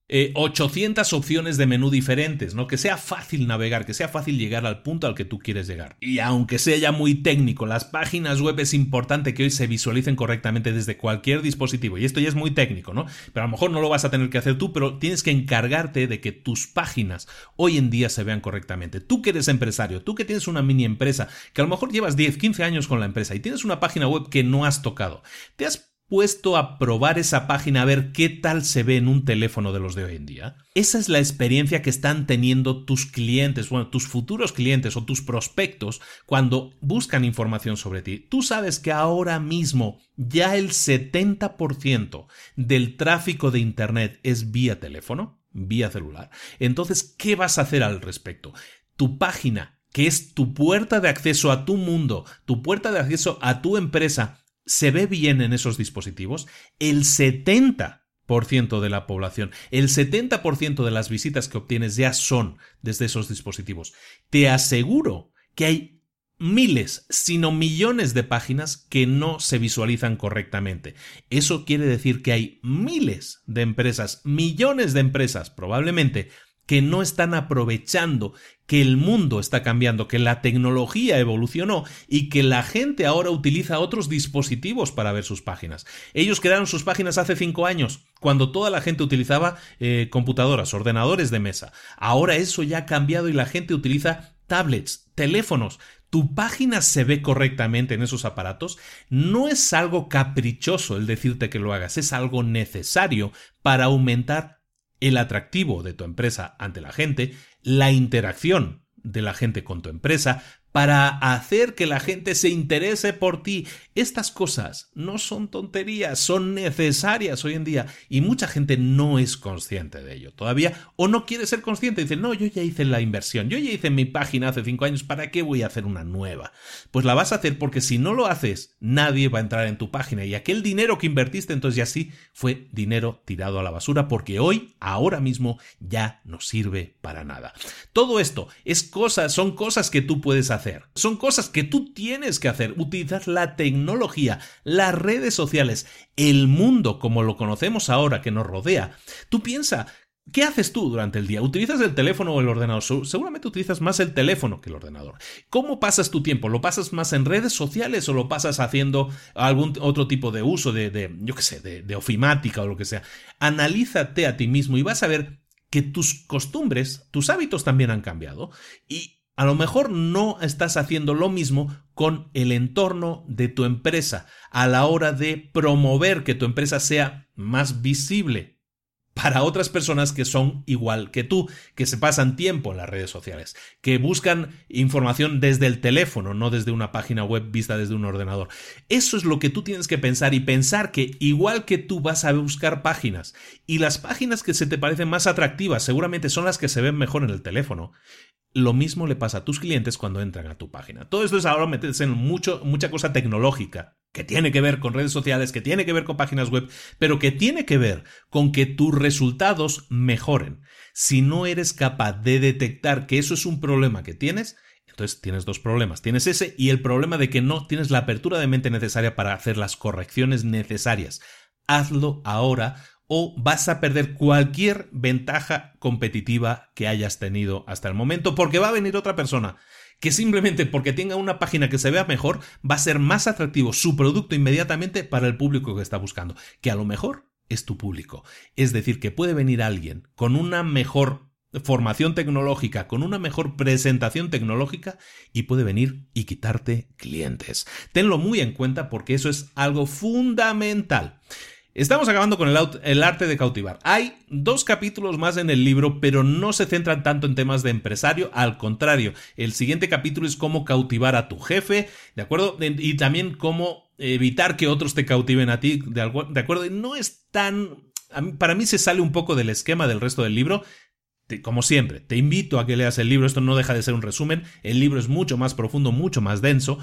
eh, ochocientas opciones de menú diferentes, ¿no? Que sea fácil navegar, que sea fácil llegar al punto al que tú quieres llegar. Y aunque sea ya muy técnico, las páginas web es importante que hoy se visualicen correctamente desde cualquier dispositivo. Y esto ya es muy técnico, ¿no? Pero a lo mejor no lo vas a tener que hacer tú, pero tienes que encargarte de que tus páginas hoy en día se vean correctamente. Tú que eres empresario, tú que tienes una mini empresa, que a lo mejor llevas diez, quince años con la empresa y tienes una página web que no has tocado, ¿te has puesto a probar esa página a ver qué tal se ve en un teléfono de los de hoy en día? Esa es la experiencia que están teniendo tus clientes, bueno, tus futuros clientes o tus prospectos cuando buscan información sobre ti. Tú sabes que ahora mismo ya el setenta por ciento del tráfico de Internet es vía teléfono, vía celular. Entonces, ¿qué vas a hacer al respecto? Tu página, que es tu puerta de acceso a tu mundo, tu puerta de acceso a tu empresa, ¿se ve bien en esos dispositivos? El setenta por ciento de la población, el setenta por ciento de las visitas que obtienes ya son desde esos dispositivos. Te aseguro que hay miles, sino millones de páginas que no se visualizan correctamente. Eso quiere decir que hay miles de empresas, millones de empresas probablemente, que no están aprovechando que el mundo está cambiando, que la tecnología evolucionó y que la gente ahora utiliza otros dispositivos para ver sus páginas. Ellos crearon sus páginas hace cinco años, cuando toda la gente utilizaba eh, computadoras, ordenadores de mesa. Ahora eso ya ha cambiado y la gente utiliza tablets, teléfonos. ¿Tu página se ve correctamente en esos aparatos? No es algo caprichoso el decirte que lo hagas, es algo necesario para aumentar el atractivo de tu empresa ante la gente, la interacción de la gente con tu empresa, para hacer que la gente se interese por ti. Estas cosas no son tonterías, son necesarias hoy en día y mucha gente no es consciente de ello todavía o no quiere ser consciente. Dice, no, yo ya hice la inversión, yo ya hice mi página hace cinco años, ¿para qué voy a hacer una nueva? Pues la vas a hacer porque si no lo haces, nadie va a entrar en tu página y aquel dinero que invertiste entonces ya sí fue dinero tirado a la basura porque hoy, ahora mismo, ya no sirve para nada. Todo esto es cosas, son cosas que tú puedes hacer. Son cosas que tú tienes que hacer, utilizar la tecnología, las redes sociales, el mundo como lo conocemos ahora que nos rodea. Tú piensa, ¿qué haces tú durante el día? ¿Utilizas el teléfono o el ordenador? Seguramente utilizas más el teléfono que el ordenador. ¿Cómo pasas tu tiempo? ¿Lo pasas más en redes sociales o lo pasas haciendo algún otro tipo de uso de, de yo qué sé, de, de ofimática o lo que sea? Analízate a ti mismo y vas a ver que tus costumbres, tus hábitos también han cambiado y a lo mejor no estás haciendo lo mismo con el entorno de tu empresa a la hora de promover que tu empresa sea más visible para otras personas que son igual que tú, que se pasan tiempo en las redes sociales, que buscan información desde el teléfono, no desde una página web vista desde un ordenador. Eso es lo que tú tienes que pensar y pensar que igual que tú vas a buscar páginas y las páginas que se te parecen más atractivas seguramente son las que se ven mejor en el teléfono. Lo mismo le pasa a tus clientes cuando entran a tu página. Todo esto es ahora meterse en mucho, mucha cosa tecnológica que tiene que ver con redes sociales, que tiene que ver con páginas web, pero que tiene que ver con que tus resultados mejoren. Si no eres capaz de detectar que eso es un problema que tienes, entonces tienes dos problemas. Tienes ese y el problema de que no tienes la apertura de mente necesaria para hacer las correcciones necesarias. Hazlo ahora o vas a perder cualquier ventaja competitiva que hayas tenido hasta el momento, porque va a venir otra persona que simplemente porque tenga una página que se vea mejor va a ser más atractivo su producto inmediatamente para el público que está buscando, que a lo mejor es tu público. Es decir, que puede venir alguien con una mejor formación tecnológica, con una mejor presentación tecnológica y puede venir y quitarte clientes. Tenlo muy en cuenta porque eso es algo fundamental. Estamos acabando con el, el arte de cautivar. Hay dos capítulos más en el libro, pero no se centran tanto en temas de empresario. Al contrario, el siguiente capítulo es cómo cautivar a tu jefe, ¿de acuerdo? Y también cómo evitar que otros te cautiven a ti, ¿de acuerdo? Y no es tan... Para mí se sale un poco del esquema del resto del libro. Como siempre, te invito a que leas el libro. Esto no deja de ser un resumen. El libro es mucho más profundo, mucho más denso.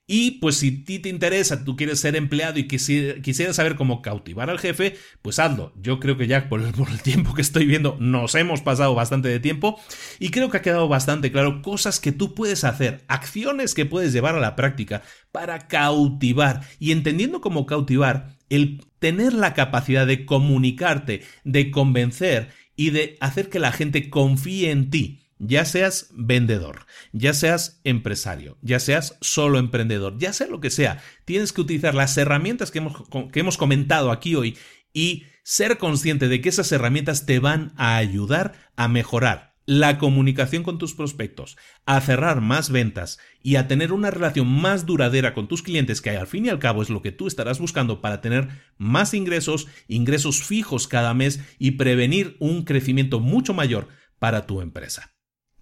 Y pues si a ti te interesa, tú quieres ser empleado y quisieras saber cómo cautivar al jefe, pues hazlo. Yo creo que ya por el, por el tiempo que estoy viendo nos hemos pasado bastante de tiempo y creo que ha quedado bastante claro cosas que tú puedes hacer, acciones que puedes llevar a la práctica para cautivar. Y entendiendo cómo cautivar, el tener la capacidad de comunicarte, de convencer y de hacer que la gente confíe en ti. Ya seas vendedor, ya seas empresario, ya seas solo emprendedor, ya sea lo que sea, tienes que utilizar las herramientas que hemos, que hemos comentado aquí hoy y ser consciente de que esas herramientas te van a ayudar a mejorar la comunicación con tus prospectos, a cerrar más ventas y a tener una relación más duradera con tus clientes, que al fin y al cabo es lo que tú estarás buscando para tener más ingresos, ingresos fijos cada mes y prevenir un crecimiento mucho mayor para tu empresa.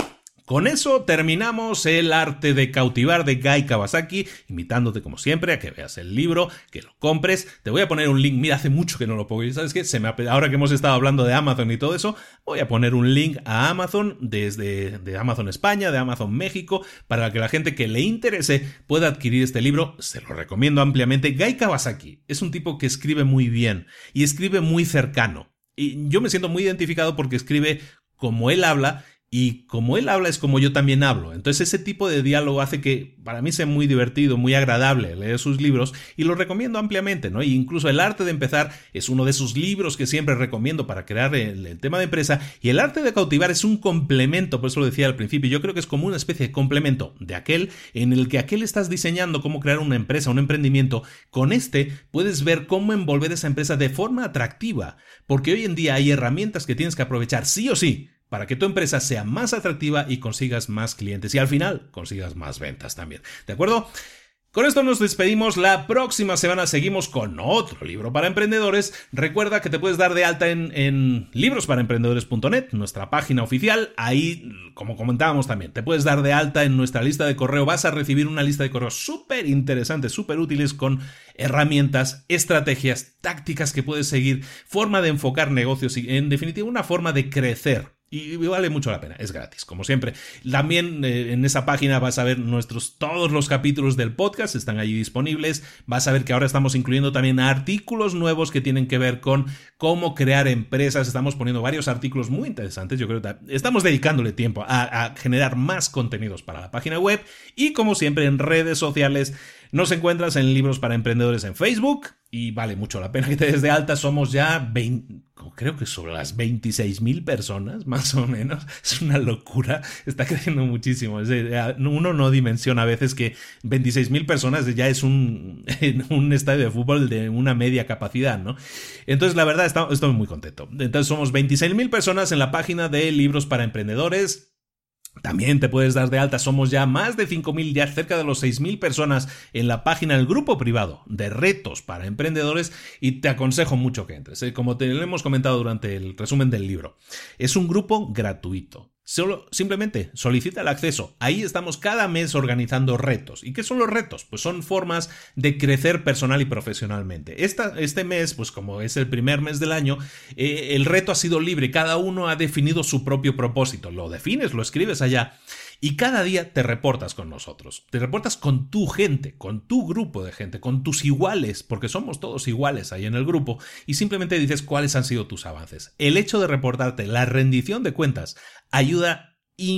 Con eso terminamos El arte de cautivar de Guy Kawasaki, invitándote como siempre a que veas el libro, que lo compres. Te voy a poner un link, mira, hace mucho que no lo pongo, y ¿sabes qué? Se me ha, ahora que hemos estado hablando de Amazon y todo eso, voy a poner un link a Amazon desde de Amazon España, de Amazon México, para que la gente que le interese pueda adquirir este libro. Se lo recomiendo ampliamente. Guy Kawasaki es un tipo que escribe muy bien y escribe muy cercano. Y yo me siento muy identificado porque escribe como él habla. Y como él habla es como yo también hablo. Entonces ese tipo de diálogo hace que para mí sea muy divertido, muy agradable leer sus libros y lo recomiendo ampliamente, ¿no? Y incluso El arte de empezar es uno de esos libros que siempre recomiendo para crear el, el tema de empresa. Y El arte de cautivar es un complemento, por eso lo decía al principio. Yo creo que es como una especie de complemento de aquel en el que aquel estás diseñando cómo crear una empresa, un emprendimiento. Con este puedes ver cómo envolver esa empresa de forma atractiva. Porque hoy en día hay herramientas que tienes que aprovechar sí o sí para que tu empresa sea más atractiva y consigas más clientes y al final consigas más ventas también. ¿De acuerdo? Con esto nos despedimos. La próxima semana seguimos con otro libro para emprendedores. Recuerda que te puedes dar de alta en, en libros para emprendedores punto net, nuestra página oficial. Ahí, como comentábamos también, te puedes dar de alta en nuestra lista de correo. Vas a recibir una lista de correos súper interesantes, súper útiles con herramientas, estrategias, tácticas que puedes seguir, forma de enfocar negocios y, en definitiva, una forma de crecer. Y vale mucho la pena, es gratis, como siempre. También eh, en esa página vas a ver nuestros, todos los capítulos del podcast, están allí disponibles. Vas a ver que ahora estamos incluyendo también artículos nuevos que tienen que ver con cómo crear empresas. Estamos poniendo varios artículos muy interesantes. Yo creo que estamos dedicándole tiempo a, a generar más contenidos para la página web. Y como siempre en redes sociales nos encuentras en Libros para Emprendedores en Facebook. Y vale mucho la pena que te des de alta. Somos ya veinte, creo que sobre las veintiséis mil personas, más o menos. Es una locura. Está creciendo muchísimo. Uno no dimensiona a veces que veintiséis mil personas ya es un, un estadio de fútbol de una media capacidad, ¿no? Entonces, la verdad, estoy muy contento. Entonces, somos veintiséis mil personas en la página de Libros para Emprendedores. También te puedes dar de alta, somos ya más de cinco mil, ya cerca de los seis mil personas en la página del grupo privado de retos para emprendedores y te aconsejo mucho que entres, ¿eh? Como te lo hemos comentado durante el resumen del libro. Es un grupo gratuito. Solo, simplemente solicita el acceso. Ahí estamos cada mes organizando retos. ¿Y qué son los retos? Pues son formas de crecer personal y profesionalmente. Esta, este mes, pues como es el primer mes del año, eh, el reto ha sido libre. Cada uno ha definido su propio propósito. Lo defines, lo escribes allá. Y cada día te reportas con nosotros. Te reportas con tu gente, con tu grupo de gente, con tus iguales, porque somos todos iguales ahí en el grupo, y simplemente dices cuáles han sido tus avances. El hecho de reportarte, la rendición de cuentas, ayuda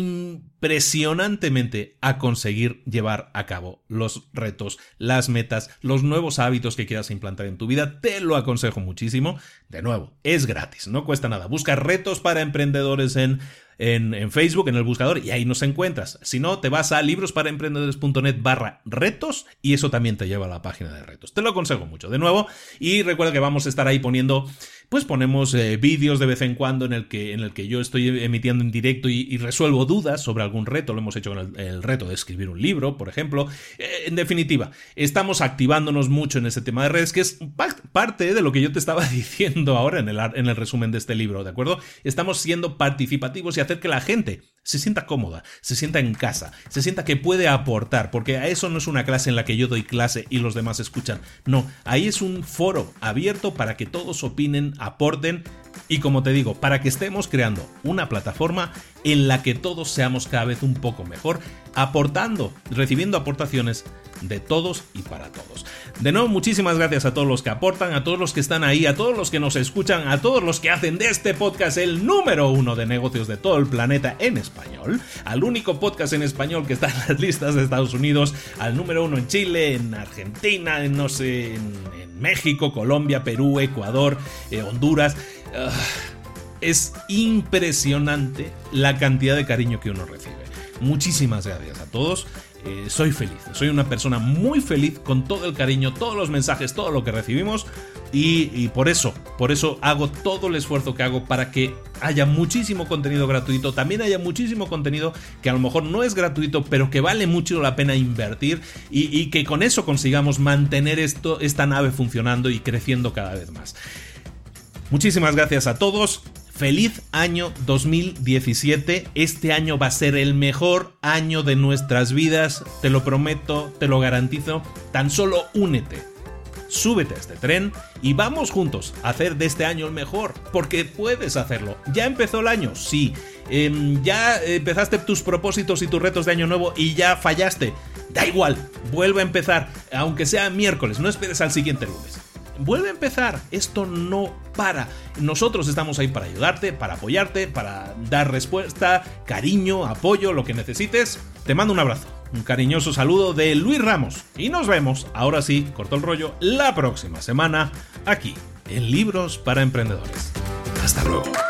impresionantemente a conseguir llevar a cabo los retos, las metas, los nuevos hábitos que quieras implantar en tu vida. Te lo aconsejo muchísimo. De nuevo, es gratis, no cuesta nada. Busca retos para emprendedores en En, en Facebook, en el buscador, y ahí nos encuentras. Si no, te vas a librosparaemprendedores.net barra retos y eso también te lleva a la página de retos. Te lo aconsejo mucho, de nuevo. Y recuerda que vamos a estar ahí poniendo, pues ponemos eh, vídeos de vez en cuando en el que, en el que yo estoy emitiendo en directo y, y resuelvo dudas sobre algún reto. Lo hemos hecho con el, el reto de escribir un libro, por ejemplo. Eh, en definitiva, estamos activándonos mucho en este tema de redes, que es parte de lo que yo te estaba diciendo ahora en el, en el resumen de este libro, ¿de acuerdo? Estamos siendo participativos y hacer que la gente se sienta cómoda, se sienta en casa, se sienta que puede aportar, porque a eso no es una clase en la que yo doy clase y los demás escuchan. No, ahí es un foro abierto para que todos opinen, aporten y, como te digo, para que estemos creando una plataforma en la que todos seamos cada vez un poco mejor, aportando, recibiendo aportaciones de todos y para todos. De nuevo, muchísimas gracias a todos los que aportan, a todos los que están ahí, a todos los que nos escuchan, a todos los que hacen de este podcast el número uno de negocios de todo el planeta en español, al único podcast en español que está en las listas de Estados Unidos, al número uno en Chile, en Argentina, en, no sé, en, en México, Colombia, Perú, Ecuador, eh, Honduras. Uh, es impresionante la cantidad de cariño que uno recibe. Muchísimas gracias a todos. Eh, soy feliz, soy una persona muy feliz con todo el cariño, todos los mensajes, todo lo que recibimos y, y por eso, por eso hago todo el esfuerzo que hago para que haya muchísimo contenido gratuito, también haya muchísimo contenido que a lo mejor no es gratuito, pero que vale mucho la pena invertir y, y que con eso consigamos mantener esto, esta nave funcionando y creciendo cada vez más. Muchísimas gracias a todos. Feliz año dos mil diecisiete, este año va a ser el mejor año de nuestras vidas, te lo prometo, te lo garantizo, tan solo únete, súbete a este tren y vamos juntos a hacer de este año el mejor, porque puedes hacerlo. ¿Ya empezó el año? Sí. Eh, ¿Ya empezaste tus propósitos y tus retos de año nuevo y ya fallaste? Da igual, vuelve a empezar, aunque sea miércoles, no esperes al siguiente lunes. Vuelve a empezar, esto no para. Nosotros estamos ahí para ayudarte, para apoyarte, para dar respuesta, cariño, apoyo, lo que necesites. Te mando un abrazo, un cariñoso saludo de Luis Ramos y nos vemos, ahora sí, corto el rollo, la próxima semana aquí en Libros para Emprendedores. Hasta luego.